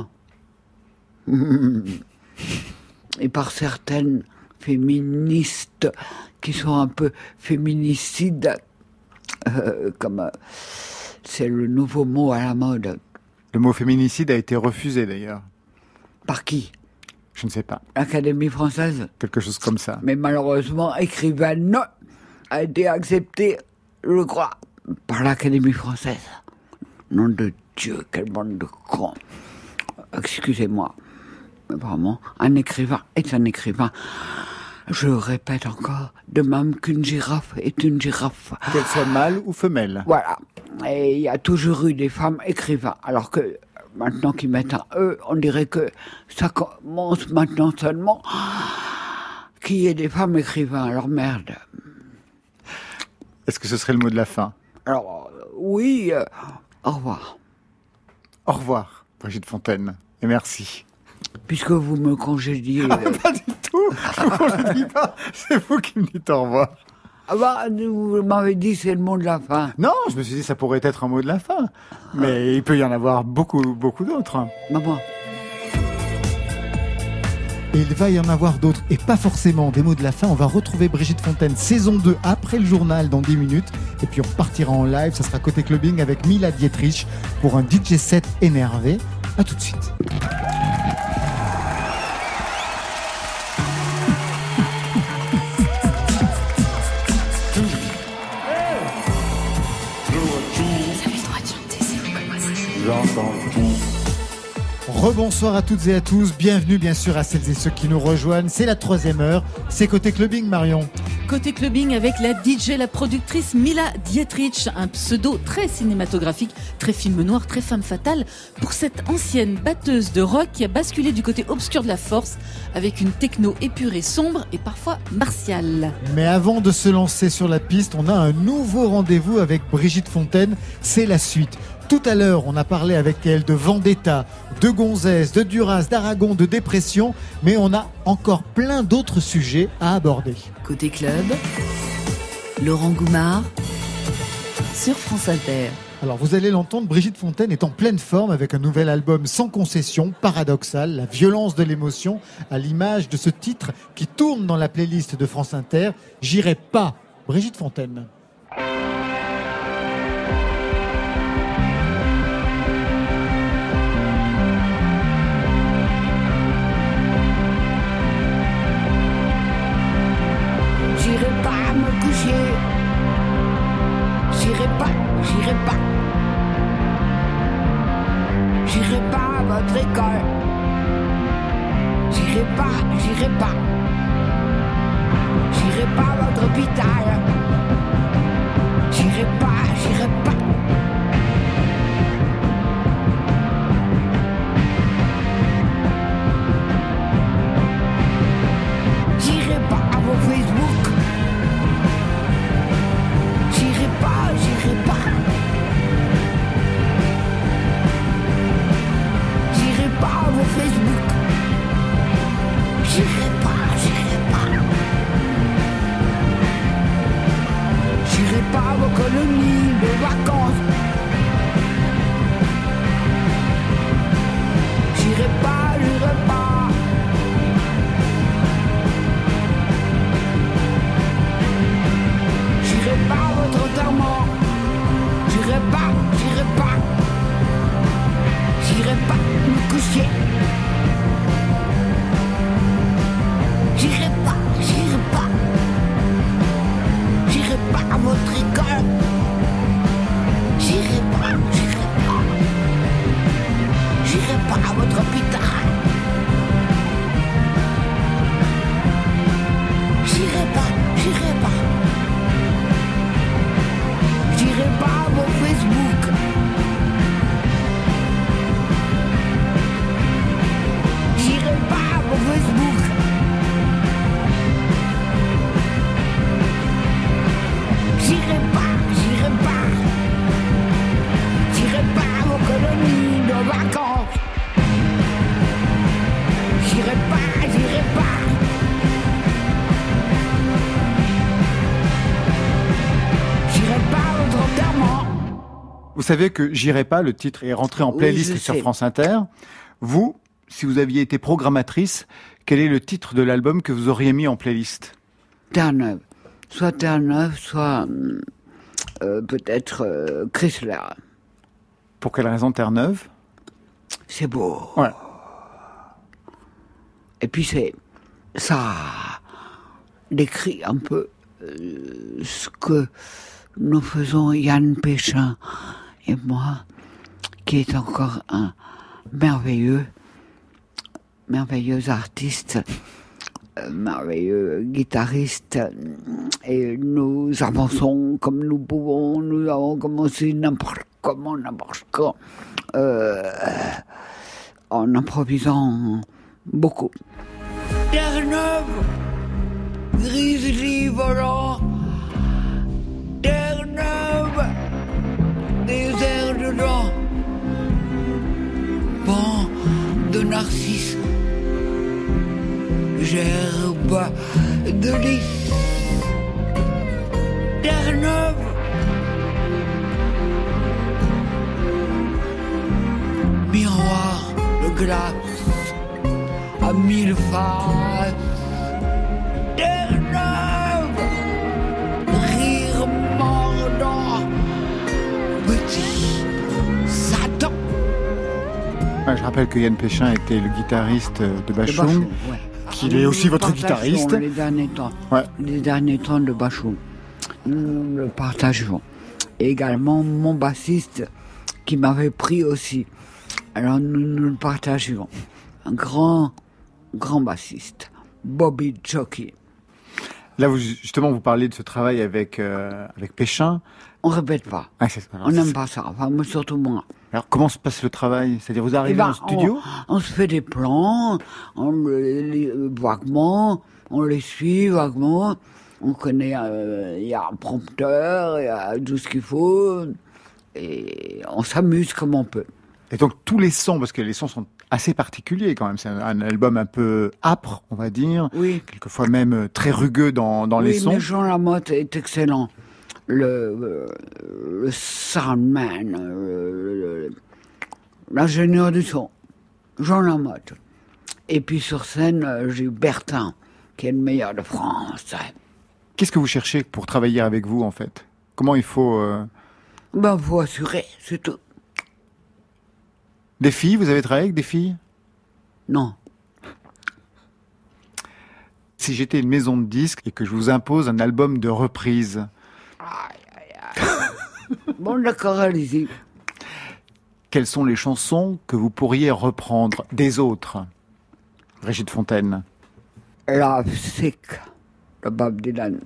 et par certaines féministes qui sont un peu féminicides, euh, comme euh, c'est le nouveau mot à la mode. Le mot féminicide a été refusé d'ailleurs. Par qui? Je ne sais pas. L'Académie française? Quelque chose comme ça. Mais malheureusement, écrivaine a été accepté, je crois, par l'Académie française. Nom de Dieu, quelle bande de cons. Excusez-moi. Mais vraiment, un écrivain est un écrivain. Je répète encore, de même qu'une girafe est une girafe. Qu'elle soit mâle ou femelle. Voilà. Et il y a toujours eu des femmes écrivains. Alors que maintenant qu'ils mettent un E, on dirait que ça commence maintenant seulement qu'il y ait des femmes écrivains. Alors merde. Est-ce que ce serait le mot de la fin? Alors, euh, oui, euh, au revoir. Au revoir, Brigitte Fontaine. Et merci. Puisque vous me congédiez... Ah, pas du tout. Je vous congédie pas. C'est vous qui me dites au revoir. Ah bah, vous m'avez dit c'est le mot de la fin. Non, je me suis dit ça pourrait être un mot de la fin. Mais il peut y en avoir beaucoup, beaucoup d'autres. Maman. Et il va y en avoir d'autres, et pas forcément des mots de la fin. On va retrouver Brigitte Fontaine, saison deux, après le journal, dans dix minutes. Et puis on repartira en live, ça sera côté clubbing avec Mila Dietrich pour un D J set énervé. A tout de suite. J'entends tout. Rebonsoir à toutes et à tous, bienvenue bien sûr à celles et ceux qui nous rejoignent. C'est la troisième heure, c'est côté clubbing, Marion. Côté clubbing avec la D J, la productrice Mila Dietrich, un pseudo très cinématographique, très film noir, très femme fatale, pour cette ancienne batteuse de rock qui a basculé du côté obscur de la force avec une techno épurée, sombre et parfois martiale. Mais avant de se lancer sur la piste, on a un nouveau rendez-vous avec Brigitte Fontaine, c'est la suite. Tout à l'heure, on a parlé avec elle de Vendetta, de Gonzesse, de Duras, d'Aragon, de dépression, mais on a encore plein d'autres sujets à aborder. Côté club, Laurent Goumard sur France Inter. Alors vous allez l'entendre, Brigitte Fontaine est en pleine forme avec un nouvel album sans concession, paradoxal, la violence de l'émotion, à l'image de ce titre qui tourne dans la playlist de France Inter, J'irai pas, Brigitte Fontaine. J'irai pas me coucher. J'irai pas, j'irai pas. J'irai pas à votre école. J'irai pas, j'irai pas. J'irai pas à votre hôpital. J'irai pas, j'irai pas. J'irai pas à vos Facebook. J'irai pas, j'irai pas. J'irai pas à vos Facebook. J'irai pas, j'irai pas. J'irai pas à vos colonies de vacances. J'irai pas, j'irai pas. J'irai pas à votre enterrement. J'irai pas, j'irai pas. J'irai pas me coucher. J'irai pas, j'irai pas. J'irai pas à votre école. J'irai pas, j'irai pas. J'irai pas à votre hôpital. J'irai pas, j'irai pas. J'irai pas à vos Facebook. J'irai pas à vos Facebook. J'irai pas, j'irai pas. J'irai pas à vos colonies de vacances. J'irai pas, j'irai pas. J'irai pas à votre enterrement. Vous savez que J'irai pas, le titre est rentré en Oui, playlist je sur sais. France Inter. Vous, si vous aviez été programmatrice, quel est le titre de l'album que vous auriez mis en playlist? Terre-Neuve. Soit Terre-Neuve, soit hum, euh, peut-être euh, Chrysler. Pour quelle raison Terre-Neuve? C'est beau. Ouais. Et puis c'est ça décrit un peu euh, ce que nous faisons, Yann Péchin et moi, qui est encore un merveilleux, merveilleux artiste, euh, merveilleux guitariste, et nous avançons comme nous pouvons, nous avons commencé n'importe comment, n'importe quand, euh, en improvisant beaucoup. Terre-Neuve, grizzly volant, Terre-Neuve, désert dedans, banc de narcisses, gerbe de lys, Terre-Neuve, miroir de glace à mille faces, Terre-Neuve, rire mordant, petit Satan. Ouais, je rappelle que Yann Péchin était le guitariste de Bachung, Bachung, ouais. qu'il est aussi Nous votre partageons guitariste. Les derniers temps, Ouais. les derniers temps de Bachung, nous le partageons. Et également mon bassiste qui m'avait pris aussi. Alors nous, nous le partageons. Un grand, grand bassiste, Bobby Jockey. Là, vous, justement, vous parlez de ce travail avec, euh, avec Péchin. On répète pas. Ah, c'est- alors, On c'est- n'aime pas ça. Enfin, moi, surtout moi. Alors, comment se passe le travail? C'est-à-dire, vous arrivez Eh ben, au studio? on, on se fait des plans, on les, les- vaguement, on les suit vaguement. On connaît, euh, il y a un prompteur, il y a tout ce qu'il faut, et on s'amuse comme on peut. Et donc, tous les sons, parce que les sons sont assez particuliers quand même, c'est un, un album un peu âpre, on va dire. Oui. Quelquefois même euh, très rugueux dans, dans oui, les sons. mais Jean Lamotte est excellent. Le, euh, le soundman, le- le- l'ingénieur du son, Jean Lamotte. Et puis sur scène, euh, j'ai Bertin, qui est le meilleur de France. Qu'est-ce que vous cherchez pour travailler avec vous, en fait? Comment il faut... euh, Ben, faut assurer, c'est tout. Des filles, vous avez travaillé avec des filles? Non. Si j'étais une maison de disques et que je vous impose un album de reprise, Bon, d'accord, allez-y. quelles sont les chansons que vous pourriez reprendre des autres? Brigitte Fontaine. Love Sick de Bob Dylan.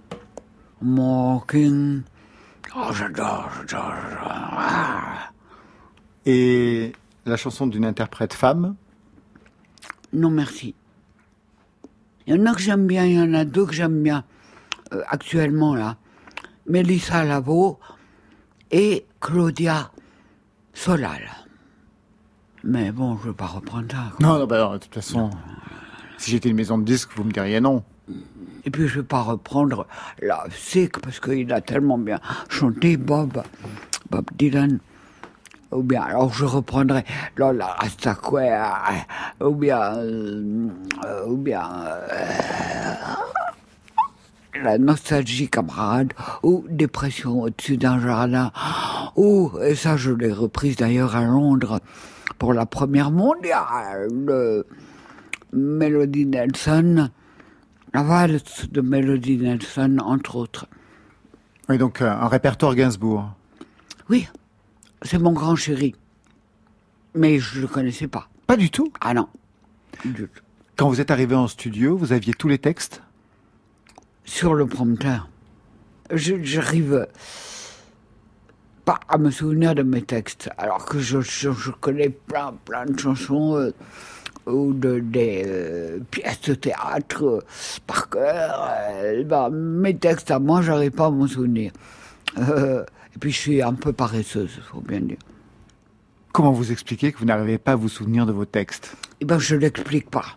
Walking. Oh, j'adore, j'adore, j'adore. Ah. Et la chanson d'une interprète femme? Non, merci. Il y en a que j'aime bien, il y en a deux que j'aime bien, euh, actuellement, là. Mélissa Lavo et Claudia Solal. Mais bon, je ne veux pas reprendre ça. Non, non, bah non, de toute façon, si j'étais une maison de disques, vous me diriez non. Et puis je ne vais pas reprendre la Sick parce qu'il a tellement bien chanté, Bob, Bob Dylan. Ou bien, alors je reprendrai Lola Rastaquouère, ou bien, euh, euh, ou bien, euh, La nostalgie camarade, ou Dépression au-dessus d'un jardin, ou, et ça je l'ai reprise d'ailleurs à Londres pour la première mondiale, de Melody Nelson, la valse de Melody Nelson, entre autres. Oui, donc euh, un répertoire Gainsbourg. Oui. C'est mon grand chéri. Mais je ne le connaissais pas. Pas du tout? Ah non. Du tout. Quand vous êtes arrivé en studio, vous aviez tous les textes? Sur le prompteur. Je- J'arrive pas à me souvenir de mes textes. Alors que je, je, je connais plein, plein de chansons euh, ou de, des euh, pièces de théâtre euh, par cœur. Euh, ben, mes textes à moi, j'arrive pas à m'en souvenir. Euh, Et puis je suis un peu paresseuse, il faut bien dire. Comment vous expliquez que vous n'arrivez pas à vous souvenir de vos textes? Eh ben, je l'explique pas.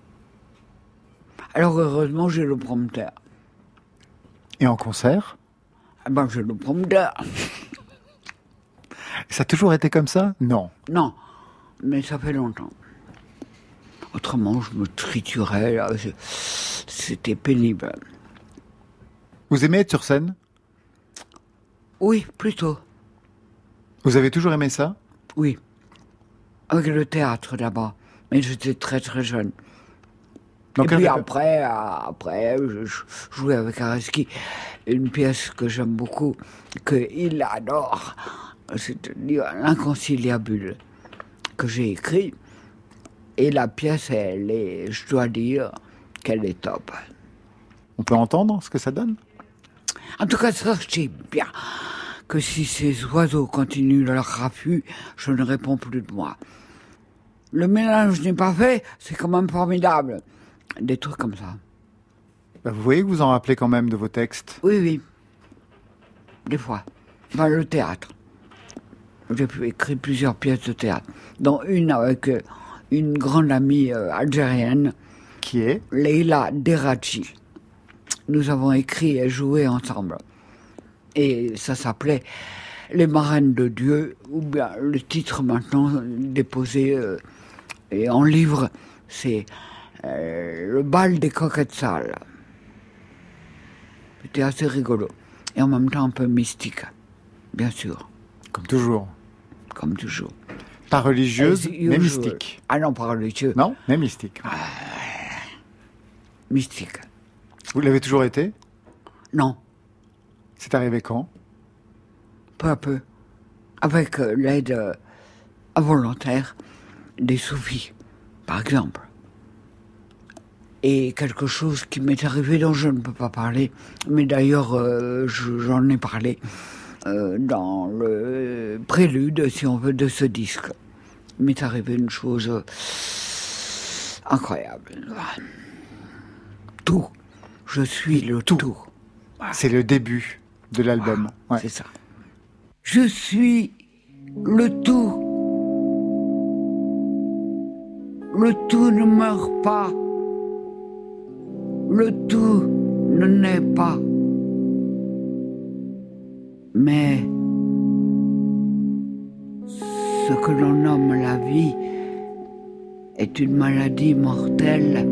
Alors heureusement, j'ai le prompteur. Et en concert? Eh ben, j'ai le prompteur. Ça a toujours été comme ça? Non. Non, mais ça fait longtemps. Autrement, je me triturais, là, je- c'était pénible. Vous aimez être sur scène? Oui, plutôt. Vous avez toujours aimé ça? Oui. Avec le théâtre d'abord. Mais j'étais très très jeune. Donc, Et puis un- après, euh, après, je, je jouais avec Araski une pièce que j'aime beaucoup, qu'il adore, c'est-à-dire L'inconciliabule, que j'ai écrit. Et la pièce, elle est, je dois dire, qu'elle est top. On peut entendre ce que ça donne? En tout cas, sachez bien que si ces oiseaux continuent leur raffut, je ne réponds plus de moi. Le mélange n'est pas fait, c'est quand même formidable. Des trucs comme ça. Bah, vous voyez que vous en rappelez quand même de vos textes? Oui, oui. Des fois. Dans le théâtre. J'ai pu écrire plusieurs pièces de théâtre, dont une avec euh, une grande amie euh, algérienne. Qui est? Leila Derachi. Nous avons écrit et joué ensemble. Et ça s'appelait Les Marraines de Dieu, ou bien le titre maintenant déposé euh, et en livre, c'est euh, Le bal des coquettes sales. C'était assez rigolo. Et en même temps un peu mystique, bien sûr. Comme toujours. Comme toujours. Pas religieuse, As mais usual. mystique. Ah non, pas religieux. Non, mais mystique. Mystique. Vous l'avez toujours été? Non. C'est arrivé quand? Peu à peu. Avec euh, l'aide euh, involontaire des soufis, par exemple. Et quelque chose qui m'est arrivé dont je ne peux pas parler, mais d'ailleurs euh, je- j'en ai parlé euh, dans le prélude, si on veut, de ce disque. Il m'est arrivé une chose euh, incroyable. Tout. Je suis le tout. C'est le début de l'album. Ouais. C'est ça. Je suis le tout. Le tout ne meurt pas. Le tout ne naît pas. Mais ce que l'on nomme la vie est une maladie mortelle.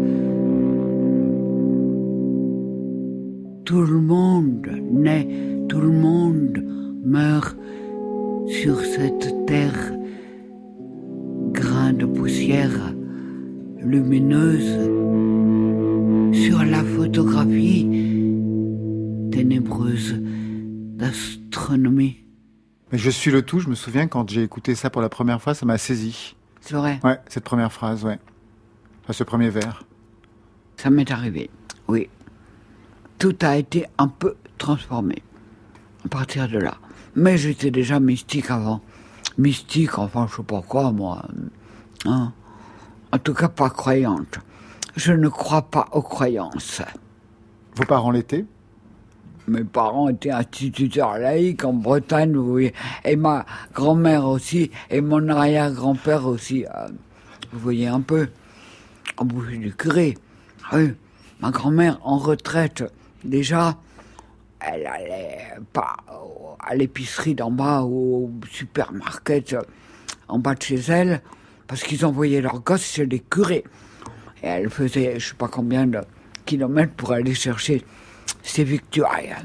Tout le monde naît, tout le monde meurt sur cette terre, grain de poussière lumineuse, sur la photographie ténébreuse d'astronomie. Mais je suis le tout, je me souviens quand j'ai écouté ça pour la première fois, ça m'a saisi. C'est vrai. Ouais, cette première phrase, ouais. à ce premier verre? Ça m'est arrivé, oui. Tout a été un peu transformé à partir de là. Mais j'étais déjà mystique avant. Mystique, enfin, je sais pas quoi, moi. Hein. En tout cas, pas croyante. Je ne crois pas aux croyances. Vos parents l'étaient? Mes parents étaient instituteurs laïcs en Bretagne, vous voyez. Et ma grand-mère aussi, et mon arrière-grand-père aussi. Euh, vous voyez un peu. En bouche du curé. Oui, ma grand-mère en retraite, déjà, elle allait pas à l'épicerie d'en bas, au supermarket en bas de chez elle, parce qu'ils envoyaient leurs gosses chez les curés. Et elle faisait, je sais pas combien de kilomètres pour aller chercher ses victuailles.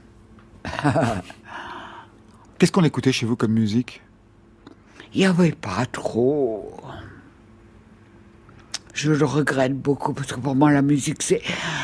Qu'est-ce qu'on écoutait chez vous comme musique? Il n'y avait pas trop. Je le regrette beaucoup, parce que pour moi, la musique, c'est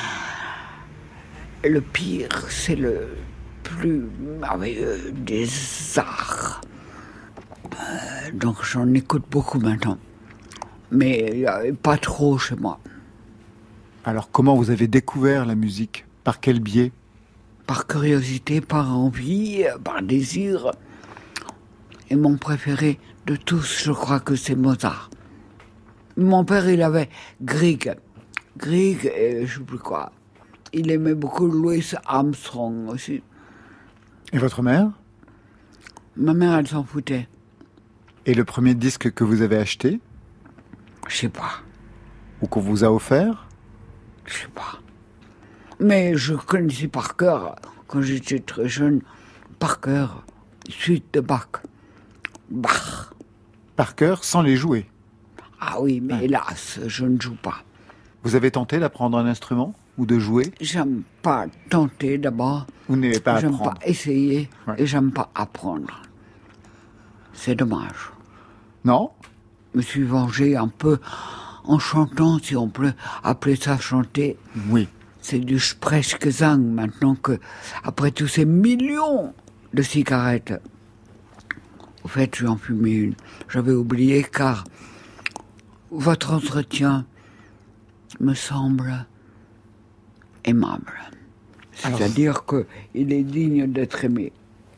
le pire, c'est le plus merveilleux des arts. Euh, donc j'en écoute beaucoup maintenant. Mais il n'y avait pas trop chez moi. Alors comment vous avez découvert la musique? Par quel biais? Par curiosité, par envie, par désir. Et mon préféré de tous, je crois que c'est Mozart. Mon père, il avait Grieg. Grieg et je sais plus quoi. Il aimait beaucoup Louis Armstrong aussi. Et votre mère? Ma mère, elle s'en foutait. Et le premier disque que vous avez acheté? Je sais pas. Ou qu'on vous a offert? Je sais pas. Mais je connaissais par cœur, quand j'étais très jeune, par cœur, suite de Bach. Bach. Par cœur, sans les jouer? Ah oui, mais hélas, je ne joue pas. Vous avez tenté d'apprendre un instrument ou de jouer? J'aime pas tenter d'abord. Vous n'aimez pas J'aime apprendre? pas essayer Ouais. et j'aime pas apprendre. C'est dommage. Non? Je me suis vengé un peu en chantant, si on peut appeler ça chanter. Oui. C'est du Sprechgesang maintenant que, après tous ces millions de cigarettes. Au fait, je vais en fumer une. J'avais oublié car votre entretien me semble aimable. C'est-à-dire qu'il est digne d'être aimé.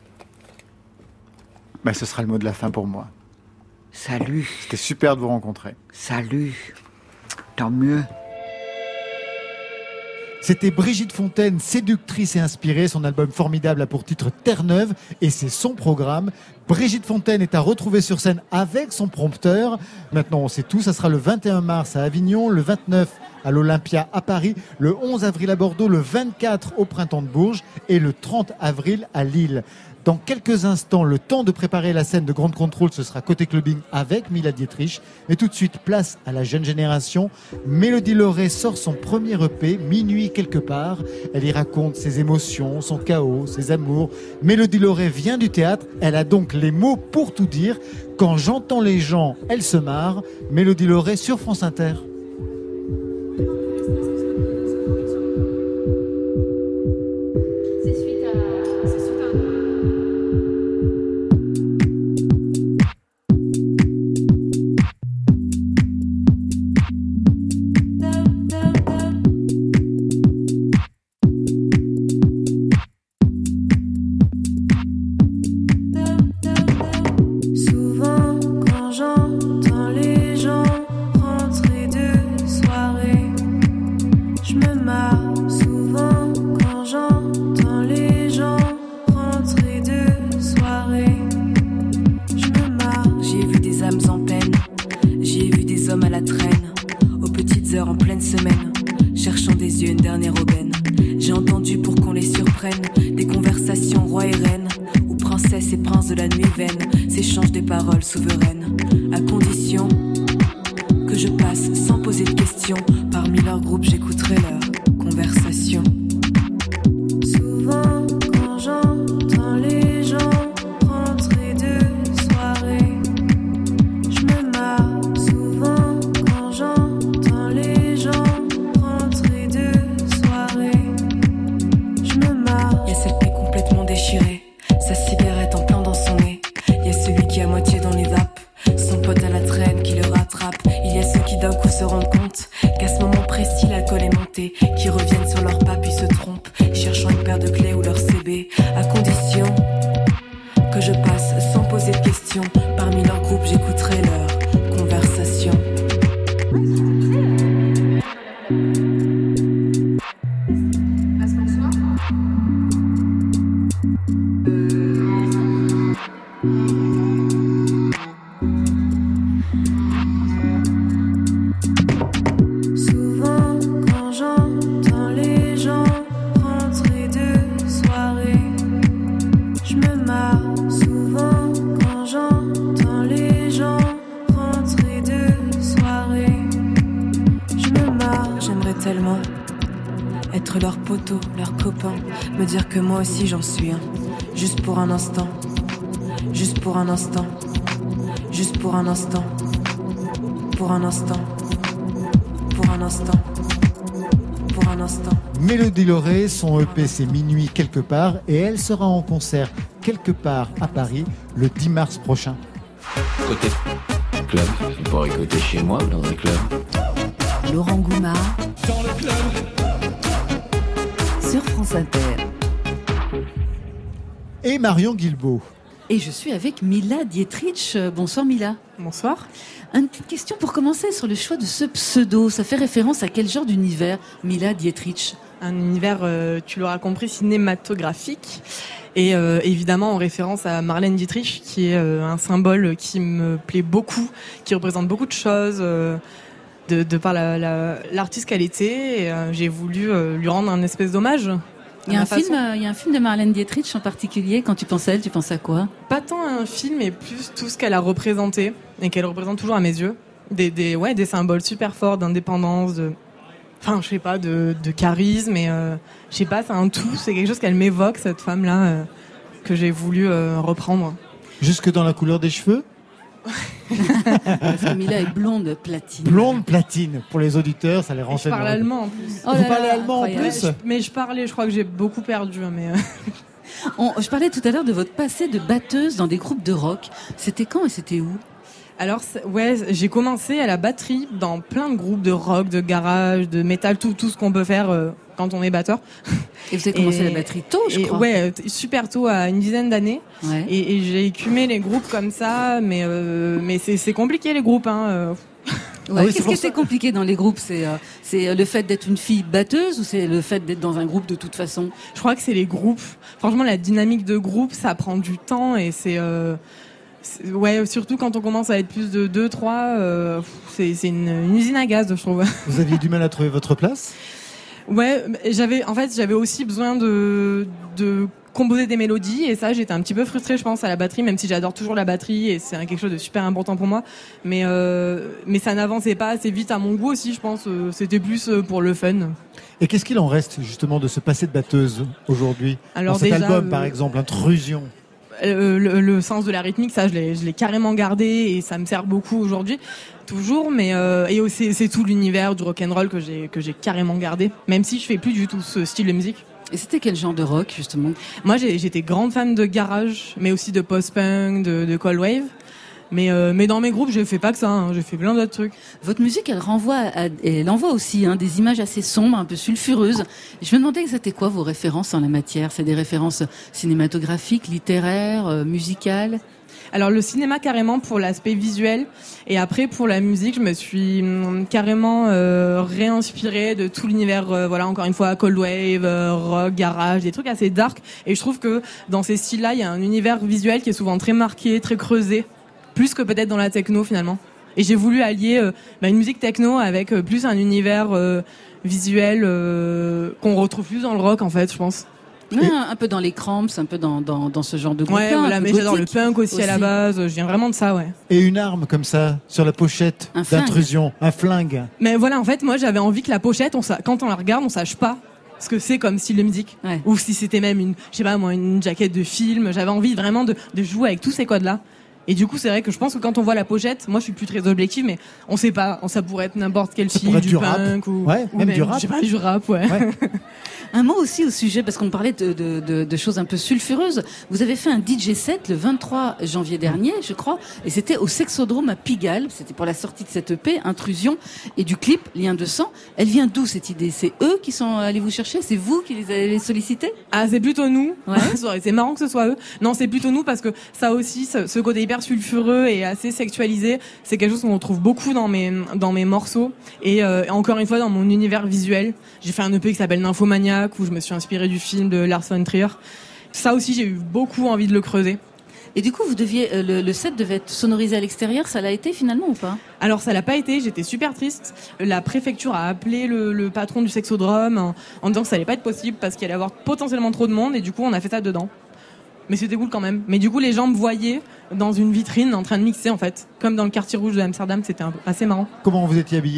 Ben, ce sera le mot de la fin pour moi. Salut. C'était super de vous rencontrer. Salut. Tant mieux. C'était Brigitte Fontaine, séductrice et inspirée. Son album formidable a pour titre Terre-Neuve et c'est son programme. Brigitte Fontaine est à retrouver sur scène avec son prompteur. Maintenant, on sait tout. Ça sera le vingt et un mars à Avignon, le vingt-neuf à l'Olympia à Paris, le onze avril à Bordeaux, le vingt-quatre au Printemps de Bourges et le trente avril à Lille. Dans quelques instants, le temps de préparer la scène de Grande Contrôle, ce sera côté clubbing avec Mila Dietrich. Mais tout de suite, place à la jeune génération. Mélodie Laurey sort son premier E P, Minuit quelque part. Elle y raconte ses émotions, son chaos, ses amours. Mélodie Laurey vient du théâtre. Elle a donc les mots pour tout dire. Quand j'entends les gens, elle se marre. Mélodie Laurey sur France Inter. Souvent, quand j'entends les gens rentrer de soirée, je me marre. Souvent, quand j'entends les gens rentrer de soirée, je me marre. J'ai vu des âmes en peine, j'ai vu des hommes à la traîne, aux petites heures en pleine semaine, cherchant des yeux une dernière aubaine. J'ai entendu pour qu'on les surprenne, des conversations rois et reines, où princesses et princes de la nuit vaine s'échangent des paroles souveraines, à condition que je passe sans poser de questions. Parmi leur groupe, j'écouterai leur conversation. Souvent, quand j'entends les gens rentrer de soirée, je me marre. Souvent, quand j'entends les gens rentrer de soirée, je me marre. Y'a celle qui est complètement déchirée, sa cigarette en plein dans son nez. Y'a celui qui est à moitié dans les vapes, son pote à la traîne qui le rattrape. Il y a ceux qui d'un coup se rendent compte tellement être leur poteau, leur copain, me dire que moi aussi j'en suis un. Juste pour un instant, juste pour un instant, juste pour un instant, pour un instant, pour un instant, pour un instant. Mélodie Lauré, son E P c'est Minuit quelque part et elle sera en concert quelque part à Paris le dix mars prochain. Côté club, il pourrait écouter chez moi ou dans un club. Laurent Goumard Dans le club. sur France Inter. Et Marion Guilbault. Et je suis avec Mila Dietrich. Bonsoir Mila. Bonsoir. Une petite question pour commencer sur le choix de ce pseudo. Ça fait référence à quel genre d'univers, Mila Dietrich? Un univers, euh, tu l'auras compris, cinématographique. Et euh, évidemment en référence à Marlène Dietrich, qui est euh, un symbole qui me plaît beaucoup, qui représente beaucoup de choses, euh, de, de par la, la, l'artiste qu'elle était. Et, euh, j'ai voulu euh, lui rendre un espèce d'hommage. Il y, a un film, euh, il y a un film de Marlène Dietrich en particulier. Quand tu penses à elle, tu penses à quoi? Pas tant un film, mais plus tout ce qu'elle a représenté, et qu'elle représente toujours à mes yeux. Des, des, ouais, des symboles super forts d'indépendance, de... Enfin, je sais pas, de, de charisme, et euh, je sais pas, c'est un tout, c'est quelque chose qu'elle m'évoque, cette femme-là, euh, que j'ai voulu euh, reprendre. Jusque dans la couleur des cheveux? Parce que Mila est blonde platine. Blonde platine, pour les auditeurs, ça les rend Je parle allemand en plus. Oh Vous parlez allemand en plus? Ouais, je- Mais je parlais, je crois que j'ai beaucoup perdu, hein, mais... euh, On- je parlais tout à l'heure de votre passé de batteuse dans des groupes de rock. C'était quand et c'était où? Alors, c'est- ouais, j'ai commencé à la batterie dans plein de groupes de rock, de garage, de métal, tout, tout ce qu'on peut faire euh, quand on est batteur. Et vous avez commencé la batterie tôt, je et crois. Ouais, euh, super tôt, à une dizaine d'années. Ouais. Et, et j'ai écumé les groupes comme ça, mais, euh, mais c'est, c'est compliqué les groupes. Hein, euh. Ouais, Qu'est-ce qui était compliqué dans les groupes? C'est euh, c'est le fait d'être une fille batteuse ou c'est le fait d'être dans un groupe de toute façon? Je crois que c'est les groupes. Franchement, la dynamique de groupe, ça prend du temps et c'est... euh, c'est- ouais, surtout quand on commence à être plus de deux, trois, euh, c'est, c'est une, une usine à gaz, je trouve. Vous aviez du mal à trouver votre place? Ouais, j'avais, en fait, j'avais aussi besoin de, de composer des mélodies et ça, j'étais un petit peu frustrée, je pense, à la batterie, même si j'adore toujours la batterie et c'est un- quelque chose de super important pour moi. Mais, euh, mais ça n'avançait pas assez vite à mon goût aussi, je pense. euh, C'était plus euh, pour le fun. Et qu'est-ce qu'il en reste justement de ce passé de batteuse aujourd'hui? Alors dans cet déjà, album euh, par exemple, Intrusion. Euh, le, le sens de la rythmique, ça, je l'ai, je l'ai carrément gardé et ça me sert beaucoup aujourd'hui, toujours. Mais euh, et aussi, c'est tout l'univers du rock'n'roll que j'ai que j'ai carrément gardé, même si je fais plus du tout ce style de musique. Et c'était quel genre de rock justement? Moi, j'ai, j'étais grande fan de garage, mais aussi de post-punk, de, de cold wave. Mais euh, mais dans mes groupes, j'ai fait pas que ça. Hein, j'ai fait plein d'autres trucs. Votre musique, elle renvoie, à, elle envoie aussi hein, des images assez sombres, un peu sulfureuses. Je me demandais que c'était quoi vos références en la matière? C'est des références cinématographiques, littéraires, euh, musicales? Alors le cinéma carrément pour l'aspect visuel et après pour la musique je me suis hum, carrément euh, réinspirée de tout l'univers euh, voilà encore une fois cold wave, euh, rock, garage, des trucs assez dark et je trouve que dans ces styles-là il y a un univers visuel qui est souvent très marqué, très creusé, plus que peut-être dans la techno finalement. Et j'ai voulu allier euh, bah, une musique techno avec euh, plus un univers euh, visuel euh, qu'on retrouve plus dans le rock en fait je pense. Ouais, un peu dans les Cramps, un peu dans, dans, dans ce genre de groupe. Ouais, voilà, mais j'adore le punk aussi, à la base. Je viens vraiment de ça, ouais. Et une arme comme ça sur la pochette Un flingue. d'Intrusion, un flingue. Mais voilà, en fait, moi, j'avais envie que la pochette, on sa... quand on la regarde, on sache pas ce que c'est comme style de musique. Ouais. Ou si c'était même une, je sais pas moi, une jaquette de film. J'avais envie vraiment de, de jouer avec tous ces codes-là. Et du coup, c'est vrai que je pense que quand on voit la pochette, moi, je suis plus très objective, mais on sait pas. Ça pourrait être n'importe quel Ça style, pourrait être du du punk rap. ou, Ouais, ou même du rap. Je sais pas, du rap, ouais. Ouais. Un mot aussi au sujet, parce qu'on parlait de, de, de, de choses un peu sulfureuses. Vous avez fait un D J set le vingt-trois janvier dernier, je crois, et c'était au Sexodrome à Pigalle. C'était pour la sortie de cette E P, Intrusion, et du clip, Lien de sang. Elle vient d'où cette idée? C'est eux qui sont allés vous chercher? C'est vous qui les avez sollicités? Ah, c'est plutôt nous. Ouais. C'est marrant que ce soit eux. Non, c'est plutôt nous parce que ça aussi, ce, ce côté hyper sulfureux et assez sexualisé, c'est quelque chose qu'on retrouve beaucoup dans mes dans mes morceaux. Et euh, encore une fois, dans mon univers visuel, j'ai fait un E P qui s'appelle Nymphomaniac où je me suis inspirée du film de Lars von Trier. Ça aussi, j'ai eu beaucoup envie de le creuser. Et du coup, vous deviez, euh, le, le set devait être sonorisé à l'extérieur. Ça l'a été finalement ou pas? Alors ça l'a pas été, j'étais super triste. La préfecture a appelé le, le patron du Sexodrome en, en disant que ça allait pas être possible parce qu'il allait y avoir potentiellement trop de monde et du coup on a fait ça dedans. Mais c'était cool quand même. Mais du coup les gens me voyaient dans une vitrine en train de mixer en fait. Comme dans le quartier rouge de Amsterdam, c'était un peu assez marrant. Comment vous étiez habillé?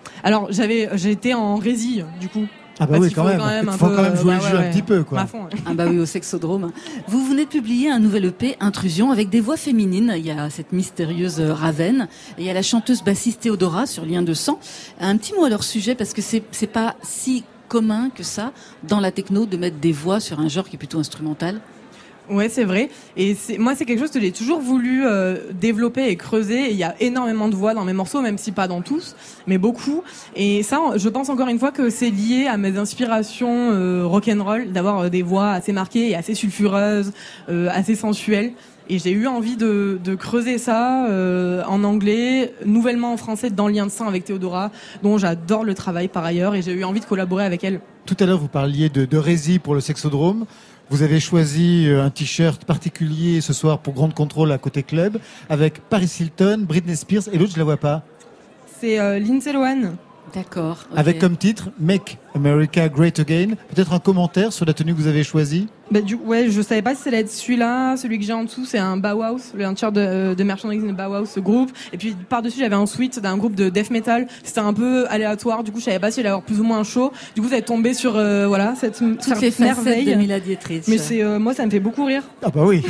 Alors j'avais, j'étais en rési du coup. Ah bah Parce oui, qu'il quand faut même. quand même Il un faut peu, quand même jouer bah le ouais, jeu un ouais. petit peu, quoi. À fond, ouais. Ah bah oui, au Sexodrome. Vous venez de publier un nouvel E P, Intrusion, avec des voix féminines. Il y a cette mystérieuse Raven, et il y a la chanteuse bassiste Théodora sur Lien de sang. Un petit mot à leur sujet, parce que c'est, c'est pas si commun que ça, dans la techno, de mettre des voix sur un genre qui est plutôt instrumental. Ouais, c'est vrai. Et c'est, moi, c'est quelque chose que j'ai toujours voulu euh, développer et creuser. Et il y a énormément de voix dans mes morceaux, même si pas dans tous, mais beaucoup. Et ça, je pense encore une fois que c'est lié à mes inspirations euh, rock'n'roll, d'avoir euh, des voix assez marquées et assez sulfureuses, euh, assez sensuelles. Et j'ai eu envie de, de creuser ça euh, en anglais, nouvellement en français, dans Lien de sang avec Théodora, dont j'adore le travail par ailleurs, et j'ai eu envie de collaborer avec elle. Tout à l'heure, vous parliez de, de Rési pour le Sexodrome. Vous avez choisi un t-shirt particulier ce soir pour Grande Contrôle à côté club, avec Paris Hilton, Britney Spears, et l'autre, je la vois pas. C'est euh, Lindsay Lohan. D'accord. Okay. Avec comme titre Make America Great Again. Peut-être un commentaire sur la tenue que vous avez choisie. Bah, du, ouais, je savais pas si ça allait être celui-là, celui que j'ai en dessous, c'est un Bauhaus, le un t-shirt de, de merchandising de Bauhaus, ce groupe. Et puis par-dessus, j'avais un sweat d'un groupe de death metal. C'était un peu aléatoire, du coup, je savais pas si j'allais avoir plus ou moins chaud. Du coup, ça est tombé sur euh, voilà cette, Toutes cette les merveille. De Mila Dietrich. Mais c'est euh, moi, ça me fait beaucoup rire. Ah bah oui.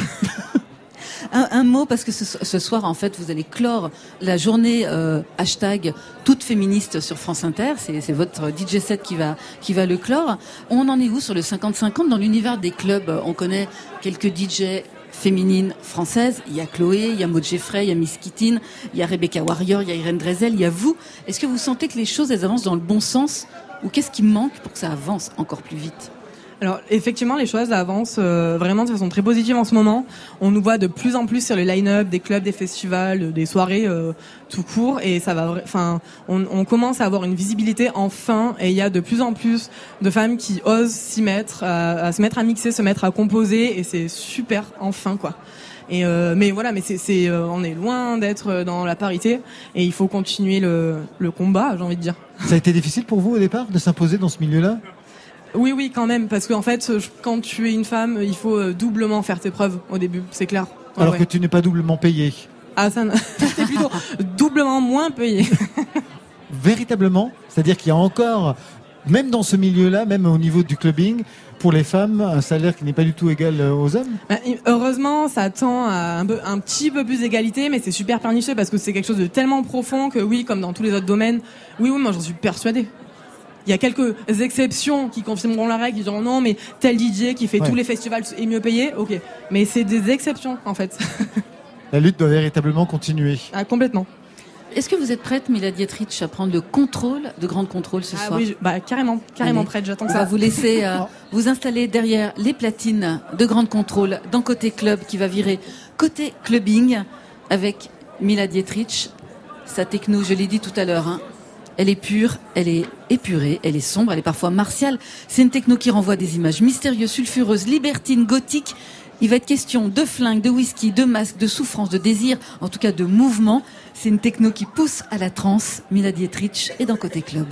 Un, un mot, parce que ce, ce soir, en fait, vous allez clore la journée euh, hashtag toute féministe sur France Inter. C'est, c'est votre D J set qui va, qui va le clore. On en est où sur le cinquante cinquante dans l'univers des clubs? On connaît quelques D J féminines françaises. Il y a Chloé, il y a Maud Geffray, il y a Miss Kittin, il y a Rebecca Warrior, il y a Irène Drezel, il y a vous. Est-ce que vous sentez que les choses, elles avancent dans le bon sens? Ou qu'est-ce qui manque pour que ça avance encore plus vite? Alors effectivement, les choses avancent euh, vraiment de façon très positive en ce moment. On nous voit de plus en plus sur le line-up des clubs, des festivals, des soirées euh, tout court, et ça va. Enfin, on, on commence à avoir une visibilité enfin, et il y a de plus en plus de femmes qui osent s'y mettre, à, à se mettre à mixer, se mettre à composer, et c'est super enfin quoi. Et euh, mais voilà, mais c'est, c'est euh, on est loin d'être dans la parité, et il faut continuer le, le combat, j'ai envie de dire. Ça a été difficile pour vous au départ de s'imposer dans ce milieu-là? Oui, oui, quand même, parce qu'en fait, quand tu es une femme, il faut doublement faire tes preuves au début, c'est clair. Ouais, Alors ouais. que tu n'es pas doublement payé. Ah, ça, c'est plutôt doublement moins payé. Véritablement, c'est-à-dire qu'il y a encore, même dans ce milieu-là, même au niveau du clubbing, pour les femmes, un salaire qui n'est pas du tout égal aux hommes. Ben, heureusement, ça tend à un, peu, un petit peu plus d'égalité, mais c'est super pernicieux parce que c'est quelque chose de tellement profond que oui, comme dans tous les autres domaines, oui, oui, moi j'en suis persuadée. Il y a quelques exceptions qui confirmeront la règle, qui diront non, mais tel D J qui fait ouais. tous les festivals est mieux payé, ok. Mais c'est des exceptions, en fait. La lutte doit véritablement continuer. Ah, complètement. Est-ce que vous êtes prête, Mila Dietrich, à prendre le contrôle de Grande Contrôle ce ah, soir? Oui, je, bah, carrément, carrément Allez, prête, j'attends on ça. On va vous laisser euh, vous installer derrière les platines de Grande Contrôle dans Côté Club qui va virer Côté Clubbing avec Mila Dietrich. Sa techno, je l'ai dit tout à l'heure, hein. Elle est pure, elle est épurée, elle est sombre, elle est parfois martiale. C'est une techno qui renvoie des images mystérieuses, sulfureuses, libertines, gothiques. Il va être question de flingue, de whisky, de masque, de souffrance, de désir, en tout cas de mouvement. C'est une techno qui pousse à la transe. Mila Dietrich est dans Côté Club.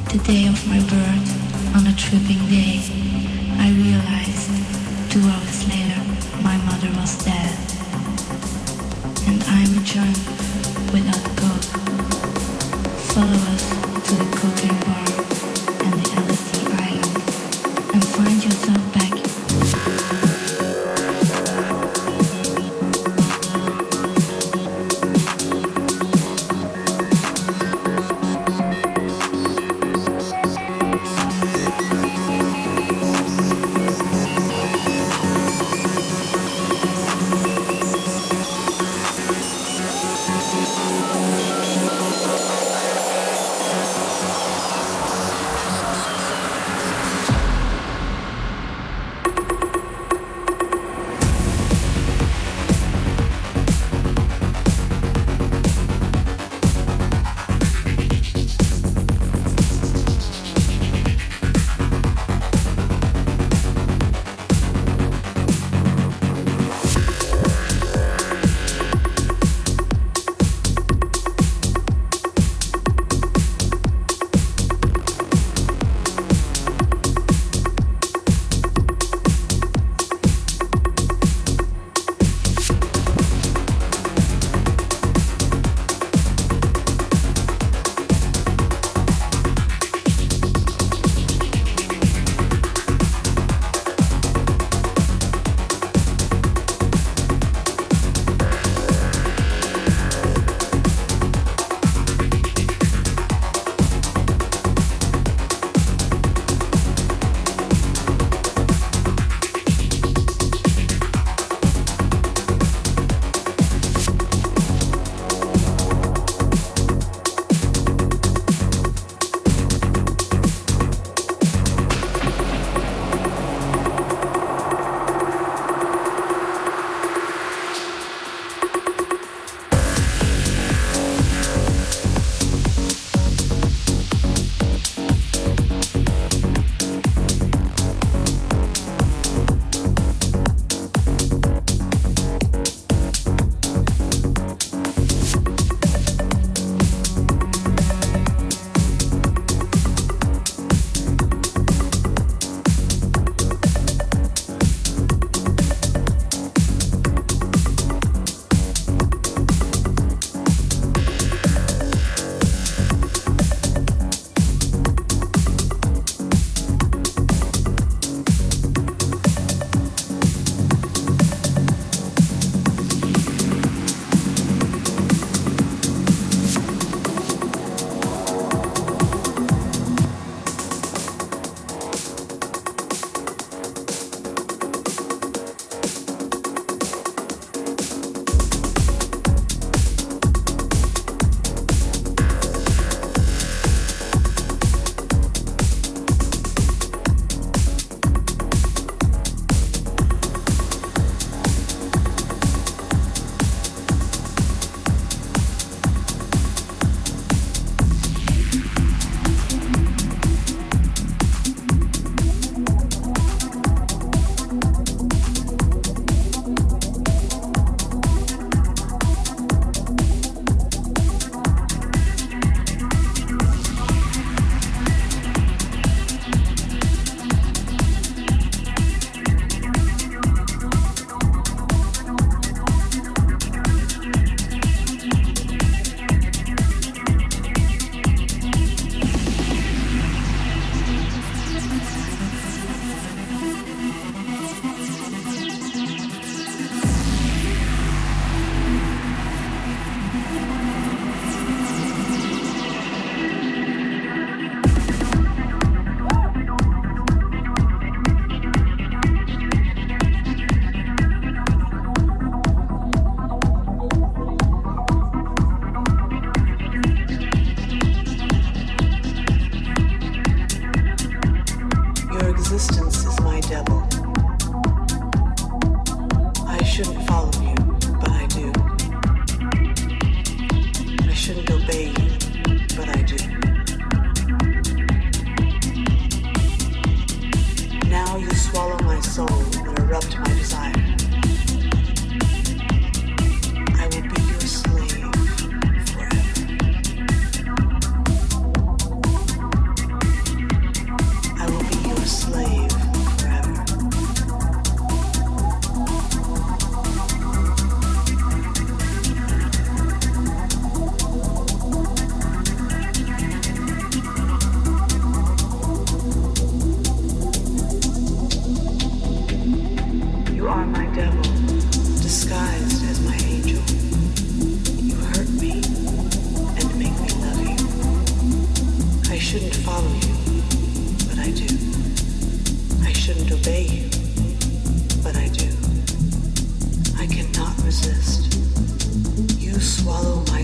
The day of my birth, on a tripping day, I realized two hours later my mother was dead. And I'm a drunk without coke. Follow us to the cocaine bar and the L S D island and find yourself back.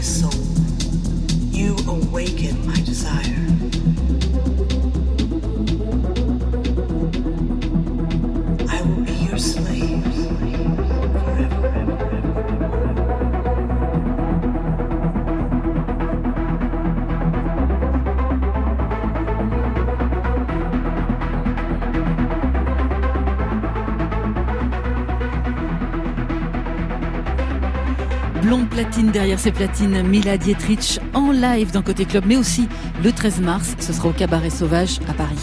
soul. You awaken my desire. I will be your slave forever. Blonde platine derrière ses platines, Mila Dietrich en live dans Côté Club, mais aussi le treize mars, ce sera au Cabaret Sauvage à Paris.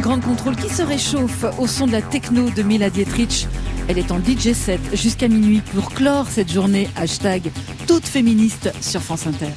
Grande Contrôle qui se réchauffe au son de la techno de Mila Dietrich. Elle est en D J set jusqu'à minuit pour clore cette journée. Hashtag toute féministe sur France Inter.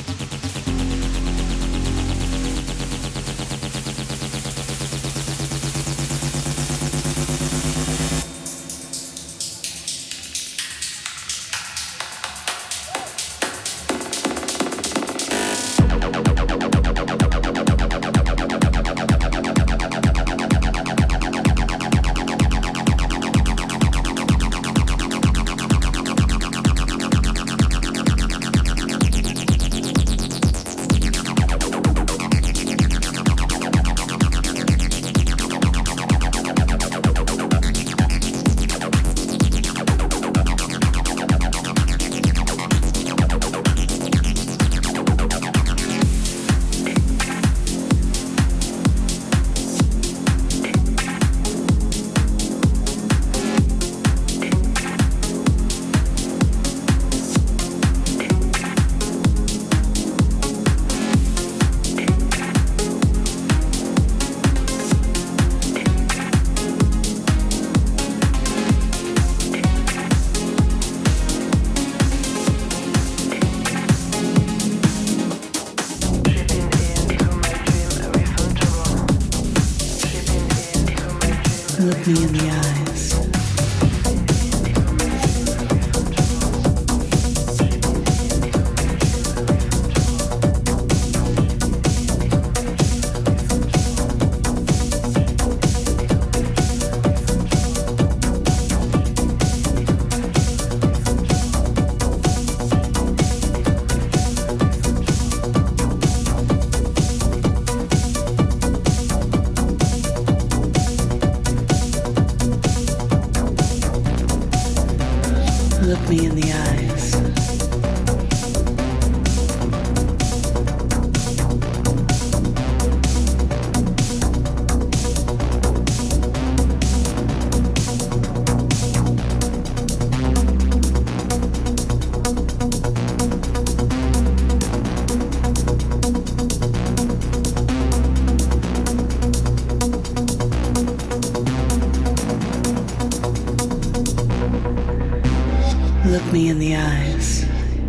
Look me in the eyes. Look me in the eyes. Look me in the eyes.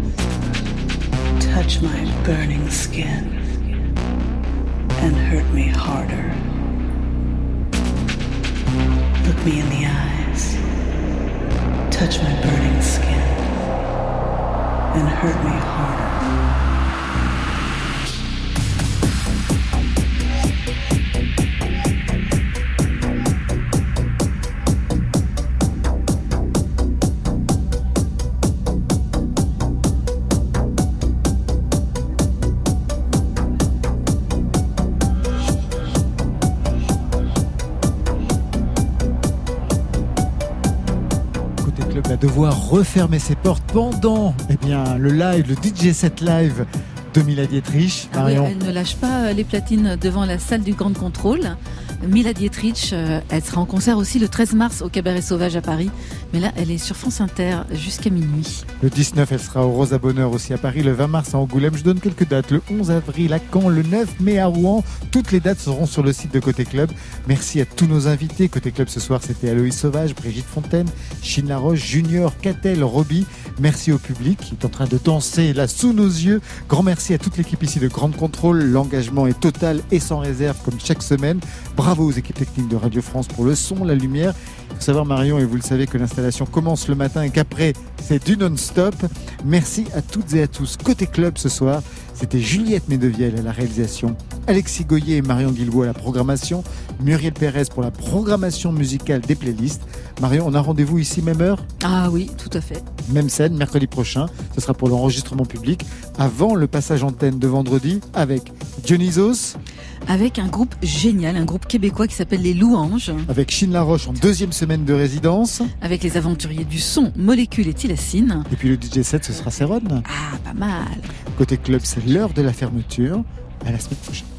Touch my burning skin and hurt me harder. Look me in the eyes. Touch my burning skin and hurt me harder. Va devoir refermer ses portes pendant eh bien, le live, le D J set live de Mila Dietrich. Ah oui, Marion. elle ne lâche pas les platines devant la salle du Grand Contrôle. Mila Dietrich, euh, elle sera en concert aussi le treize mars au Cabaret Sauvage à Paris. Mais là, elle est sur France Inter jusqu'à minuit. Le dix-neuf, elle sera au Rosa Bonheur aussi à Paris. Le vingt mars à Angoulême. Je donne quelques dates. Le onze avril à Caen. Le neuf mai à Rouen. Toutes les dates seront sur le site de Côté Club. Merci à tous nos invités. Côté Club ce soir, c'était Aloïs Sauvage, Brigitte Fontaine, Chine Laroche, Junior, Catel, Roby. Merci au public qui est en train de danser là sous nos yeux. Grand merci à toute l'équipe ici de Grande Contrôle. L'engagement est total et sans réserve comme chaque semaine. Bravo aux équipes techniques de Radio France pour le son, la lumière. Il faut savoir, Marion, et vous le savez, que l'installation commence le matin et qu'après, c'est du non-stop. Merci à toutes et à tous. Côté Club ce soir, c'était Juliette Medevielle à la réalisation, Alexis Goyer et Marion Guilbault à la programmation, Muriel Pérez pour la programmation musicale des playlists. Marion, on a rendez-vous ici, même heure ? Ah oui, tout à fait. Même scène, mercredi prochain. Ce sera pour l'enregistrement public, avant le passage antenne de vendredi, avec Dionysos. Avec un groupe génial, un groupe québécois qui s'appelle Les Louanges. Avec Chine Laroche en deuxième semaine de résidence. Avec les aventuriers du son, Molécules et Thylacine. Et puis le D J set, ce sera Céron. Ah, pas mal. Côté Club, c'est l'heure de la fermeture. À la semaine prochaine.